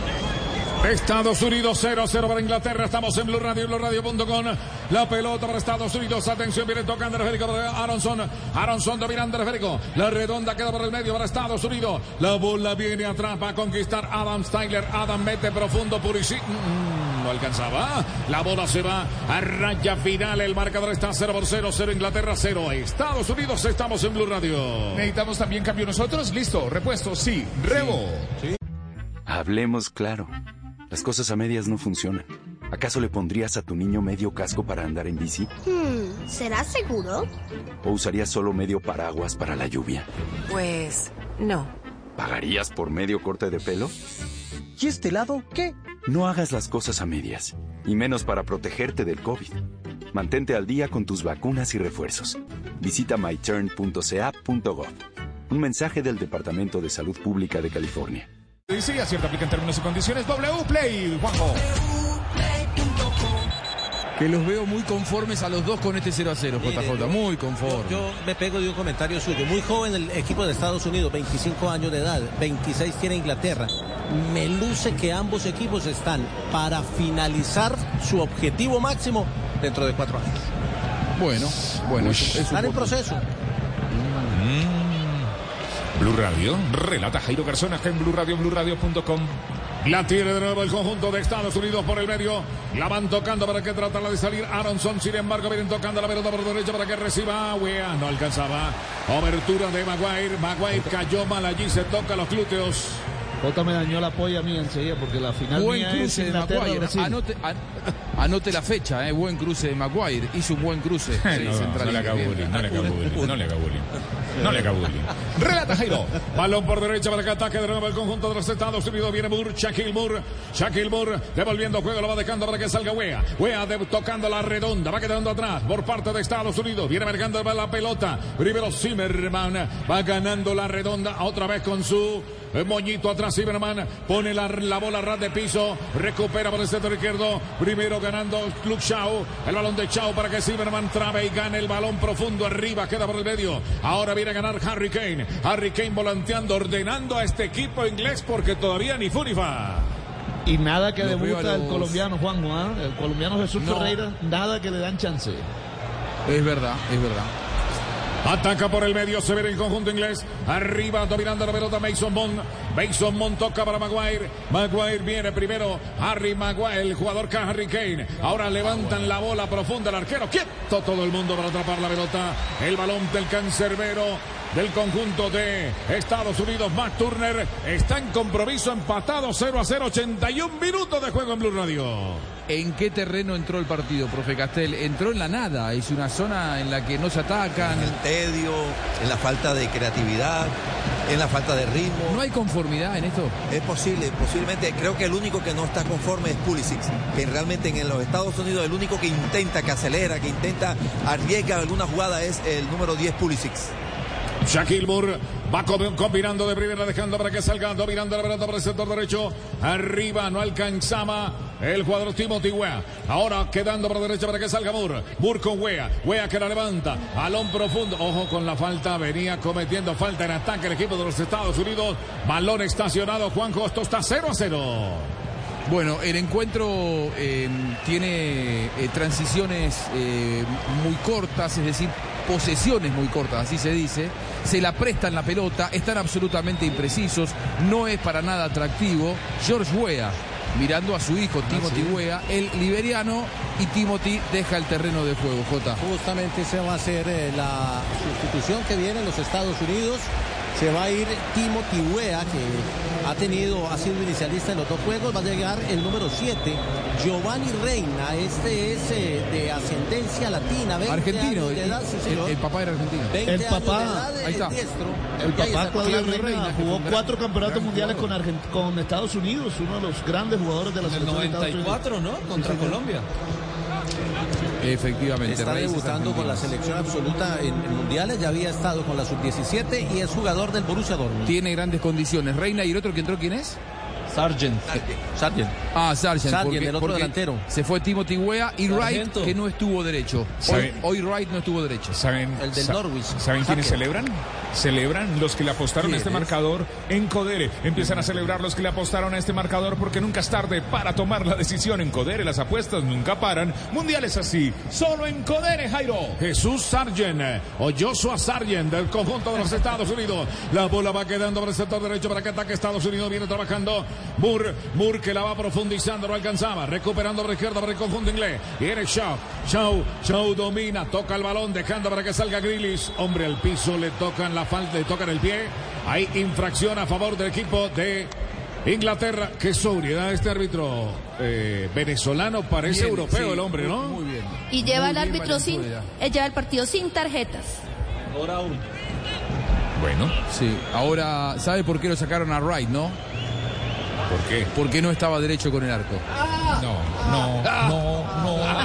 Estados Unidos cero a cero para Inglaterra. Estamos en Blue Radio, blue radio punto com. La pelota para Estados Unidos. Atención, viene tocando el esférico para Aronson. Aronson dominando el esférico. La redonda queda por el medio para Estados Unidos. La bola viene atrás para conquistar Adam Styler. Adam mete profundo, Pulisic. Mm, no alcanzaba. La bola se va a raya final. El marcador está cero por cero. cero Inglaterra, cero Estados Unidos. Estamos en Blue Radio.
¿Necesitamos también cambio nosotros? Listo, repuesto, sí. Rebo.
Sí. Sí. Hablemos claro. Las cosas a medias no funcionan. ¿Acaso le pondrías a tu niño medio casco para andar en bici?
Hmm, ¿será seguro?
¿O usarías solo medio paraguas para la lluvia?
Pues no.
¿Pagarías por medio corte de pelo? ¿Y este lado qué? No hagas las cosas a medias, y menos para protegerte del COVID. Mantente al día con tus vacunas y refuerzos. Visita my turn punto c a punto gov. Un mensaje del Departamento de Salud Pública de California.
Dice, acierta, aplica en términos y condiciones. W Play, Juanjo.
Que los veo muy conformes a los dos con este cero a cero, J J, muy conforme.
Yo, yo me pego de un comentario suyo. Muy joven el equipo de Estados Unidos, veinticinco años de edad, veintiséis tiene Inglaterra. Me luce que ambos equipos están para finalizar su objetivo máximo dentro de cuatro años.
Bueno, bueno. Es, es
están en proceso.
Mm.
Blue Radio, relata Jairo Garzón acá en Blue Radio, blue radio punto com. La tiene de nuevo el conjunto de Estados Unidos por el medio. La van tocando para que tratarla de salir Aronson. Sin embargo, vienen tocando la pelota por derecha para que reciba Weah. No alcanzaba. Obertura de Maguire. Maguire cayó mal allí. Se toca los glúteos.
Jota me dañó la polla mía enseguida porque la final
buen
mía
cruce
es
de
Inglaterra,
Maguire.
Brasil.
Anote, an, anote la fecha, eh. Buen cruce de Maguire. Hizo un buen cruce. Sí,
no, no le haga bullying, no le haga bullying, no le haga bullying. No le haga bullying. Relata Jairo. Balón por derecha para que ataque de nuevo el conjunto de los Estados Unidos. Viene Moore, Shaquille Moore. Shaquille Moore devolviendo juego, lo va dejando para que salga Weah. Weah de, tocando la redonda, va quedando atrás por parte de Estados Unidos. Viene marcando la pelota. Primero Zimmerman va ganando la redonda otra vez con su eh, moñito atrás. Zimmerman pone la, la bola ras de piso, recupera por el centro izquierdo. Primero ganando Luke Shaw. El balón de Shaw para que Zimmerman trabe y gane el balón profundo arriba, queda por el medio. Ahora viene a ganar Harry Kane. Harry Kane volanteando, ordenando a este equipo inglés porque todavía ni fu ni fa.
Y nada que
Lo
debuta
los...
el colombiano Juan Juan, el colombiano Jesús
no.
Ferreira, nada que le dan chance.
Es verdad, es verdad.
Ataca por el medio, se ve el conjunto inglés. Arriba, dominando la pelota Mason Mount. Mason Mount toca para Maguire. Maguire viene primero. Harry Maguire, el jugador que Harry Kane. Ahora levantan la bola profunda el arquero. Quieto todo el mundo para atrapar la pelota. El balón del cancerbero del conjunto de Estados Unidos. Matt Turner está en compromiso empatado cero a cero. ochenta y un minutos de juego en Blue Radio.
¿En qué terreno entró el partido, profe Castel? Entró en la nada, es una zona en la que no se atacan.
En el tedio, en la falta de creatividad, en la falta de ritmo.
¿No hay conformidad en esto?
Es posible, posiblemente. Creo que el único que no está conforme es Pulisic, que realmente en los Estados Unidos el único que intenta, que acelera, que intenta, arriesga alguna jugada es el número diez Pulisic.
Shaquille Moore va combinando de primera, dejando para que salga, dominando la pelota por el sector derecho. Arriba no alcanzaba el jugador Timothy Weah. Ahora quedando por derecha para que salga Moore. Moore con Weah. Weah que la levanta. Balón profundo. Ojo con la falta. Venía cometiendo falta en ataque el equipo de los Estados Unidos. Balón estacionado. Juanjo, esto está cero a cero.
Bueno, el encuentro eh, tiene eh, transiciones eh, muy cortas, es decir, posesiones muy cortas, así se dice. Se la prestan la pelota, están absolutamente imprecisos, no es para nada atractivo. George Weah mirando a su hijo Timothy ah, ¿sí? Weah, el liberiano, y Timothy deja el terreno de juego. Jota.
Justamente esa va a ser eh, la sustitución que viene en los Estados Unidos. Se va a ir Timothy Weah, que ha tenido, ha sido inicialista en los dos juegos. Va a llegar el número siete, Giovanni Reina. Este es eh, de ascendencia latina, veinte
argentino,
años de edad, sí,
el, el papá era argentino.
El papá,
edad,
ahí está.
Diestro,
el papá Claudio Reina,
Reina
jugó cuatro campeonatos
gran
mundiales con, Argent con Estados Unidos, uno de los grandes jugadores de la selección de Estados Unidos.
noventa y cuatro, ¿no? Contra Colombia.
Efectivamente.
Está debutando con la selección absoluta en, en mundiales, ya había estado con la sub diecisiete y es jugador del Borussia Dortmund.
Tiene grandes condiciones. Reina, y el otro que entró, ¿quién es?
Sargent.
Sargent.
Ah, Sargent.
Sargent,
porque,
el otro
porque
delantero.
Se fue Timothy Weah y
Sargento.
Wright, que no estuvo derecho. Hoy, hoy Wright no estuvo derecho.
¿Saben,
el del
sa
Norwich.
¿Saben quiénes celebran? Celebran los que le apostaron a este marcador en Codere. Empiezan a celebrar los que le apostaron a este marcador porque nunca es tarde para tomar la decisión. En Codere las apuestas nunca paran. Mundiales así, solo en Codere, Jairo. Jesús Sargent o Joshua Sargent del conjunto de los Estados Unidos. La bola va quedando por el sector derecho para que ataque Estados Unidos. Viene trabajando Moore. Moore que la va profundizando, no alcanzaba. Recuperando por la izquierda para el conjunto inglés. Viene Shaw. Shaw. Shaw domina, toca el balón, dejando para que salga Grealish. Hombre al piso, le tocan la falta, le tocan el pie. Hay infracción a favor del equipo de Inglaterra. Qué sobriedad este árbitro eh, venezolano, parece bien, europeo sí, el hombre, ¿no?
Muy bien.
Y lleva
muy
el
bien,
árbitro sin, él lleva el partido sin tarjetas.
Ahora uno.
Bueno.
Sí, ahora, ¿sabe por qué lo sacaron a Wright, no?
¿Por qué?
Porque no estaba derecho con el arco.
Ah,
no, no, no,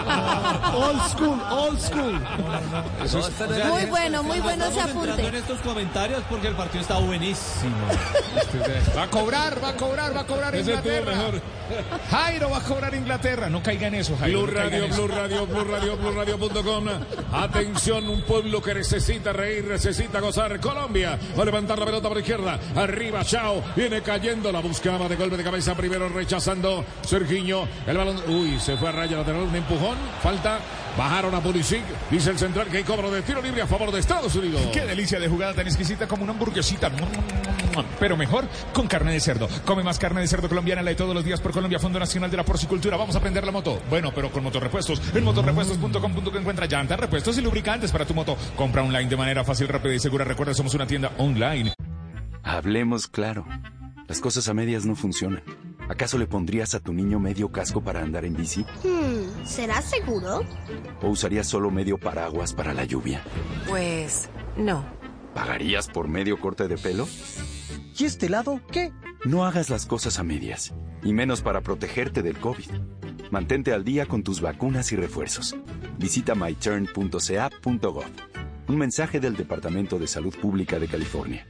no.
Old school, old school.
Eso es, o sea,
muy bueno, muy bueno ese apunte.
En estos comentarios porque el partido está buenísimo.
Va a cobrar, va a cobrar, va a cobrar
Inglaterra.
Jairo va a cobrar Inglaterra. No caiga en eso, Jairo.
Blue
no caiga
Radio,
en eso.
Blue Radio, Blue Radio, Blue Radio punto com. Atención, un pueblo que necesita reír, necesita gozar. Colombia va a levantar la pelota por izquierda. Arriba, Chao. Viene cayendo. La buscaba de golpe de cabeza. Primero rechazando Sergiño. El balón. Uy, se fue a raya lateral. Un empujón. Falta. Bajaron a Pulisic. Dice el central que hay cobro de tiro libre a favor de Estados Unidos.
Qué delicia de jugada tan exquisita como una hamburguesita. Pero mejor con carne de cerdo. Come más carne de cerdo colombiana, la de todos los días por Colombia, Fondo Nacional de la Porcicultura. Vamos a prender la moto. Bueno, pero con motorrepuestos. En motorrepuestos punto com punto co encuentra llantas, repuestos y lubricantes para tu moto. Compra online de manera fácil, rápida y segura. Recuerda, somos una tienda online.
Hablemos claro. Las cosas a medias no funcionan. ¿Acaso le pondrías a tu niño medio casco para andar en bici?
Hmm, ¿será seguro?
¿O usarías solo medio paraguas para la lluvia?
Pues no.
¿Pagarías por medio corte de pelo? ¿Y este lado qué? No hagas las cosas a medias, y menos para protegerte del COVID. Mantente al día con tus vacunas y refuerzos. Visita my turn punto c a punto gov. Un mensaje del Departamento de Salud Pública de California.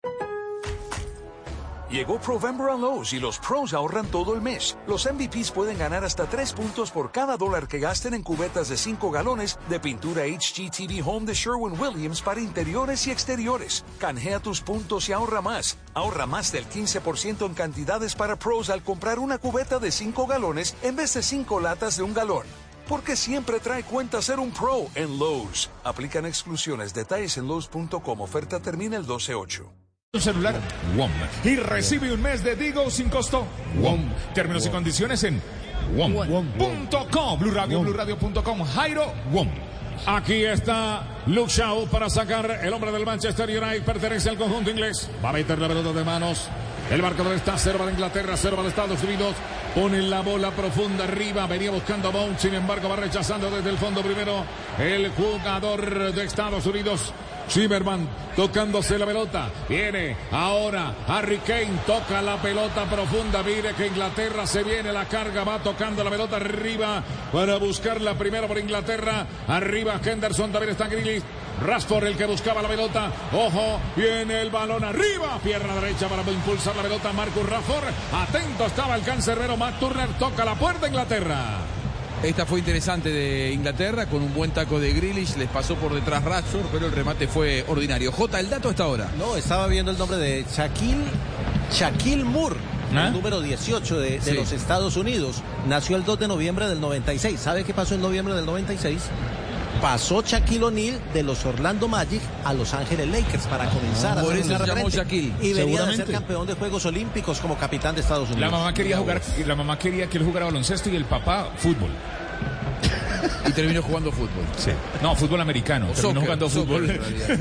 Llegó Provember a Lowe's y los pros ahorran todo el mes. Los M V Ps pueden ganar hasta tres puntos por cada dólar que gasten en cubetas de cinco galones de pintura H G T V Home de Sherwin-Williams para interiores y exteriores. Canjea tus puntos y ahorra más. Ahorra más del quince por ciento en cantidades para pros al comprar una cubeta de cinco galones en vez de cinco latas de un galón. Porque siempre trae cuenta ser un pro en Lowe's. Aplican exclusiones. Detalles en Lowe's punto com. Oferta termina el doce ocho.
Un celular W O M y recibe un mes de Digo sin costo. W O M. Términos y condiciones en W O M punto com. Blue Radio, Blue Radio punto com. Jairo W O M.
Aquí está Luke Shaw para sacar el hombre del Manchester United. Pertenece al conjunto inglés. Va a meter la pelota de manos. El marcador está cero para Inglaterra, cero para Estados Unidos. Pone la bola profunda arriba. Venía buscando a Bound. Sin embargo, va rechazando desde el fondo primero el jugador de Estados Unidos. Zimmerman tocándose la pelota. Viene ahora Harry Kane. Toca la pelota profunda. Mire que Inglaterra se viene la carga. Va tocando la pelota arriba para buscarla primero por Inglaterra. Arriba Henderson. También está Grealish. Rashford el que buscaba la pelota. Ojo. Viene el balón arriba. Pierna derecha para impulsar la pelota. Marcus Rashford. Atento estaba el cancerbero. Matt Turner toca la puerta Inglaterra.
Esta fue interesante de Inglaterra, con un buen taco de Grealish, les pasó por detrás Rashford, pero el remate fue ordinario. Jota, el dato hasta ahora.
No, estaba viendo el nombre de Shaquille, Shaquille Moore, ¿Ah? el número dieciocho de, de sí. los Estados Unidos. Nació el dos de noviembre del noventa y seis. ¿Sabe qué pasó en noviembre del noventa y seis? Pasó Shaquille O'Neal de los Orlando Magic a Los Ángeles Lakers para comenzar
oh,
a
por eso se llamó Shaquille.
Y venía a ser campeón de Juegos Olímpicos como capitán de Estados Unidos.
La mamá quería jugar, la mamá quería que él jugara baloncesto y el papá fútbol.
Y terminó jugando fútbol.
Sí. No, fútbol americano.
O
terminó
soccer,
jugando fútbol.
Realidad,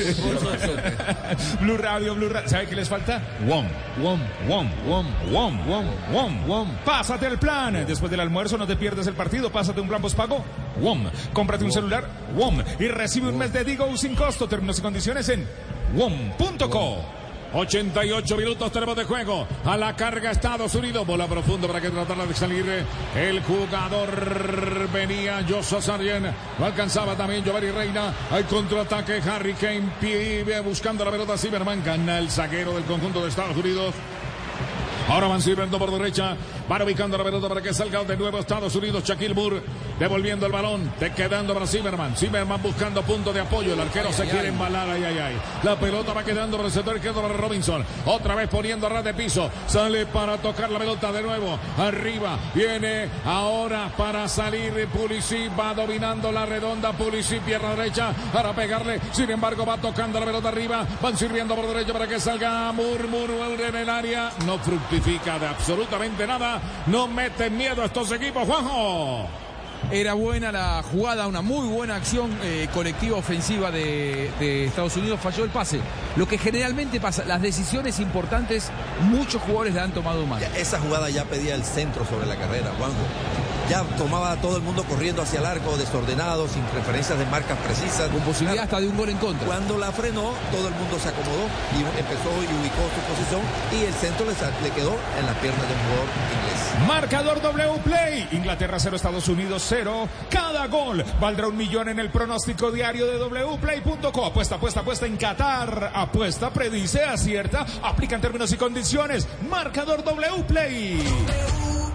Blue Radio, Blue Radio. ¿Sabe qué les falta? W O M. W O M, W O M, W O M, W O M, W O M, W O M, W O M. Pásate el plan. Después del almuerzo no te pierdes el partido. Pásate un plan postpago. W O M. Cómprate un celular. W O M. Y recibe un mes de Digo sin costo. Términos y condiciones en W O M punto com.
ochenta y ocho minutos tenemos de juego. A la carga Estados Unidos. Bola profunda para que tratarla de salir. El jugador venía Joshua Sargent. No alcanzaba también Giovanni Reina. Hay contraataque. Harry Kane pibe buscando la pelota. Zimmerman gana el zaguero del conjunto de Estados Unidos. Ahora van sirviendo por derecha. Van ubicando la pelota para que salga de nuevo Estados Unidos. Shaquille Moore devolviendo el balón. Te quedando para Zimmerman. Zimmerman buscando punto de apoyo. El arquero ay, se ay, quiere ay. embalar. Ay, ay, ay. La pelota va quedando para el sector izquierdo para Robinson. Otra vez poniendo a ras de piso. Sale para tocar la pelota de nuevo. Arriba. Viene ahora para salir Pulisic. Va dominando la redonda. Pulisic, pierna derecha para pegarle. Sin embargo, va tocando la pelota arriba. Van sirviendo por derecha para que salga Moore. Moore en el área. No fructifica de absolutamente nada. No meten miedo a estos equipos, Juanjo.
Era buena la jugada, una muy buena acción eh, colectiva ofensiva de, de Estados Unidos. Falló el pase. Lo que generalmente pasa, las decisiones importantes, muchos jugadores la han tomado mal.
Ya, esa jugada ya pedía el centro sobre la carrera, Juanjo. Ya tomaba a todo el mundo corriendo hacia el arco, desordenado, sin referencias de marcas precisas.
Con posibilidad hasta de un gol en contra.
Cuando la frenó, todo el mundo se acomodó y empezó y ubicó su posición y el centro le, le quedó en las piernas del jugador inglés.
Marcador W Play. Inglaterra cero, Estados Unidos cero. Cada gol valdrá un millón en el pronóstico diario de W Play punto co. Apuesta, apuesta, apuesta en Qatar. Apuesta, predice, acierta. Aplican términos y condiciones. Marcador W Play.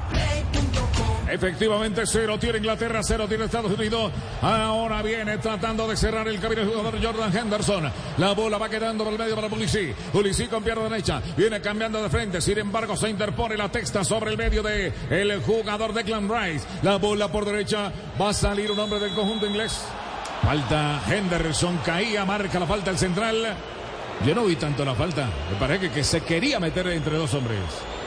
Efectivamente, cero tiene Inglaterra, cero tiene Estados Unidos. Ahora viene tratando de cerrar el camino el jugador Jordan Henderson. La bola va quedando por el medio para Pulisic. Pulisic con pierna derecha. Viene cambiando de frente. Sin embargo, se interpone la texta sobre el medio de el jugador Declan Rice. La bola por derecha. Va a salir un hombre del conjunto inglés. Falta Henderson. Caía, marca la falta el central. Yo no vi tanto la falta. Me parece que, que se quería meter entre dos hombres.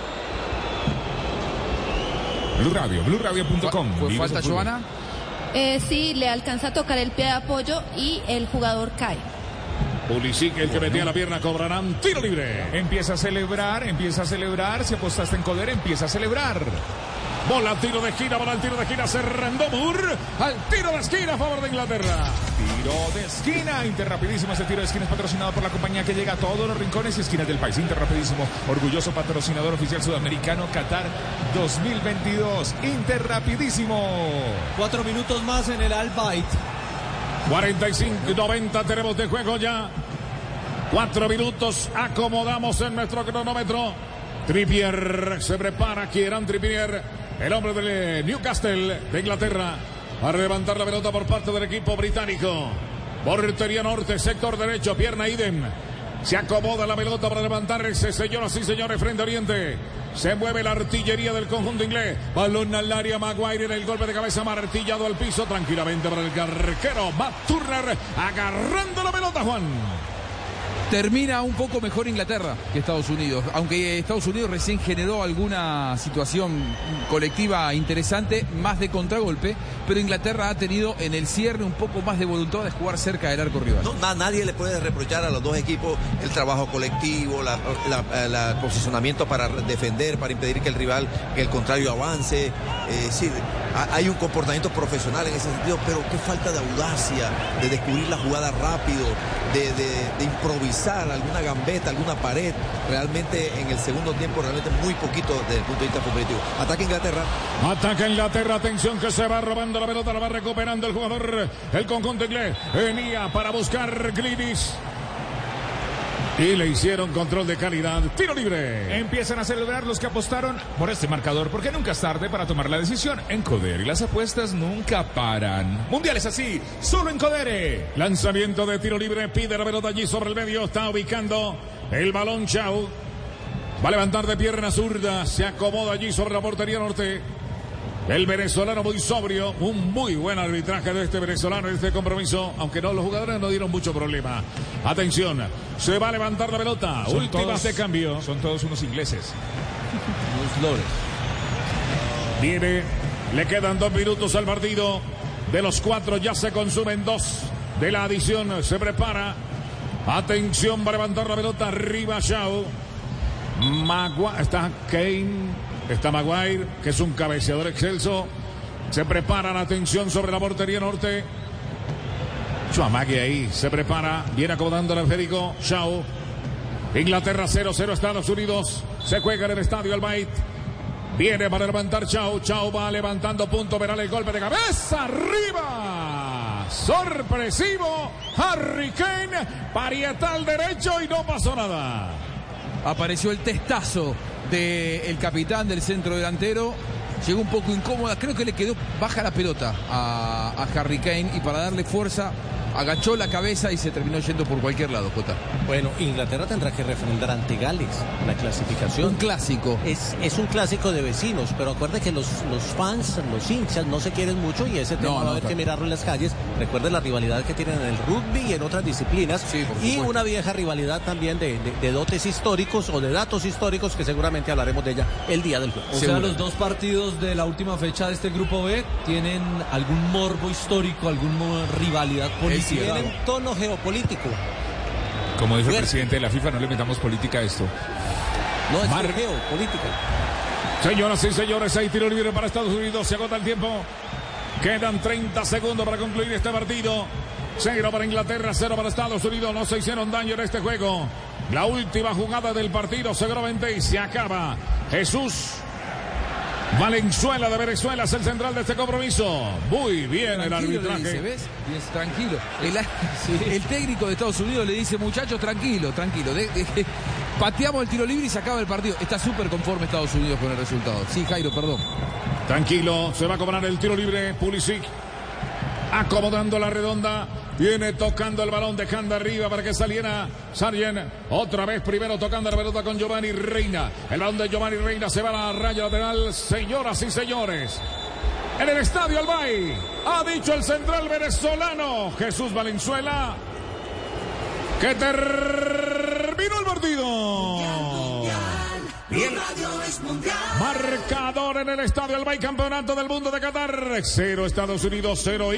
Blue Radio, blue radio punto com.
¿Fue falta, Joana?
Eh, sí, le alcanza a tocar el pie de apoyo y el jugador cae.
Pulisic, el que metía la pierna, cobrarán tiro libre.
Empieza a celebrar, empieza a celebrar. Si apostaste en Coder, empieza a celebrar.
Bola, tiro de esquina, bola al tiro de esquina, cerrando Moore. Al tiro de esquina a favor de Inglaterra.
Tiro de esquina. Interrapidísimo. Este tiro de esquina es patrocinado por la compañía que llega a todos los rincones y esquinas del país. Interrapidísimo, orgulloso patrocinador oficial sudamericano Qatar dos mil veintidós. Interrapidísimo.
Cuatro minutos más en el Al Bayt.
cuarenta y cinco noventa tenemos de juego ya. Cuatro minutos. Acomodamos en nuestro cronómetro. Trippier se prepara, Kieran Trippier, el hombre del Newcastle de Inglaterra, a levantar la pelota por parte del equipo británico. Portería norte, sector derecho, pierna idem. Se acomoda la pelota para levantarse, señoras y señores, frente a Oriente. Se mueve la artillería del conjunto inglés. Balón al área, Maguire en el golpe de cabeza, martillado al piso, tranquilamente para el arquero Matt Turner, agarrando la pelota, Juan.
Termina un poco mejor Inglaterra que Estados Unidos, aunque Estados Unidos recién generó alguna situación colectiva interesante, más de contragolpe, pero Inglaterra ha tenido en el cierre un poco más de voluntad de jugar cerca del arco rival.
No, na, nadie le puede reprochar a los dos equipos el trabajo colectivo, la, la, la, el posicionamiento para defender, para impedir que el rival, que el contrario avance. Eh, sí, hay un comportamiento profesional en ese sentido, pero qué falta de audacia, de descubrir la jugada rápido, de, de, de improvisar alguna gambeta, alguna pared. Realmente en el segundo tiempo, realmente muy poquito desde el punto de vista competitivo. Ataca Inglaterra.
Ataca Inglaterra, atención que se va robando la pelota, la va recuperando el jugador, el conjunto inglés. Venía para buscar Grealish. Y le hicieron control de calidad. Tiro libre.
Empiezan a celebrar los que apostaron por este marcador, porque nunca es tarde para tomar la decisión en Codere. Y las apuestas nunca paran. Mundiales así, solo en Codere.
Lanzamiento de tiro libre. Pide la pelota allí sobre el medio. Está ubicando el balón Chao. Va a levantar de pierna zurda. Se acomoda allí sobre la portería norte. El venezolano muy sobrio, un muy buen arbitraje de este venezolano en este compromiso, aunque no, los jugadores no dieron mucho problema. Atención, se va a levantar la pelota, son últimas todos, de cambio.
Son todos unos ingleses.
Unos lores.
Viene, le quedan dos minutos al partido. De los cuatro ya se consumen dos de la adición, se prepara. Atención, va a levantar la pelota, arriba Shaw. Magua, está Kane. Está Maguire, que es un cabeceador excelso. Se preparan, atención sobre la portería norte. Chuamague ahí, se prepara. Viene acomodando el Federico Shaw. Inglaterra cero cero, Estados Unidos. Se juega en el estadio Al Bayt. Viene para levantar Shaw. Shaw va levantando punto. Verá el golpe de cabeza. ¡Arriba! Sorpresivo. Harry Kane. Parietal derecho y no pasó nada.
Apareció el testazo del capitán del centro delantero. Llegó un poco incómoda. Creo que le quedó baja la pelota a, a Harry Kane y para darle fuerza agachó la cabeza y se terminó yendo por cualquier lado, Jota.
Bueno, Inglaterra tendrá que refrendar ante Gales la clasificación.
Un clásico.
Es, es un clásico de vecinos, pero acuerde que los, los fans, los hinchas no se quieren mucho y ese tema no, va no, a haber claro. que mirarlo en las calles. Recuerde la rivalidad que tienen en el rugby y en otras disciplinas.
Sí,
y una vieja rivalidad también de, de, de dotes históricos o de datos históricos que seguramente hablaremos de ella el día del juego.
O sea, los dos partidos de la última fecha de este grupo B tienen algún morbo histórico, alguna rivalidad política.
Tienen tono geopolítico.
Como dijo el presidente de la FIFA, no le metamos política a esto.
No, es
Mar...
geopolítica.
Señoras y señores, hay tiro libre para Estados Unidos. Se agota el tiempo. Quedan treinta segundos para concluir este partido. Cero para Inglaterra, cero para Estados Unidos. No se hicieron daño en este juego. La última jugada del partido, seguro veinte y se acaba. Jesús Valenzuela de Venezuela es el central de este compromiso. Muy bien tranquilo, el arbitraje.
Le dice, ¿ves? Bien, tranquilo. El, sí. el técnico de Estados Unidos le dice, muchachos, tranquilo, tranquilo. De, de, de, pateamos el tiro libre y se acaba el partido. Está súper conforme Estados Unidos con el resultado. Sí, Jairo, perdón.
Tranquilo, se va a cobrar el tiro libre. Pulisic acomodando la redonda. Viene tocando el balón, dejando arriba para que saliera Sargent. Otra vez primero tocando la pelota con Giovanni Reina. El balón de Giovanni Reina se va a la raya lateral. Señoras y señores, en el estadio Albay ha dicho el central venezolano Jesús Valenzuela que terminó el partido. Bien. Marcador en el estadio Albay, campeonato del mundo de Qatar. Cero Estados Unidos, cero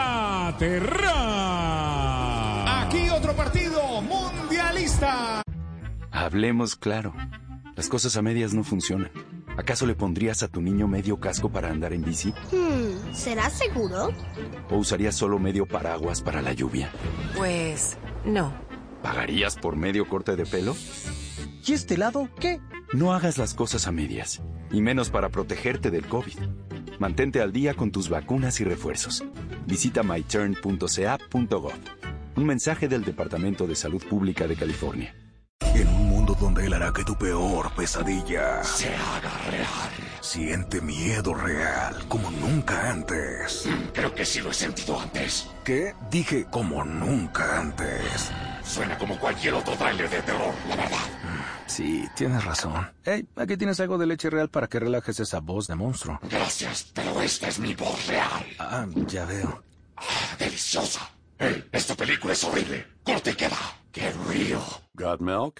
Inglaterra.
Aquí otro partido mundialista.
Hablemos claro. Las cosas a medias no funcionan. ¿Acaso le pondrías a tu niño medio casco para andar en bici?
Hmm, ¿será seguro?
¿O usarías solo medio paraguas para la lluvia?
Pues no.
¿Pagarías por medio corte de pelo? ¿Y este lado qué? No hagas las cosas a medias, y menos para protegerte del COVID. Mantente al día con tus vacunas y refuerzos. Visita my turn punto c a punto gov. Un mensaje del Departamento de Salud Pública de California.
En un mundo donde él hará que tu peor pesadilla
se haga real.
Siente miedo real, como nunca antes.
Creo que sí lo he sentido antes.
¿Qué? Dije como nunca antes.
Suena como cualquier otro tráiler de terror, la verdad.
Sí, tienes razón. Hey, aquí tienes algo de leche real para que relajes esa voz de monstruo.
Gracias, pero esta es mi voz real.
Ah, ya veo.
Ah, deliciosa. Hey, esta película es horrible. Corte y queda. Get real.
Got milk?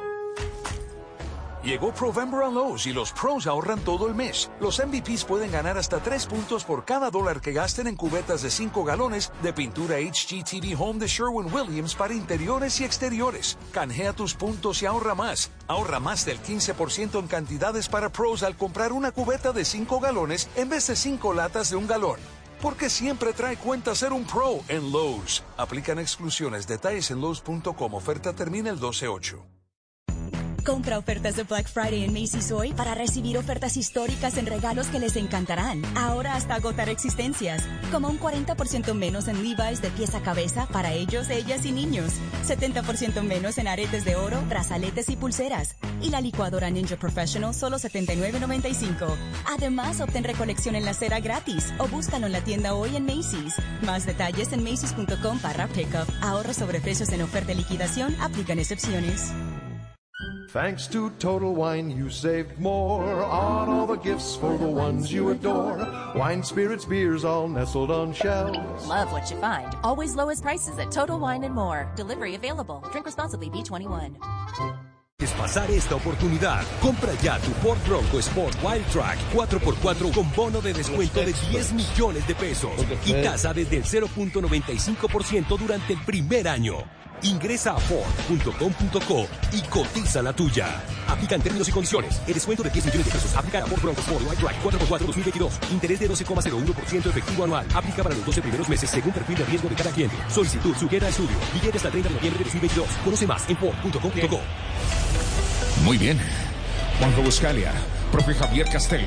Llegó Provember a Lowe's y los pros ahorran todo el mes. Los M V Ps pueden ganar hasta tres puntos por cada dólar que gasten en cubetas de cinco galones de pintura H G T V Home de Sherwin-Williams para interiores y exteriores. Canjea tus puntos y ahorra más. Ahorra más del quince por ciento en cantidades para pros al comprar una cubeta de cinco galones en vez de cinco latas de un galón. Porque siempre trae cuenta ser un pro en Lowe's. Aplican exclusiones. Detalles en Lowe's punto com. Oferta termina el doce ocho.
Compra ofertas de Black Friday en Macy's hoy para recibir ofertas históricas en regalos que les encantarán. Ahora hasta agotar existencias. Como un cuarenta por ciento menos en Levi's de pies a cabeza para ellos, ellas y niños. setenta por ciento menos en aretes de oro, brazaletes y pulseras. Y la licuadora Ninja Professional solo setenta y nueve noventa y cinco. Además, obtén recolección en la acera gratis o búscalo en la tienda hoy en Macy's. Más detalles en Macy's punto com barra pickup. Ahorros sobre precios en oferta y liquidación. Aplican excepciones.
Thanks to Total Wine, you saved more on all the gifts for the ones you adore. Wine, spirits, beers, all nestled on shelves.
Love what you find. Always lowest prices at Total Wine and More. Delivery available. Drink responsibly. B twenty-one.
Es pasar esta oportunidad. Compra ya tu Ford Bronco Sport Wild Track cuatro por cuatro con bono de descuento de diez millones de pesos y tasa desde el cero punto noventa y cinco por ciento durante el primer año. Ingresa a Ford punto com punto co y cotiza la tuya. Aplica en términos y condiciones. El descuento de diez millones de pesos aplica a Ford Bronco Sport Wild Track cuatro por cuatro dos mil veintidós. Interés de doce coma cero uno por ciento efectivo anual. Aplica para los doce primeros meses según perfil de riesgo de cada cliente. Solicitud sujeta a estudio. Vigencia hasta el treinta de noviembre de dos mil veintidós. Conoce más en Ford punto com punto co.
Muy bien. Juanjo Buscalia, profe Javier Castel.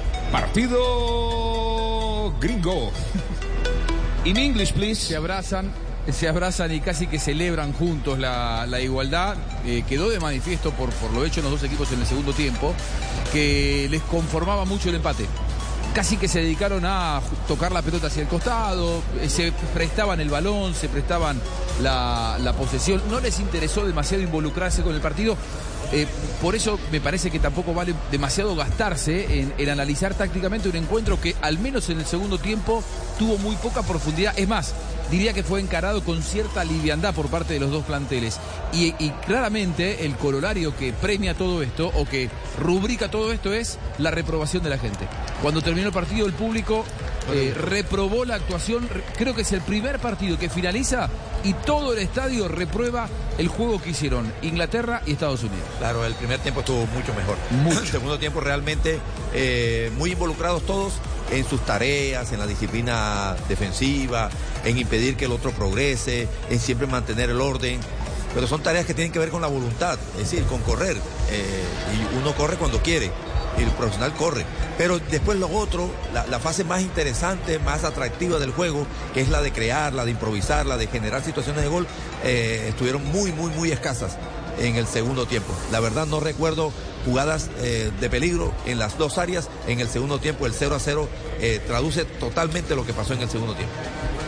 Partido gringo.
In English, please. Se abrazan, se abrazan y casi que celebran juntos la, la igualdad. Eh, quedó de manifiesto por, por lo hecho en los dos equipos en el segundo tiempo que les conformaba mucho el empate. Casi que se dedicaron a tocar la pelota hacia el costado, se prestaban el balón, se prestaban la, la posesión. No les interesó demasiado involucrarse con el partido. Eh, por eso me parece que tampoco vale demasiado gastarse en, en analizar tácticamente un encuentro que al menos en el segundo tiempo tuvo muy poca profundidad. Es más, diría que fue encarado con cierta liviandad por parte de los dos planteles. Y, y claramente el corolario que premia todo esto o que rubrica todo esto es la reprobación de la gente. Cuando terminó el partido, el público eh, reprobó la actuación. Creo que es el primer partido que finaliza y todo el estadio reprueba el juego que hicieron Inglaterra y Estados Unidos.
Claro, el primer tiempo estuvo mucho mejor.
Mucho.
El segundo tiempo realmente eh, muy involucrados todos en sus tareas, en la disciplina defensiva, en impedir que el otro progrese, en siempre mantener el orden. Pero son tareas que tienen que ver con la voluntad, es decir, con correr. Eh, y uno corre cuando quiere, y el profesional corre. Pero después lo otro, la, la fase más interesante, más atractiva del juego, que es la de crear, la de improvisar, la de generar situaciones de gol, eh, estuvieron muy, muy, muy escasas en el segundo tiempo. La verdad no recuerdo jugadas eh, de peligro en las dos áreas. En el segundo tiempo el cero a cero eh, traduce totalmente lo que pasó en el segundo tiempo.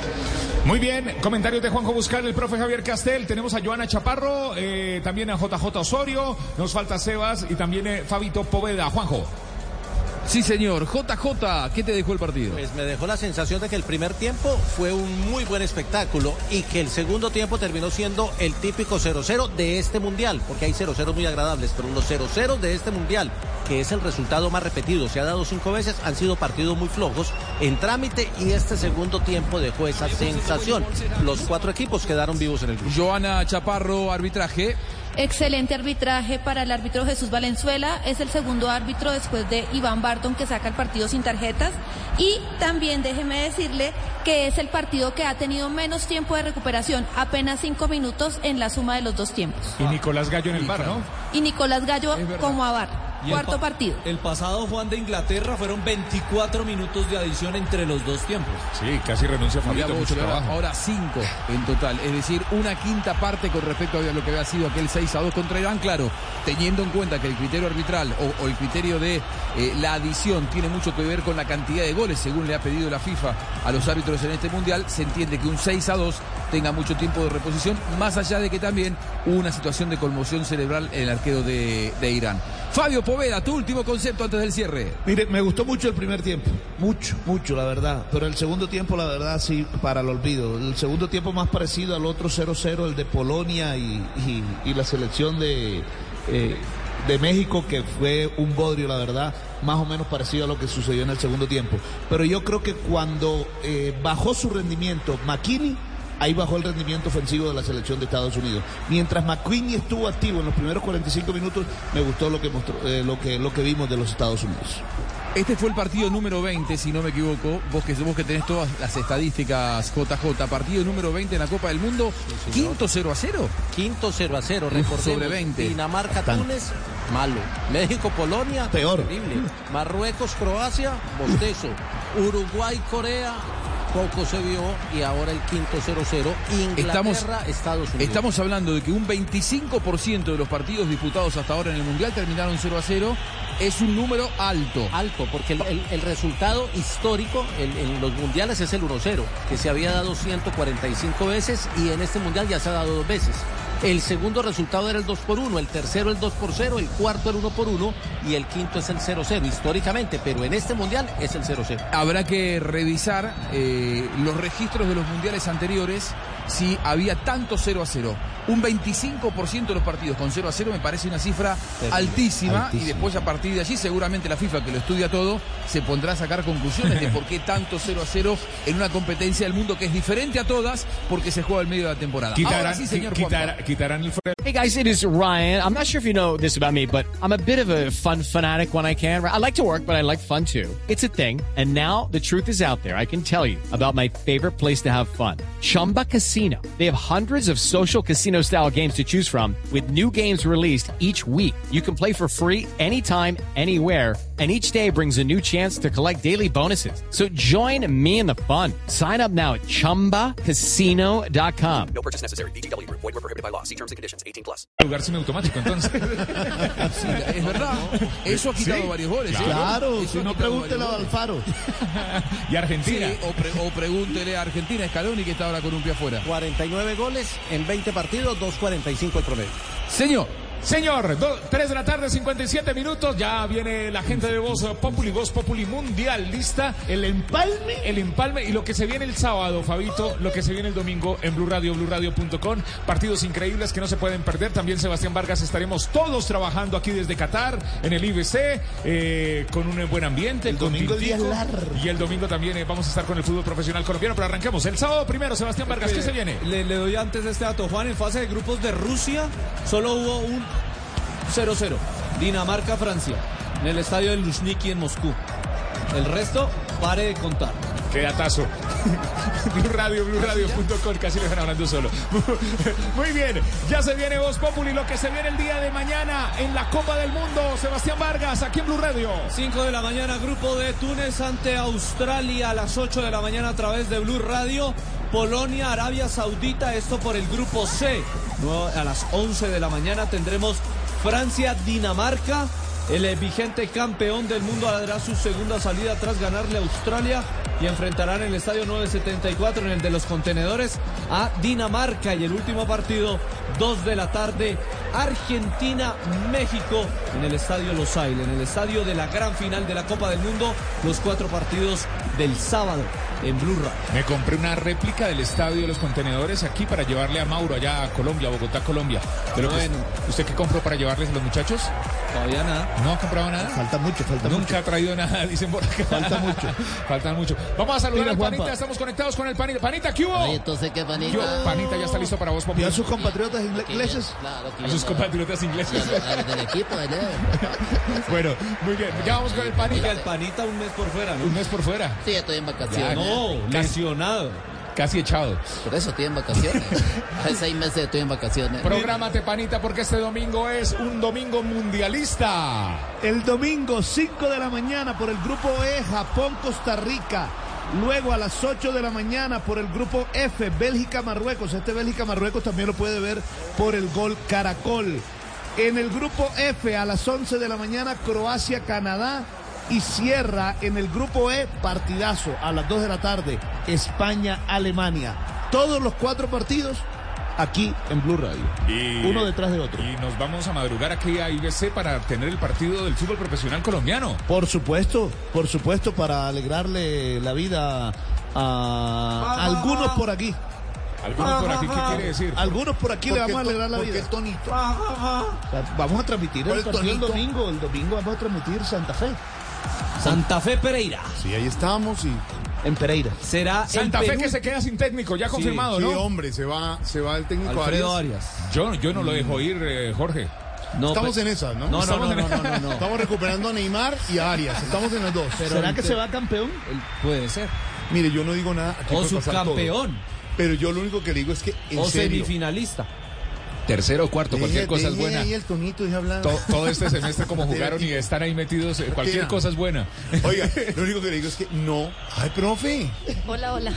Muy bien, comentarios de Juanjo Buscal, el profe Javier Castel, tenemos a Joana Chaparro, eh, también a J J Osorio, nos falta Sebas y también eh, Fabito Poveda. Juanjo.
Sí, señor. J J, ¿qué te dejó el partido?
Pues me dejó la sensación de que el primer tiempo fue un muy buen espectáculo y que el segundo tiempo terminó siendo el típico cero cero de este mundial, porque hay cero cero muy agradables, pero los cero cero de este mundial, que es el resultado más repetido, se ha dado cinco veces, han sido partidos muy flojos en trámite y este segundo tiempo dejó esa sensación. Los cuatro equipos quedaron vivos en el grupo.
Joana Chaparro, arbitraje.
Excelente arbitraje para el árbitro Jesús Valenzuela, es el segundo árbitro después de Iván Barton que saca el partido sin tarjetas y también déjeme decirle que es el partido que ha tenido menos tiempo de recuperación, apenas cinco minutos en la suma de los dos tiempos.
Y Nicolás Gallo en el bar, ¿no?
Y Nicolás Gallo como a bar. Cuarto
el pa
partido.
El pasado Juan de Inglaterra fueron veinticuatro minutos de adición entre los dos tiempos.
Sí, casi renuncia Fabito, mucho trabajo.
Ahora cinco en total, es decir, una quinta parte con respecto a lo que había sido aquel seis a dos contra Irán. Claro, teniendo en cuenta que el criterio arbitral o, o el criterio de eh, la adición tiene mucho que ver con la cantidad de goles, según le ha pedido la FIFA a los árbitros en este mundial, se entiende que un seis a dos tenga mucho tiempo de reposición, más allá de que también hubo una situación de conmoción cerebral en el arquero de, de Irán. Fabio Poveda, tu último concepto antes del cierre.
Mire, me gustó mucho el primer tiempo, mucho, mucho la verdad, pero el segundo tiempo la verdad sí, para el olvido. El segundo tiempo más parecido al otro cero cero, el de Polonia y, y, y la selección de, eh, de México, que fue un bodrio la verdad, más o menos parecido a lo que sucedió en el segundo tiempo. Pero yo creo que cuando eh, bajó su rendimiento McKinney, ahí bajó el rendimiento ofensivo de la selección de Estados Unidos. Mientras McQueen estuvo activo en los primeros cuarenta y cinco minutos, me gustó lo que mostró, eh, lo que lo que vimos de los Estados Unidos.
Este fue el partido número veinte, si no me equivoco. Vos que, vos que tenés todas las estadísticas, J J. Partido número veinte en la Copa del Mundo. Sí, quinto cero a cero.
Quinto cero a cero, recordemos.
Sobre veinte.
Dinamarca-Túnez, malo. México-Polonia,
peor.
Terrible. Marruecos-Croacia, bostezo. Uruguay-Corea, poco se vio, y ahora el quinto cero cero. Inglaterra, Estados Unidos.
Estamos hablando de que un veinticinco por ciento de los partidos disputados hasta ahora en el Mundial terminaron cero a cero. Es un número alto.
Alto, porque el, el, el resultado histórico en, en los mundiales es el uno cero, que se había dado ciento cuarenta y cinco veces y en este mundial ya se ha dado dos veces. El segundo resultado era el dos por uno, el tercero el dos por cero, el cuarto el uno por uno y el quinto es el cero cero históricamente, pero en este mundial es el cero cero.
Habrá que revisar eh, los registros de los mundiales anteriores si había tanto cero a cero. Un veinticinco por ciento de los partidos con cero a cero me parece una cifra altísima, altísima, y después a partir de allí seguramente la FIFA, que lo estudia todo, se pondrá a sacar conclusiones de por qué tanto cero a cero en una competencia del mundo que es diferente a todas porque se juega al medio de la temporada.
Quitarán,
Ahora sí, señor
quitar, quitarán el...
Hey guys, it is Ryan. I'm not sure if you know this about me, but I'm a bit of a fun fanatic when I can. I like to work, but I like fun too. It's a thing. And now the truth is out there. I can tell you about my favorite place to have fun. Chumba Casino. They have hundreds of social casino style games to choose from with new games released each week. You can play for free anytime, anywhere. And each day brings a new chance to collect daily bonuses. So join me in the fun. Sign up now at chumba casino dot com.
No purchase necessary. V G W Group. Void where prohibited by law. See terms and conditions. eighteen plus.
Lugar semiautomático, entonces.
Sí, es verdad. Eso ha quitado
sí,
varios goles.
Claro,
¿eh?
si no pregúntele a Alfaro.
Y Argentina.
Sí, o, pre o pregúntele a Argentina, Scaloni, que está ahora con un pie afuera.
cuarenta y nueve goles en veinte partidos, dos cuarenta y cinco el promedio.
Señor.
Señor, tres de la tarde, cincuenta y siete minutos, ya viene la gente de Voz Populi, Voz Populi Mundial, lista.
El empalme.
El empalme y lo que se viene el sábado, Fabito, lo que se viene el domingo en Blue Radio, blue radio punto com. Partidos increíbles que no se pueden perder. También Sebastián Vargas, estaremos todos trabajando aquí desde Qatar, en el I B C, eh, con un buen ambiente.
El
con
domingo el día
tintico,
largo.
Y el domingo también eh, vamos a estar con el fútbol profesional colombiano, pero arranquemos. El sábado primero, Sebastián Vargas, ¿qué se viene?
Le, le doy antes este dato, Juan, en fase de grupos de Rusia, solo hubo un cero cero. Dinamarca-Francia, en el estadio de Luzhniki en Moscú. El resto, pare de contar.
Qué datazo. Blue Radio, blue radio punto com, casi lo dejan hablando solo. Muy bien, ya se viene Voz Populi, lo que se viene el día de mañana en la Copa del Mundo. Sebastián Vargas, aquí en Blue Radio.
cinco de la mañana, grupo de Túnez ante Australia, a las ocho de la mañana a través de Blue Radio. Polonia, Arabia Saudita, esto por el grupo C. A las once de la mañana tendremos Francia, Dinamarca, El vigente campeón del mundo hará su segunda salida tras ganarle a Australia y enfrentará en el estadio nueve setenta y cuatro, en el de los contenedores, a Dinamarca. Y el último partido, dos de la tarde, Argentina-México, en el estadio Losail, en el estadio de la gran final de la Copa del Mundo, los cuatro partidos del sábado en Blue Radio.
Me compré una réplica del estadio de los contenedores aquí para llevarle a Mauro allá a Colombia, Bogotá, Colombia. Pero
Bueno.
que, ¿usted qué compró para llevarles a los muchachos?
Todavía nada.
¿No ha comprado nada?
Falta mucho, falta
Nunca
mucho.
ha traído nada, dicen por acá.
Falta mucho.
Faltan mucho. Vamos a saludar
Mira,
al
Juanpa.
Panita, estamos conectados con el Panita. Panita, ¿qué hubo?
Ay, entonces, ¿qué, Panita?
Yo, Panita ya está listo para vos,
¿Y
Popular.
a sus compatriotas ingleses?
Claro, que
A sus
viendo-
compatriotas ingleses.
a los del equipo, ¿verdad?
Bueno, muy bien. Ya vamos con el
Oiga,
Panita.
el Panita un mes por fuera, ¿no?
Un mes por fuera.
Sí, estoy en vacaciones.
No, lesionado.
Casi echado.
Por eso estoy en vacaciones. Hace seis meses estoy en vacaciones.
Prográmate, Panita, porque este domingo es un domingo mundialista.
El domingo, cinco de la mañana, por el grupo E, Japón-Costa Rica. Luego a las ocho de la mañana por el grupo F, Bélgica-Marruecos. Este Bélgica-Marruecos también lo puede ver por el Gol Caracol. En el grupo F, a las once de la mañana, Croacia-Canadá. Y cierra en el grupo E, partidazo, a las dos de la tarde, España-Alemania. Todos los cuatro partidos aquí en Blue Radio.
Y,
Uno detrás de otro.
Y nos vamos a madrugar aquí a I B C para tener el partido del fútbol profesional colombiano.
Por supuesto, por supuesto, para alegrarle la vida a algunos por aquí.
¿Algunos por aquí qué quiere decir?
Algunos por aquí le
Porque
vamos a alegrar la
porque
vida.
el tonito.
O sea, vamos a transmitir
¿Cuál
el
es
partido el
tonito?
domingo. El domingo vamos a transmitir Santa Fe.
Santa Fe Pereira.
Sí, ahí estamos y
En Pereira.
Será
Santa
el
Fe
Perú.
que se queda sin técnico, ya confirmado,
sí,
¿no?
hombre, se va, se va el técnico
Alfredo
Arias.
Arias.
Yo, yo no lo dejo ir, eh, Jorge.
No,
Estamos
pues-
en esa, ¿no?
No, no,
Estamos
no,
en
no,
esa.
no, no, no.
Estamos recuperando a Neymar y a Arias. Estamos en los dos.
¿Será que se va campeón?
Él puede ser.
Mire, yo no digo nada. Aquí
O
puede pasar todo.
subcampeón.
Pero yo lo único que le digo es que, en
O
serio,
semifinalista.
Tercero o cuarto, cualquier
deje-
cosa es
deje
buena.
ahí el tonito, deje hablar.
To- todo este semestre como jugaron y están ahí metidos, eh, cualquier
Tira.
cosa es buena.
Oiga, lo único que le digo es que no. Ay, profe.
Hola, hola.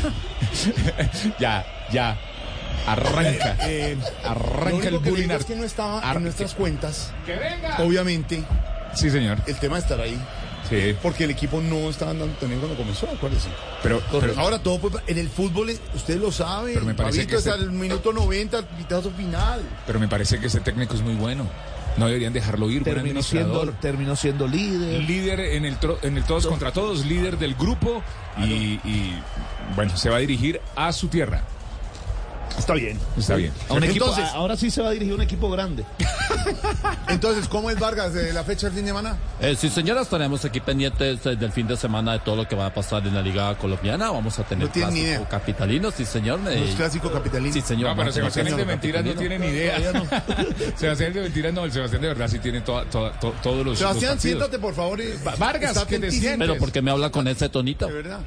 Ya, ya. Arranca.
Eh, lo
Arranca
único
el
que le
bullying.
digo es que no estaba
Ar-
en nuestras cuentas.
¡Que venga!
Obviamente,
Sí, señor.
el tema de estar ahí.
Sí.
Porque el equipo no estaba andando tan bien cuando comenzó, acuérdese.
Pero, pero
Ahora todo, puede- en el fútbol, usted lo sabe.
Pero me parece
Fabito,
que
es
este-
al minuto noventa, pitazo final.
Pero me parece que ese técnico es muy bueno. No deberían dejarlo ir, buen
Terminó siendo,
administrador.
terminó siendo líder.
Líder en el, tro- en el todos contra todos, líder del grupo y, y, bueno, se va a dirigir a su tierra.
Está bien.
Está bien.
A un equipo,
Entonces-
a- ahora sí se va a dirigir un equipo grande.
Entonces, ¿cómo es Vargas de la fecha del fin de semana?
Eh, sí, señoras, estaremos aquí pendientes eh, del fin de semana de todo lo que va a pasar en la Liga Colombiana. Vamos a tener
No tienen ni
clásico
idea.
capitalino, sí, señor. eh,
Los clásicos capitalinos.
Sí, señor.
No, pero
vamos a tener
Sebastián el de
clásico
mentiras no
capitalino.
tiene ni idea.
Todavía
Sebastián el de mentiras no, el Sebastián de verdad sí tiene toda, toda- to- todos los,
Sebastián,
los partidos.
siéntate, por favor. eh,
Va- Vargas,
está
que te
atentísimo.
sientes.
Pero ¿por qué me habla con ese tonito?
De verdad.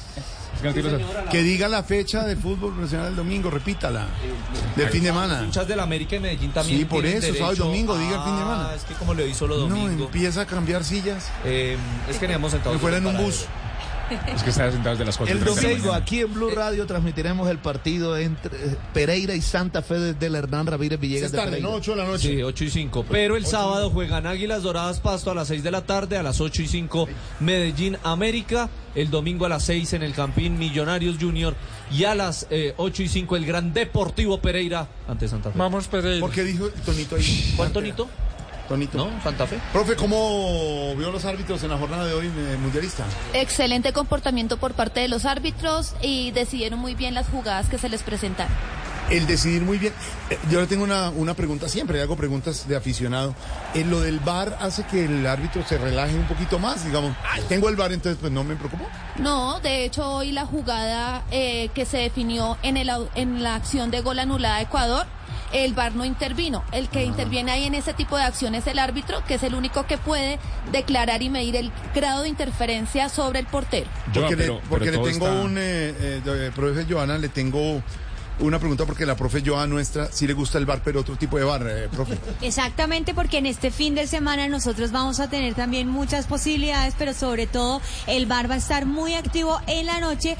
Es que no tiene los-
Que diga la fecha del fútbol profesional del domingo, repítala. Del fin de semana.
Hinchas del América y Medellín también.
Sí, por
tienen
eso,
derecho
sábado y domingo, diga el fin de
a-
semana.
Es que como le hizo lo
No,
domingo.
empieza a cambiar sillas.
Eh, es que teníamos sentados.
Me fuera en un bus.
Es que está sentado desde las cuatro.
El
y treinta de la
domingo
mañana.
aquí en Blue Radio transmitiremos el partido entre eh, Pereira y Santa Fe desde el Hernán Ramírez Villegas
Es
de
tarde,
Pereira.
¿no? ocho de la noche.
Sí, ocho y cinco. Pero el sábado juegan Águilas Doradas Pasto a las seis de la tarde, a las ocho y cinco Medellín América, el domingo a las seis en el Campín Millonarios Junior y a las eh, ocho y cinco el Gran Deportivo Pereira ante Santa Fe.
Vamos, Pereira.
¿Por qué dijo el Tonito ahí?
¿Cuál Tonito?
Tonito.
¿No? Santa Fe.
Profe, ¿cómo vio los árbitros en la jornada de hoy eh, mundialista?
Excelente comportamiento por parte de los árbitros y decidieron muy bien las jugadas que se les presentaron.
El decidir muy bien. Eh, Yo le tengo una, una pregunta siempre, le hago preguntas de aficionado. Eh, lo del V A R hace que el árbitro se relaje un poquito más, digamos. "Ay, tengo el V A R, entonces pues no me preocupo.
No, de hecho hoy la jugada eh, que se definió en, el, au- en la acción de gol anulada a Ecuador, el V A R no intervino. El que interviene ahí en ese tipo de acciones es el árbitro, que es el único que puede declarar y medir el grado de interferencia sobre el portero.
Yo,
Porque,
pero-
le, porque
pero
le
todo
tengo
está-
un, eh, eh, eh, profe Joana, le tengo una pregunta porque la profe Joana nuestra sí le gusta el V A R, pero otro tipo de V A R, eh, profe.
Exactamente, porque en este fin de semana nosotros vamos a tener también muchas posibilidades, pero sobre todo el V A R va a estar muy activo en la noche,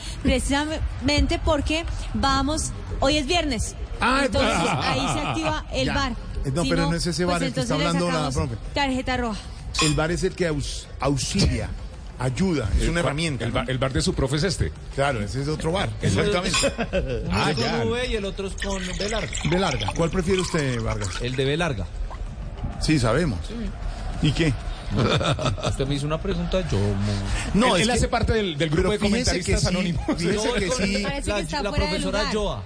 precisamente porque vamos, hoy es viernes,
Ah,
entonces
ah,
ahí se activa el
ya.
V A R.
No,
Si
pero no es ese
pues
V A R el que está
entonces le
hablando la
sacamos
profe.
tarjeta roja.
El V A R es el que aus- auxilia, ayuda, es
El
una
bar-
herramienta.
El,
¿no?
bar, el bar de su profe es este.
Claro, ese es otro V A R. Exactamente.
Uno
Ah,
es
ya.
con V y el otro es con B larga.
B larga. ¿Cuál prefiere usted, Vargas?
El de B larga.
Sí, sabemos. ¿Y qué?
Usted me hizo una pregunta, yo...
No,
él,
es
él
que-
hace parte del, del grupo
pero
de
fíjese que
comentaristas
sí,
anónimos.
fíjese
No,
que
con-
sí.
Parece
la,
que está
la
fuera de
profesora
lugar.
Joa.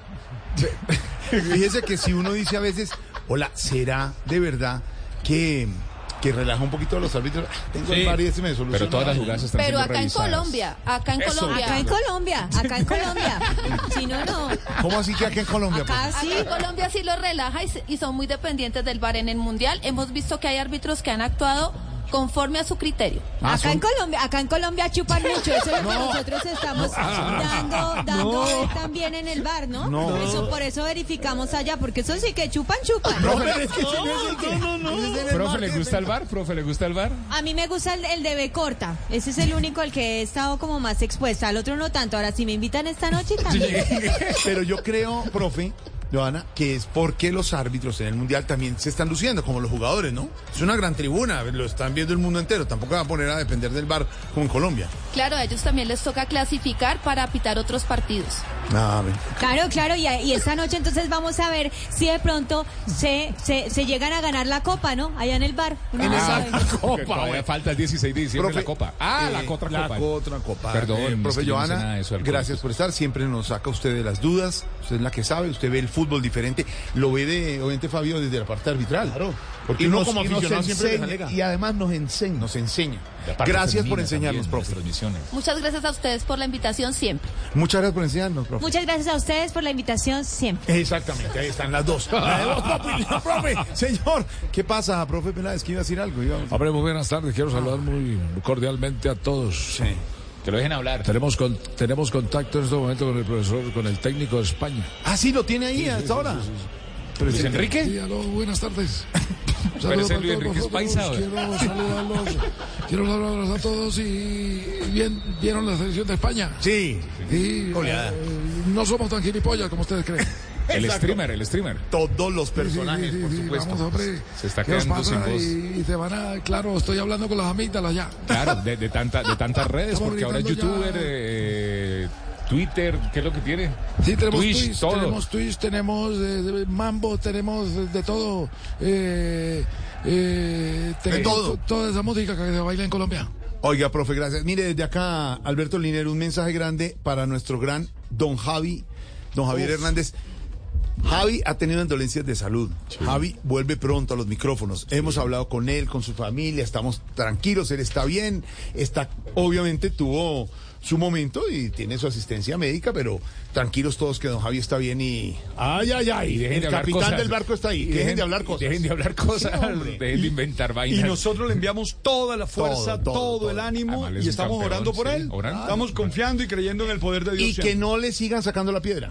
Fíjese que si uno dice a veces, hola, ¿será de verdad que, que relaja un poquito a los árbitros? Ah, tengo
Sí.
el V A R y ese me soluciona.
Pero todas las jugadas están
Pero
siendo
acá en
revisadas.
Colombia, acá en
Eso.
Colombia.
Acá en Colombia, acá en Colombia. Si no, no.
¿Cómo así que aquí en Colombia?
Acá sí.
Acá en Colombia sí lo relaja y, se- y son muy dependientes del V A R. En el Mundial hemos visto que hay árbitros que han actuado conforme a su criterio.
Ah,
Acá
son-
en Colombia, acá en Colombia chupan mucho, eso es lo que
No.
nosotros estamos dando, dando ver también en el bar, ¿no?
No.
Eso por eso verificamos allá, porque eso sí que chupan, chupan.
No, pero es que si no es el que- no, no, no.
¿Profe le gusta el bar? ¿Profe le gusta el bar?
A mí me gusta el, el de B corta, ese es el único al que he estado como más expuesta, al otro no tanto. Ahora si me invitan esta noche también.
Pero yo creo, profe, Joana, que es porque los árbitros en el Mundial también se están luciendo, como los jugadores, ¿no? Es una gran tribuna, lo están viendo el mundo entero. Tampoco va a poner a depender del V A R como en Colombia.
Claro, a ellos también les toca clasificar para pitar otros partidos.
Ah, ven.
Claro, claro, y, y esta noche entonces vamos a ver si de pronto se, se, se llegan a ganar la copa, ¿no? Allá en el bar. Uno no
Ah,
sabe.
la copa. Todavía falta el dieciséis de diciembre
Profe,
la copa. Ah,
eh,
la otra
la
copa.
otra copa.
Perdón,
Eh,
es
profe
que yo no sé
Joana,
nada de eso del
gracias
colegio.
por estar. Siempre nos saca usted de las dudas. Usted es la que sabe. Usted ve el fútbol diferente. Lo ve de, obviamente, Fabio, desde la parte arbitral. Claro. Porque
Y
uno
nos-
como
y nos
aficionado siempre
enseña,
les alega.
y además nos enseña.
Nos enseña.
La parte
Gracias por
femenina
enseñarnos,
también, las
profe.
transmisiones.
Muchas gracias a ustedes por la invitación siempre.
Muchas gracias por enseñarnos, profe.
Muchas gracias a ustedes por la invitación siempre.
Exactamente, ahí están las dos. La de Voz Populi, la profe, señor. ¿Qué pasa, profe Peláez? Que iba a decir algo. Iba a-
Hombre, muy buenas tardes. Quiero saludar muy cordialmente a todos.
Que lo dejen hablar.
Tenemos, con, tenemos contacto en este momento con el profesor, con el técnico de España.
Ah, sí, lo tiene ahí hasta ahora.
¿Luis Enrique?
Sí, aló, buenas tardes. Un
¿Pero
saludo
ese
para
Luis
todos
Enrique es
vosotros.
paisa, o?
Quiero saludarlos. Quiero saludarlos a todos y bien, vieron la selección de España.
Sí.
Y,
Goleada.
eh, no somos tan gilipollas como ustedes creen.
El
Exacto.
streamer, el streamer.
Todos los
Sí,
personajes,
sí, sí,
por
sí,
supuesto.
vamos, hombre.
Se está
¿Qué os
quedando sin
pasa?
voz.
Y, y te van a, claro, estoy hablando con las amígdalas ya.
Claro, de, de, tanta, de tantas redes,
Estamos
porque ahora es
gritando
youtuber,
ya.
eh, Twitter, ¿qué es lo que tiene?
Sí, tenemos
Twitch,
Twitch,
todo.
tenemos Twitch, tenemos eh, Mambo, tenemos de, de todo. Eh, eh, tenemos
todo.
to- toda esa música que se baila en Colombia.
Oiga, profe, gracias. Mire, desde acá, Alberto Linero, un mensaje grande para nuestro gran don Javi, don Javier Hernández. Javi ha tenido dolencias de salud. Javi vuelve pronto a los micrófonos. Hemos hablado con él, con su familia, estamos tranquilos, él está bien. Está, obviamente tuvo su momento y tiene su asistencia médica, pero tranquilos todos que don Javi está bien y... ¡Ay, ay, ay!
Y dejen
El
de hablar
capitán
cosas.
del barco está ahí.
Y
Dejen, de hablar cosas.
Dejen de hablar cosas,
Sí, hombre.
dejen de inventar vainas.
Y nosotros le enviamos toda la fuerza,
Todo,
todo,
todo, todo.
el ánimo
Además, él es
y
un
estamos
campeón,
orando por
sí,
él.
orando.
Estamos confiando y creyendo en el poder de Dios.
Y que
siempre.
no le sigan sacando la piedra.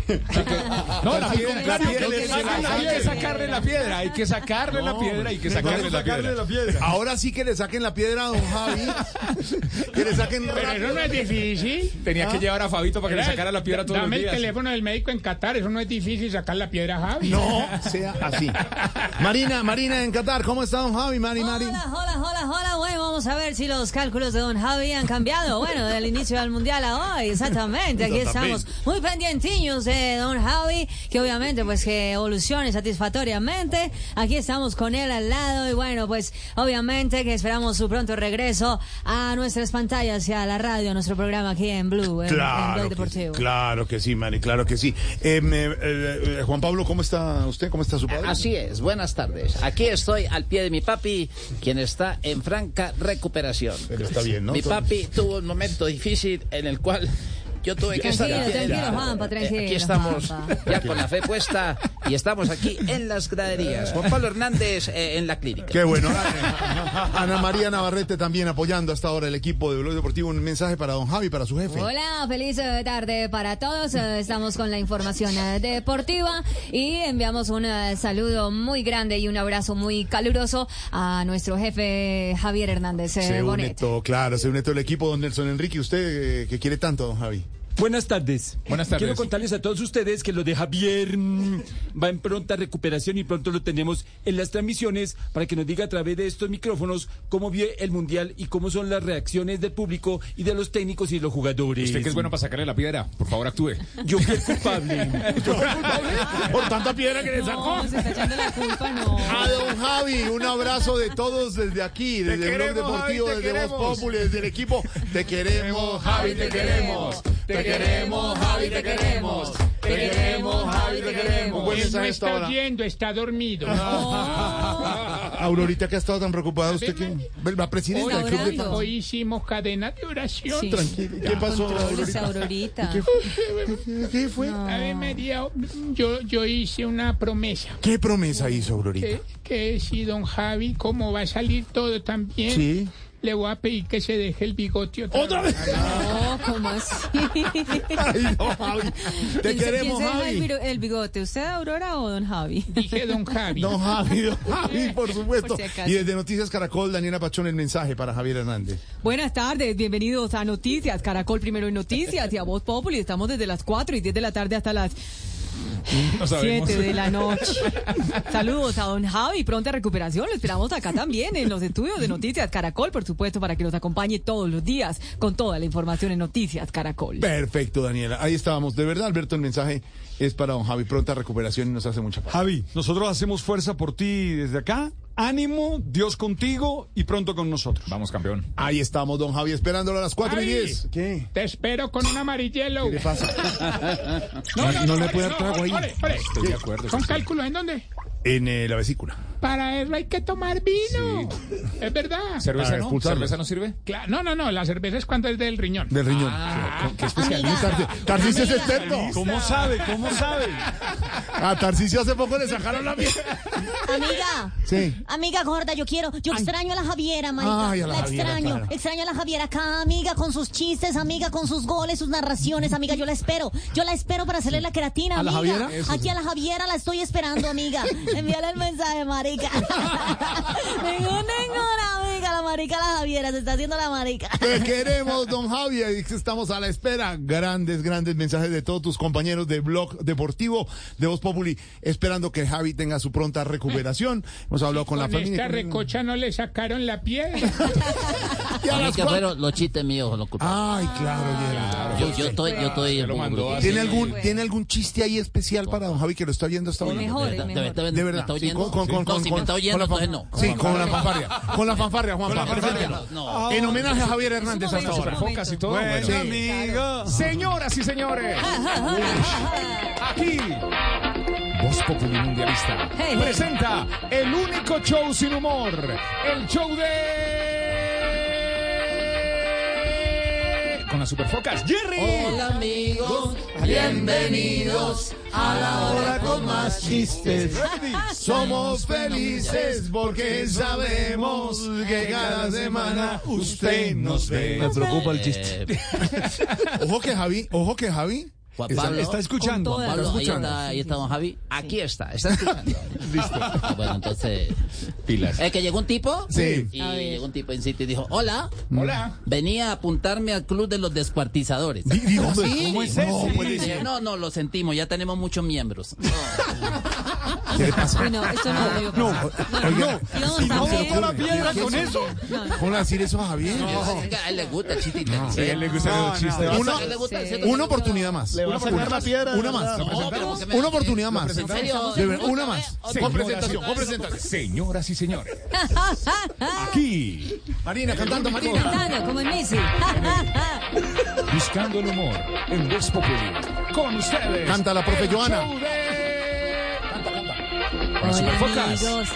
No, la piedra, la
contrario,
piedra,
que le
que
saquen la
hay que
piedra.
sacarle la piedra, hay que sacarle la piedra, hay que
Hay que
sacarle la
sacarle
piedra.
la piedra.
Ahora sí que le saquen la piedra a don Javi. Que le saquen
Pero
rápido.
eso no es difícil.
Tenía que llevar a Fabito para que le
Mira,
sacara la piedra todos los
Dame el
días.
teléfono del médico en Qatar, eso no es difícil sacar la piedra a Javi.
No sea así. Marina, Marina en Qatar, ¿cómo está don Javi? Mari, Mari.
Hola, hola, hola, hola. Bueno, vamos a ver si los cálculos de Don Javi han cambiado. Bueno, del inicio del Mundial a hoy, exactamente. Aquí estamos muy pendientiños de Don Javi, que obviamente pues que evolucione satisfactoriamente. Aquí estamos con él al lado y bueno, pues obviamente que esperamos su pronto regreso a nuestras pantallas y a la radio, a nuestro programa aquí en Blue, en, en Blog
Claro que, sí,
Deportivo.
claro que sí, Mari, claro que sí. Eh, me- eh, eh, Juan Pablo, ¿cómo está usted? ¿Cómo está su padre?
Así es, buenas tardes. Aquí estoy al pie de mi papi, quien está en franca recuperación.
Pero está bien, ¿no?
Mi
Todo-
papi tuvo un momento difícil en el cual yo tuve que
Tranquilo,
estar...
tranquilo,
Ya,
Juanpa,
eh,
tranquilo,
Aquí estamos
Juanpa.
ya con la fe puesta y estamos aquí en las graderías. Juan Pablo Hernández eh, en la clínica.
Qué bueno. Ana María Navarrete también apoyando hasta ahora el equipo de Blog Deportivo. Un mensaje para don Javi, para su jefe.
Hola, feliz eh, tarde para todos. Eh, Estamos con la información eh, deportiva y enviamos un eh, saludo muy grande y un abrazo muy caluroso a nuestro jefe Javier Hernández eh,
Se une
Bonet.
todo, claro, se une todo el equipo, don Nelson Enrique. ¿Usted eh, que quiere tanto, don Javi?
Buenas tardes.
Buenas tardes.
Quiero contarles a todos ustedes que lo de Javier mm, va en pronta recuperación y pronto lo tenemos en las transmisiones para que nos diga a través de estos micrófonos cómo vio el Mundial y cómo son las reacciones del público y de los técnicos y los jugadores.
Usted que es bueno para sacarle la piedra, por favor actúe.
Yo fui el culpable.
¿Yo fui el culpable? Por tanta piedra que le sacó.
No, se está echando la culpa, no.
A don Javi, un abrazo de todos desde aquí, desde el Blog Deportivo,
Javi,
desde Voz Populi, desde el equipo. Te queremos,
Javi, te queremos. Te queremos, Javi, te queremos. Te queremos, Javi, te queremos.
Un buen
Él no
mensaje
está
esta hora.
oyendo, está dormido.
Aurorita, que ha estado tan preocupada, ¿usted qué? La presidenta del Club de Fans.
Hoy hicimos cadena de oración.
Sí. Tranquilo. ¿Qué pasó,
Contrólese,
Aurorita?
Aurorita.
¿Qué fue? ¿Qué fue?
A ver, María, yo, yo hice una promesa.
¿Qué promesa hizo Aurorita?
Que, que si don Javi, como va a salir todo tan bien,
Sí.
le voy a pedir que se deje el bigote otra,
¿Otra
vez.
vez?
No, ¿cómo así?
Ay, no, Javi. Te
¿Quién se-
queremos,
¿Quién se deja
Javi.
el, biro- el bigote? ¿Usted, Aurora, o don Javi?
Dije don Javi.
Don Javi, don Javi, por supuesto.
Por si acaso.
Y desde Noticias Caracol, Daniela Pachón, el mensaje para Javier Hernández.
Buenas tardes, bienvenidos a Noticias, Caracol primero en Noticias y a Voz Populi. Estamos desde las cuatro y diez de la tarde hasta las
No sabemos.
siete de la noche. Saludos a don Javi, pronta recuperación. Lo esperamos acá también en los estudios de Noticias Caracol, por supuesto, para que nos acompañe todos los días con toda la información en Noticias Caracol.
Perfecto, Daniela. Ahí estábamos. De verdad, Alberto, el mensaje es para don Javi. Pronta recuperación y nos hace mucha falta.
Javi, nosotros hacemos fuerza por ti desde acá. Ánimo, Dios contigo y pronto con nosotros.
Vamos, campeón.
Ahí estamos, don Javi, esperándolo a las cuatro y
Javi,
diez. ¿Qué?
Te espero con un amarillelo.
¿Qué le pasa?
No, no,
No le
ole,
puede dar trago ahí.
ole, ole.
Estoy de acuerdo.
¿Con cálculo en dónde?
En eh, la vesícula.
Para eso hay que tomar vino. Es verdad.
¿Cerveza
Para
no?
expulsarlo.
¿Cerveza no sirve?
Cla- no, no, no. La cerveza es cuando es del riñón.
Del riñón.
Ah,
¿Qué especialista? Tarcisio es experto.
¿Cómo sabe? ¿Cómo sabe?
A Tarcisio hace poco le sacaron la piel.
Amiga.
Sí.
Amiga gorda, yo quiero, yo extraño a la Javiera, marica.
Ay, a la Javiera,
extraño,
claro.
extraño a la Javiera acá, amiga, con sus chistes, amiga, con sus goles, sus narraciones, amiga, yo la espero. Yo la espero para hacerle la queratina,
¿A la
amiga.
Javiera? Eso
Aquí
sí.
a la Javiera la estoy esperando, amiga. Envíale el mensaje, marica. Ningún, ninguna, amiga, la marica, la Javiera, se está haciendo la marica.
Te queremos, don Javi. Estamos a la espera. Grandes, grandes mensajes de todos tus compañeros de Blog Deportivo, de Voz Populi, esperando que Javi tenga su pronta recuperación. Hemos hablado con la
Con
familia.
esta recocha no le sacaron la piedra.
Y a
A mí
las
que
cuatro-
fueron los chistes míos los culpables.
Ay, claro, Jerry.
Yo, yo estoy, yo estoy en un grupo.
¿Tiene algún, ¿Tiene algún chiste ahí especial para don Javi que lo está viendo hasta ahora?
mejor, el mejor. ¿De verdad,
De
me
verdad.
está
Sí,
oyendo?
con, con,
No,
con,
si
con-
me está oyendo,
con la
entonces no.
Sí, con la fanfarria. Con la fanfarria, Juan.
Con la fanfarria.
No.
En homenaje a Javier Hernández hasta ahora.
Superfocas y todo.
Bueno,
Sí.
amigo.
Señoras y señores, aquí Voz Populi Mundialista
Hey, hey.
presenta el único show sin humor, el show de... Con las Superfocas, Jerry.
Hola amigos,
Bienvenidos a la hora con más chistes. Somos felices porque sabemos que cada semana usted nos ve.
Me preocupa el chiste.
Ojo que Javi, ojo que Javi.
Juan
Está-
Pablo.
está escuchando.
Juan
Está
Pablo, ahí
escuchando.
está, ahí está don Javi. Aquí está, está escuchando. Listo. Bueno, entonces.
Pilas.
Es que llegó un tipo.
Sí.
Y llegó un tipo en sitio y dijo: Hola.
Hola.
Venía a apuntarme al club de los descuartizadores.
Di- digo,
¿Sí?
¿cómo es
No,
eso?
puede ser. No, no, lo sentimos, ya tenemos muchos miembros.
¿Qué le pasa?
Uy, no, esto no debió
No,
pasar.
oiga,
Íbamos
¿y
tan
cómo
bien.
botó la piedra ¿Qué con es eso?
No, no.
¿Cómo le va a decir eso a Javier?
Es que a él le gusta el chiste inteligente.
A él le gusta
No,
el chiste.
no. Una-
A él le gusta el chiste
Una
inteligente.
oportunidad más.
Le va a sacar la piedra.
Una más.
No, pero porque me-
Una oportunidad más.
¿En serio?
De verdad, una más.
Sí.
Con presentación, con presentación.
Señoras y señores, aquí
Marina, cantando, Marina.
Cantando, como en Missy.
buscando el humor en Voz Populi. Con ustedes.
Canta la profe
el
Joana.
show de- Canta, canta. Con las
Hola,
Superfocas,
amigos.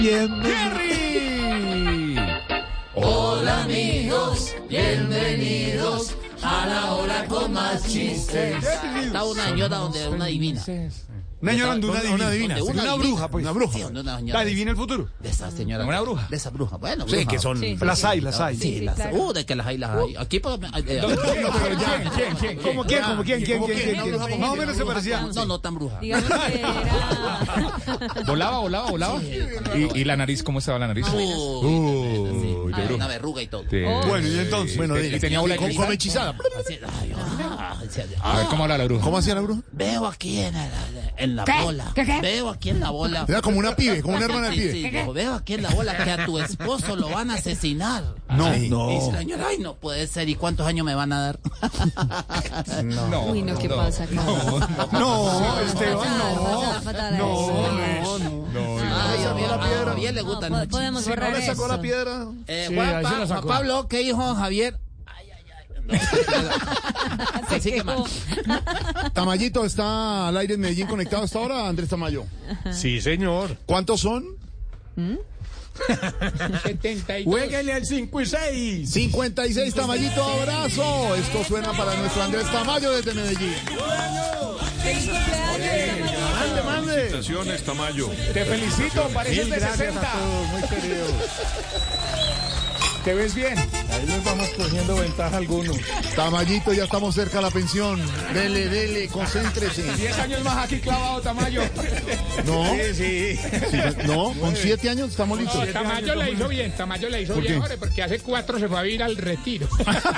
Jerry.
Hola amigos, bienvenidos a la hora con más chistes.
Estaba una señora donde una divina.
Una señora de una
Una- una
divina.
divina,
Donde
Una
divina.
bruja, pues.
Una bruja.
Sí, donde una
¿La
señora.
adivina el futuro?
De esa señora.
¿Una bruja?
De esa bruja. Bueno,
Sí,
bruja.
que son.
Sí.
Las hay, las hay.
Sí,
Sí,
las
claro.
Uh, de que las hay, las hay. Aquí pues, eh, eh,
¿Quién, quién, quién?
¿Cómo quién? ¿Cómo quién? ¿Quién?
¿Cómo
¿Quién?
quién?
¿Quién?
Una bruja
¿Quién?
como
Más o menos se
bruja,
parecía.
No, no tan bruja.
Digamos que era...
¿Volaba, volaba, volaba? ¿Y, y la nariz? ¿Cómo estaba la nariz?
Uh,
de
Ah,
bruja.
una verruga y todo.
Sí.
Bueno, y entonces,
Sí.
bueno,
y,
diga,
tenía bola de
¿cómo-
cristal.
cómo hechizada?
Así, ay, ah, así,
A ver, ¿cómo habla la bruja?
¿Cómo hacía la bruja?
Veo aquí en la, en la
¿Qué?
bola.
¿Qué, qué?
Veo aquí en la bola.
Era como una pibe, como una hermana de
Sí,
pibe.
sí, dijo, veo aquí en la bola que a tu esposo lo van a asesinar.
No,
Ay,
no.
Y la señora, ay, no puede ser. ¿Y cuántos años me van a dar?
No.
Uy, no, ¿qué pasa acá?
No, Esteban, no.
Fatal,
No,
eso.
no, no.
Ay, a Javier,
la piedra.
a Javier le gustan
No,
mucho.
podemos
Si
borrar
no le sacó
eso.
la piedra.
Eh,
Sí,
Juan,
ahí
Pa-
se la sacó.
Juan Pablo, ¿qué dijo Javier?
Se
Sigue
quejó.
Tamayito está al aire en Medellín conectado hasta ahora, Andrés Tamayo.
Sí, señor.
¿Cuántos son?
setenta y dos.
Jueguele al cinco y seis.
cincuenta y seis, Tamayito, abrazo. Esto suena para nuestro Andrés Tamayo desde Medellín.
¡Feliz cumpleaños!
Mande, mande.
Felicitaciones, Tamayo.
Te felicito, pareces
Mil
de
gracias
sesenta.
a todos, muy queridos.
Te ves bien.
Ahí nos vamos cogiendo ventaja algunos.
Tamayito, ya estamos cerca de la pensión. Dele, dele, concéntrese.
Diez años más aquí clavado, Tamayo.
No,
Sí, sí.
sí, no, con siete años estamos listos.
No, Tamayo la hizo bien, Tamayo la hizo
¿Por
bien,
qué?
Jorge, porque hace cuatro se fue a ir al retiro.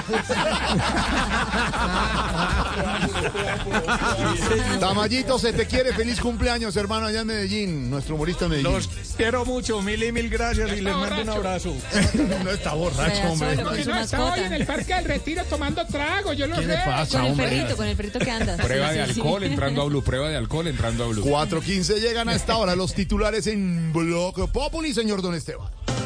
Tamayito, se te quiere. Feliz cumpleaños, hermano, allá en Medellín. Nuestro humorista de Medellín.
Los quiero mucho, mil y mil gracias y les mando un abrazo.
No está borracho,
Vea
hombre.
solo. Con su
No, estaba hoy
mascota.
en el Parque del Retiro tomando trago, yo lo
¿Qué
sé.
le pasa,
Con el
hombre?
perrito, con el perrito que anda.
Prueba
Sí,
de
sí, sí.
alcohol entrando a Blue. Prueba de alcohol entrando a Blue.
cuatro quince llegan a esta hora los titulares en Bloque Populi, señor Don Esteban.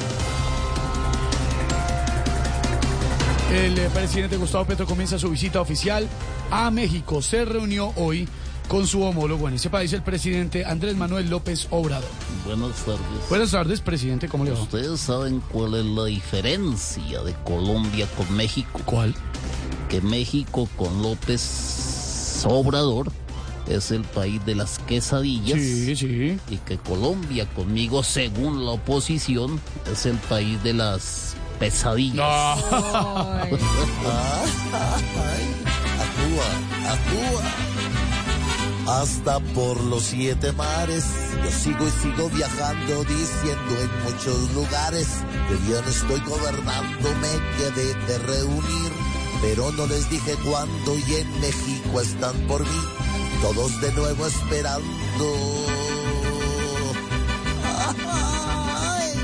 El eh, presidente Gustavo Petro comienza su visita oficial a México. Se reunió hoy con su homólogo en ese país, el presidente Andrés Manuel López Obrador.
Buenas tardes.
Buenas tardes, presidente, ¿cómo le va?
¿Ustedes saben cuál es la diferencia de Colombia con México?
¿Cuál?
Que México con López Obrador es el país de las quesadillas.
Sí, sí.
Y que Colombia conmigo, según la oposición, es el país de las pesadillas.
Ay,
Actúa, actúa. Hasta por los siete mares, yo sigo y sigo viajando, diciendo en muchos lugares que bien estoy gobernando, me quedé de reunir, pero no les dije cuándo y en México están por mí, todos de nuevo esperando. Ay.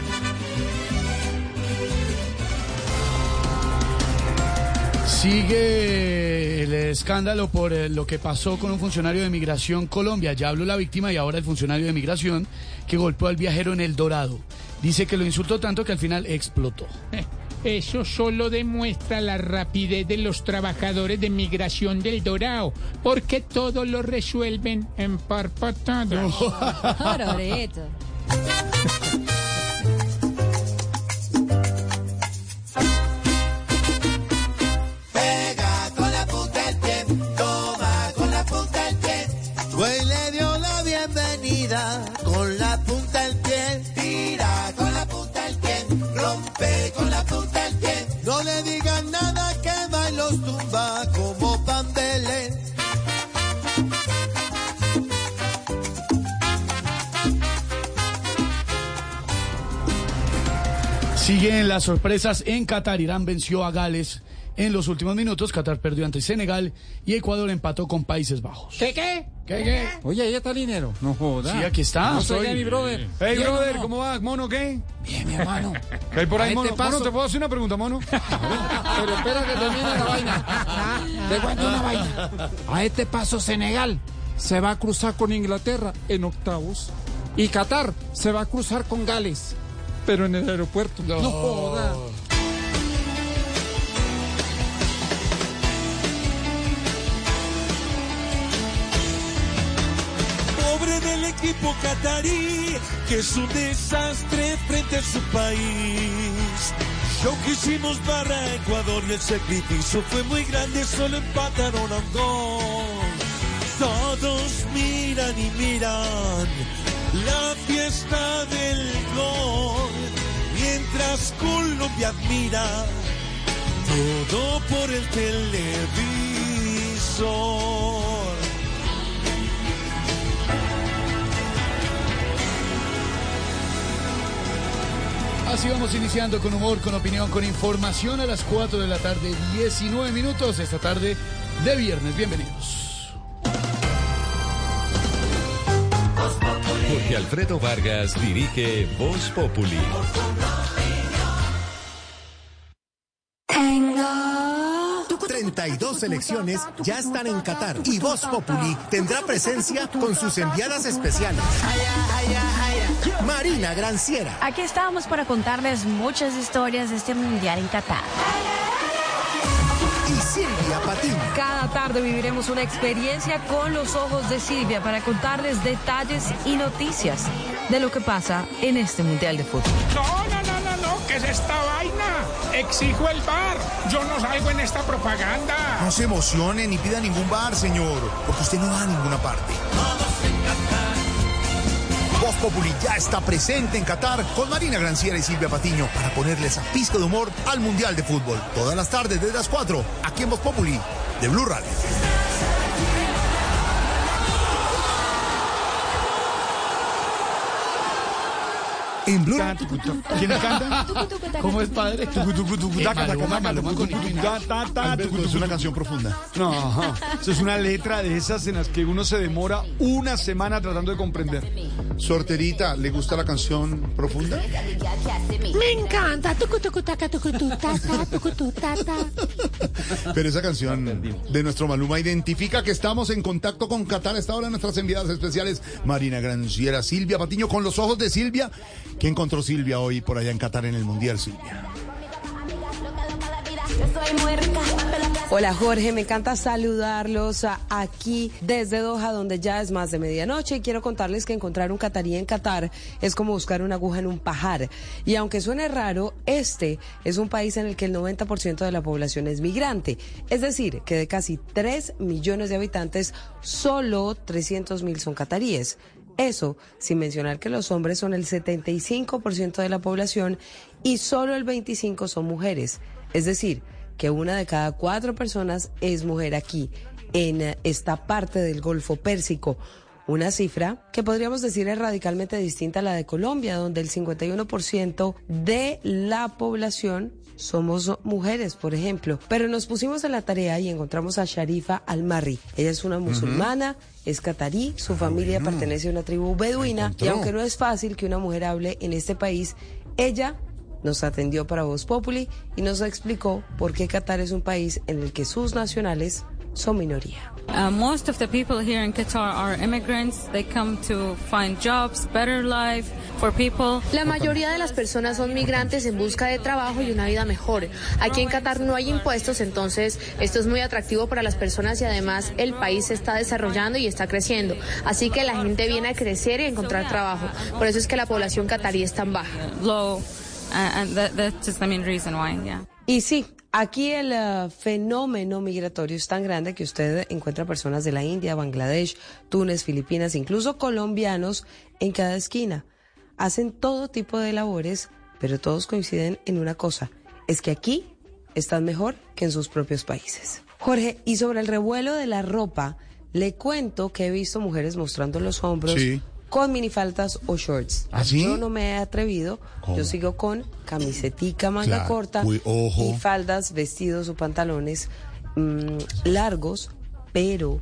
Sigue el escándalo por eh, lo que pasó con un funcionario de Migración Colombia. Ya habló la víctima y ahora el funcionario de Migración que golpeó al viajero en El Dorado. Dice que lo insultó tanto que al final explotó.
Eso solo demuestra la rapidez de los trabajadores de migración del Dorado, porque todo lo resuelven en parpatadas.
Jororito.
Pega con la punta del pie, toma con la punta del pie. Güey le dio la bienvenida con la punta del pie. Tira con la punta del pie, rompe con la punta del pie. No le digan nada que va y los tumba como pan de Belén.
Siguen las sorpresas en Qatar. Irán venció a Gales en los últimos minutos. Qatar perdió ante Senegal y Ecuador empató con Países Bajos.
¿Qué qué?
¿Qué, qué?
Oye, ahí está el dinero. No joda.
Sí, aquí está.
No
Soy-
soy mi brother.
Hey,
Bien,
brother,
¿no?
¿cómo
va, mono, qué?
Bien, mi hermano.
¿Qué hay por ahí,
A
mono?
este paso-
Mono, ¿te puedo hacer una pregunta, mono?
Pero espera que termine la vaina. Te cuento una vaina. A este paso Senegal se va a cruzar con Inglaterra en octavos. Y Qatar se va a cruzar con Gales. Pero en el aeropuerto. No, joda.
Pobre del equipo catarí, que es un desastre frente a su país. Lo que hicimos para Ecuador y el sacrificio fue muy grande, solo empataron a un gol. Todos miran y miran la fiesta del gol, mientras Colombia admira todo por el televisor.
Así vamos iniciando con humor, con opinión, con información a las cuatro de la tarde, diecinueve minutos esta tarde de viernes. Bienvenidos.
Jorge Alfredo Vargas dirige Voz Populi.
treinta y dos selecciones ya están en Qatar y Voz Populi tendrá presencia con sus enviadas especiales. Marina Granciera.
Aquí estamos para contarles muchas historias de este mundial en Qatar.
Y Silvia Patiño.
Cada tarde viviremos una experiencia con los ojos de Silvia para contarles detalles y noticias de lo que pasa en este mundial de fútbol.
No, no, no, no, no, ¿qué es esta vaina? Exijo el V A R. Yo no salgo en esta propaganda.
No se emocione ni pida ningún V A R, señor, porque usted no va a ninguna parte. Voz Populi ya está presente en Qatar con Marina Granciera y Silvia Patiño para ponerle esa pizca de humor al Mundial de Fútbol. Todas las tardes desde las cuatro, aquí en Voz Populi de Blue Radio.
En Blue. ¿Quién canta? ¿Cómo es, padre?
Es una canción profunda.
No, ajá. Eso es una letra de esas en las que uno se demora una semana tratando de comprender.
Sorterita, ¿le gusta la canción profunda?
Me encanta.
Pero esa canción de nuestro Maluma identifica que estamos en contacto con Qatar. Esta hora nuestras enviadas especiales, Marina Granciera, Silvia Patiño, con los ojos de Silvia. ¿Qué encontró Silvia hoy por allá en Qatar en el Mundial, Silvia?
Hola Jorge, me encanta saludarlos aquí desde Doha, donde ya es más de medianoche, y quiero contarles que encontrar un catarí en Qatar es como buscar una aguja en un pajar. Y aunque suene raro, este es un país en el que el noventa por ciento de la población es migrante. Es decir, que de casi tres millones de habitantes, solo trescientos mil son cataríes. Eso sin mencionar que los hombres son el setenta y cinco por ciento de la población y solo el veinticinco por ciento son mujeres. Es decir, que una de cada cuatro personas es mujer aquí, en esta parte del Golfo Pérsico. Una cifra que podríamos decir es radicalmente distinta a la de Colombia, donde el cincuenta y uno por ciento de la población somos mujeres, por ejemplo. Pero nos pusimos en la tarea y encontramos a Sharifa Al-Marri. Ella es una musulmana, uh-huh. es catarí, su ah, familia bueno. pertenece a una tribu beduina, y aunque no es fácil que una mujer hable en este país, ella nos atendió para Voz Populi y nos explicó por qué Qatar es un país en el que sus nacionales son minoría.
Uh, most of the people here in Qatar are immigrants. They come to find jobs, better life for people.
La mayoría de las personas son migrantes en busca de trabajo y una vida mejor. Aquí en Qatar no hay impuestos, entonces esto es muy atractivo para las personas y además el país se está desarrollando y está creciendo. Así que la gente viene a crecer y a encontrar trabajo. Por eso es que la población qatarí es tan baja.
Low, and that, that's just the main reason why, yeah.
Y sí, aquí el uh, fenómeno migratorio es tan grande que usted encuentra personas de la India, Bangladesh, Túnez, Filipinas, incluso colombianos en cada esquina. Hacen todo tipo de labores, pero todos coinciden en una cosa, es que aquí están mejor que en sus propios países. Jorge, y sobre el revuelo de la ropa, le cuento que he visto mujeres mostrando los hombros sí. con minifaldas o shorts.
¿Ah, sí?
Yo no me he atrevido, ¿Cómo? Yo sigo con camisetica, manga
claro.
corta
Uy, ojo.
y faldas, vestidos o pantalones mmm, largos, pero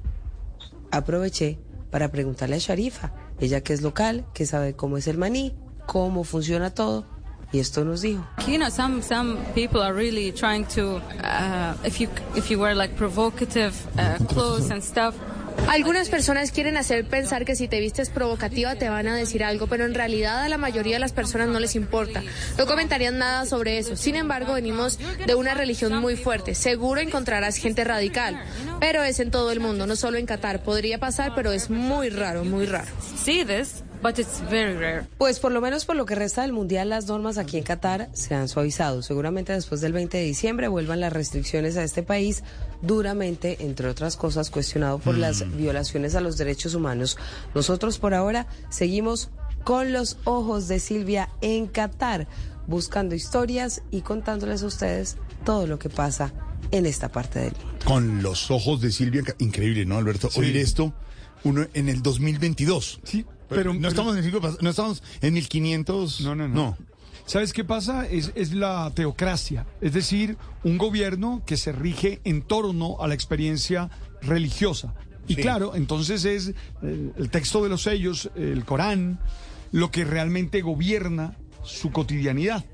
aproveché para preguntarle a Sharifa, ella que es local, que sabe cómo es el maní, cómo funciona todo, y esto nos dijo.
You know, some some people are really trying to, uh, if you if you wear like provocative uh, clothes and stuff.
Algunas personas quieren hacer pensar que si te vistes provocativa te van a decir algo, pero en realidad a la mayoría de las personas no les importa. No comentarían nada sobre eso. Sin embargo, venimos de una religión muy fuerte. Seguro encontrarás gente radical, pero es en todo el mundo, no solo en Qatar. Podría pasar, pero es muy raro, muy raro.
See this? But it's very rare.
Pues por lo menos por lo que resta del Mundial, las normas aquí en Qatar se han suavizado. Seguramente después del veinte de diciembre vuelvan las restricciones a este país, duramente, entre otras cosas, cuestionado por mm. las violaciones a los derechos humanos. Nosotros por ahora seguimos con los ojos de Silvia en Qatar, buscando historias y contándoles a ustedes todo lo que pasa en esta parte del mundo.
Con los ojos de Silvia, increíble, ¿no, Alberto? Sí. Oír esto uno en el dos mil veintidós.
Sí.
Pero, pero no, pero, estamos en el siglo, no estamos en mil quinientos.
No, no, no.
no.
¿Sabes qué pasa? Es, es la teocracia, es decir, un gobierno que se rige en torno a la experiencia religiosa. Y
Sí.
claro, entonces es eh, el texto de los sellos, el Corán, lo que realmente gobierna su cotidianidad.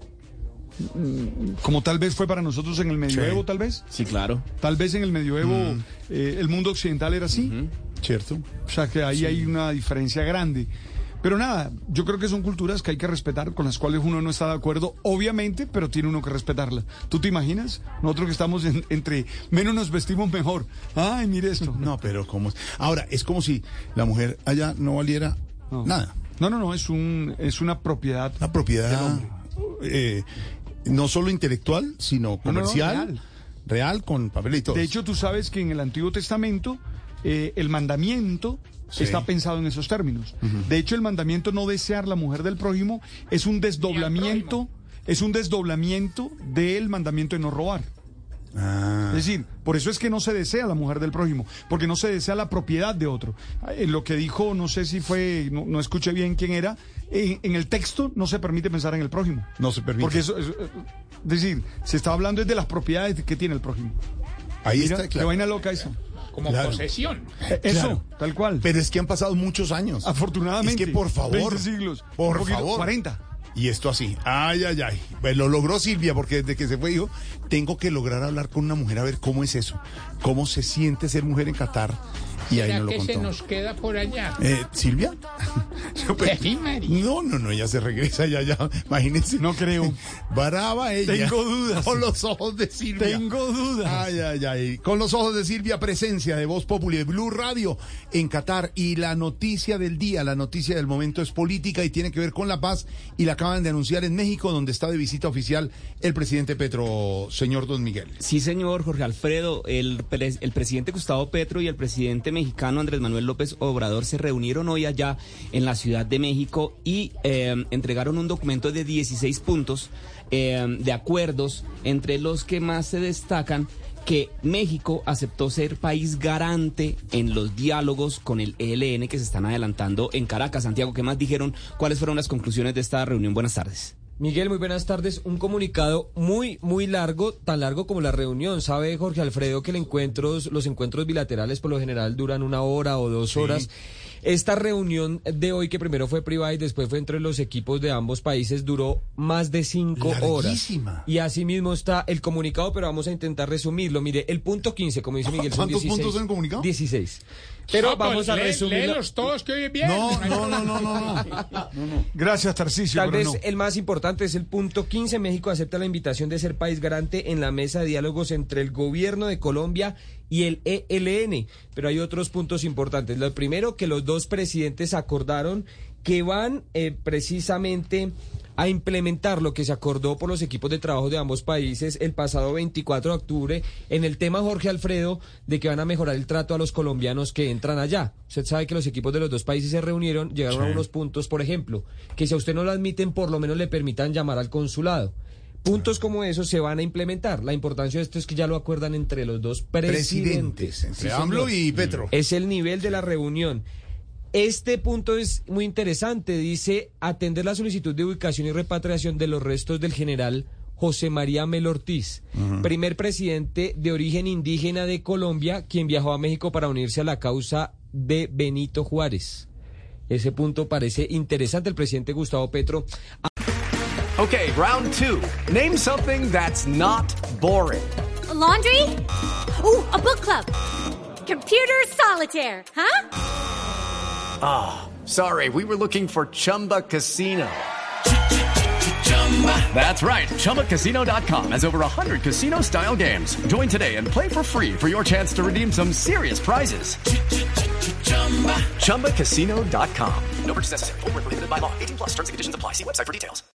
Mm, Como tal vez fue para nosotros en el medioevo,
Sí.
tal vez.
Sí, claro.
Tal vez en el medioevo
Mm.
eh, el mundo occidental era así.
Cierto.
O sea que ahí
Sí.
hay una diferencia grande. Pero nada, yo creo que son culturas que hay que respetar, con las cuales uno no está de acuerdo, obviamente, pero tiene uno que respetarlas. ¿Tú te imaginas? Nosotros que estamos en- entre menos nos vestimos mejor. Ay, mire esto.
No, pero ¿cómo? Ahora, es como si la mujer allá no valiera
No.
nada.
No, no, no, es un es una propiedad.
Una propiedad eh, no solo intelectual, sino
No, no, no,
comercial,
real.
real, con papel y todo.
De hecho, tú sabes que en el Antiguo Testamento eh, el mandamiento
Sí.
está pensado en esos términos.
Ujú.
De hecho, el mandamiento no desear la mujer del prójimo es un desdoblamiento, es un desdoblamiento del mandamiento de no robar.
Ah.
Es decir, por eso es que no se desea la mujer del prójimo, porque no se desea la propiedad de otro. Eh, lo que dijo, no sé si fue, no, no escuché bien quién era, en, en el texto no se permite pensar en el prójimo.
No se permite.
Porque eso, eso, eh, es decir, se está hablando es de las propiedades que tiene el prójimo.
Ahí
Mira,
está,
qué
claro.
vaina loca eso.
Como
Claro.
posesión.
Eh, Eso,
Claro.
tal cual.
Pero es que han pasado muchos años.
Afortunadamente.
Es que por favor.
veinte siglos.
Por
Un poquito,
favor.
cuarenta.
Y esto así. Ay, ay, ay. Pues lo logró Silvia, porque desde que se fue dijo, tengo que lograr hablar con una mujer a ver cómo es eso. Cómo se siente ser mujer en Qatar. Y ahí
¿Será
nos lo
que
contó.
se nos queda por allá?
Eh, ¿Silvia? Yo, pues,
Sí, María.
no, no, no, ella se regresa, ya, ya. Imagínense.
No creo.
Brava ella.
Tengo dudas.
Con los ojos de Silvia.
Tengo dudas.
Ay, ay, ay. Con los ojos de Silvia, presencia de Voz Populi de Blue Radio en Qatar. Y la noticia del día, la noticia del momento es política y tiene que ver con la paz. Y la acaban de anunciar en México, donde está de visita oficial el presidente Petro, señor Don Miguel.
Sí, señor Jorge Alfredo, el, pre- el presidente Gustavo Petro y el presidente mexicano Andrés Manuel López Obrador se reunieron hoy allá en la Ciudad de México y eh, entregaron un documento de dieciséis puntos eh, de acuerdos, entre los que más se destacan que México aceptó ser país garante en los diálogos con el E L N que se están adelantando en Caracas. Santiago, ¿qué más dijeron? ¿Cuáles fueron las conclusiones de esta reunión? Buenas tardes.
Miguel, muy buenas tardes. Un comunicado muy, muy largo, tan largo como la reunión. Sabe Jorge Alfredo que el encuentros, los encuentros bilaterales por lo general duran una hora o dos horas. Esta reunión de hoy, que primero fue privada y después fue entre los equipos de ambos países, duró más de cinco
Larguísima.
horas. Y así mismo está el comunicado, pero vamos a intentar resumirlo. Mire, el punto quince, como dice Miguel, son
¿Cuántos
dieciséis.
puntos en el comunicado?
dieciséis. Pero
No, pues,
vamos a
lee-
resumirlo.
léelos todos, que hoy es viernes.
No,
hay
no,
problema.
no, no, no, no.
Gracias, Tarcisio.
Tal
pero
vez
no.
el más importante es el punto quince. México acepta la invitación de ser país garante en la mesa de diálogos entre el gobierno de Colombia y el E L N. Pero hay otros puntos importantes. Lo primero, que los dos presidentes acordaron que van eh, precisamente a implementar lo que se acordó por los equipos de trabajo de ambos países el pasado veinticuatro de octubre en el tema, Jorge Alfredo, de que van a mejorar el trato a los colombianos que entran allá. Usted sabe que los equipos de los dos países se reunieron, llegaron
Sí.
a unos puntos, por ejemplo, que si a usted no lo admiten, por lo menos le permitan llamar al consulado. Puntos como esos se van a implementar. La importancia de esto es que ya lo acuerdan entre los dos presidentes.
Presidentes, entre
Sí,
AMLO
señor.
y Petro.
Es el nivel de la reunión. Este punto es muy interesante. Dice atender la solicitud de ubicación y repatriación de los restos del general José María Melo Ortiz,
Ujú.
primer presidente de origen indígena de Colombia, quien viajó a México para unirse a la causa de Benito Juárez. Ese punto parece interesante. El presidente Gustavo Petro.
Okay, round two. Name something that's not boring.
A laundry? Ooh, a book club. Computer solitaire, huh?
Ah, sorry, we were looking for Chumba Casino. That's right, Chumba Casino dot com has over one hundred casino-style games. Join today and play for free for your chance to redeem some serious prizes. Chumba Casino dot com. No purchase necessary. Void where prohibited by law. eighteen plus terms and conditions apply. See website for details.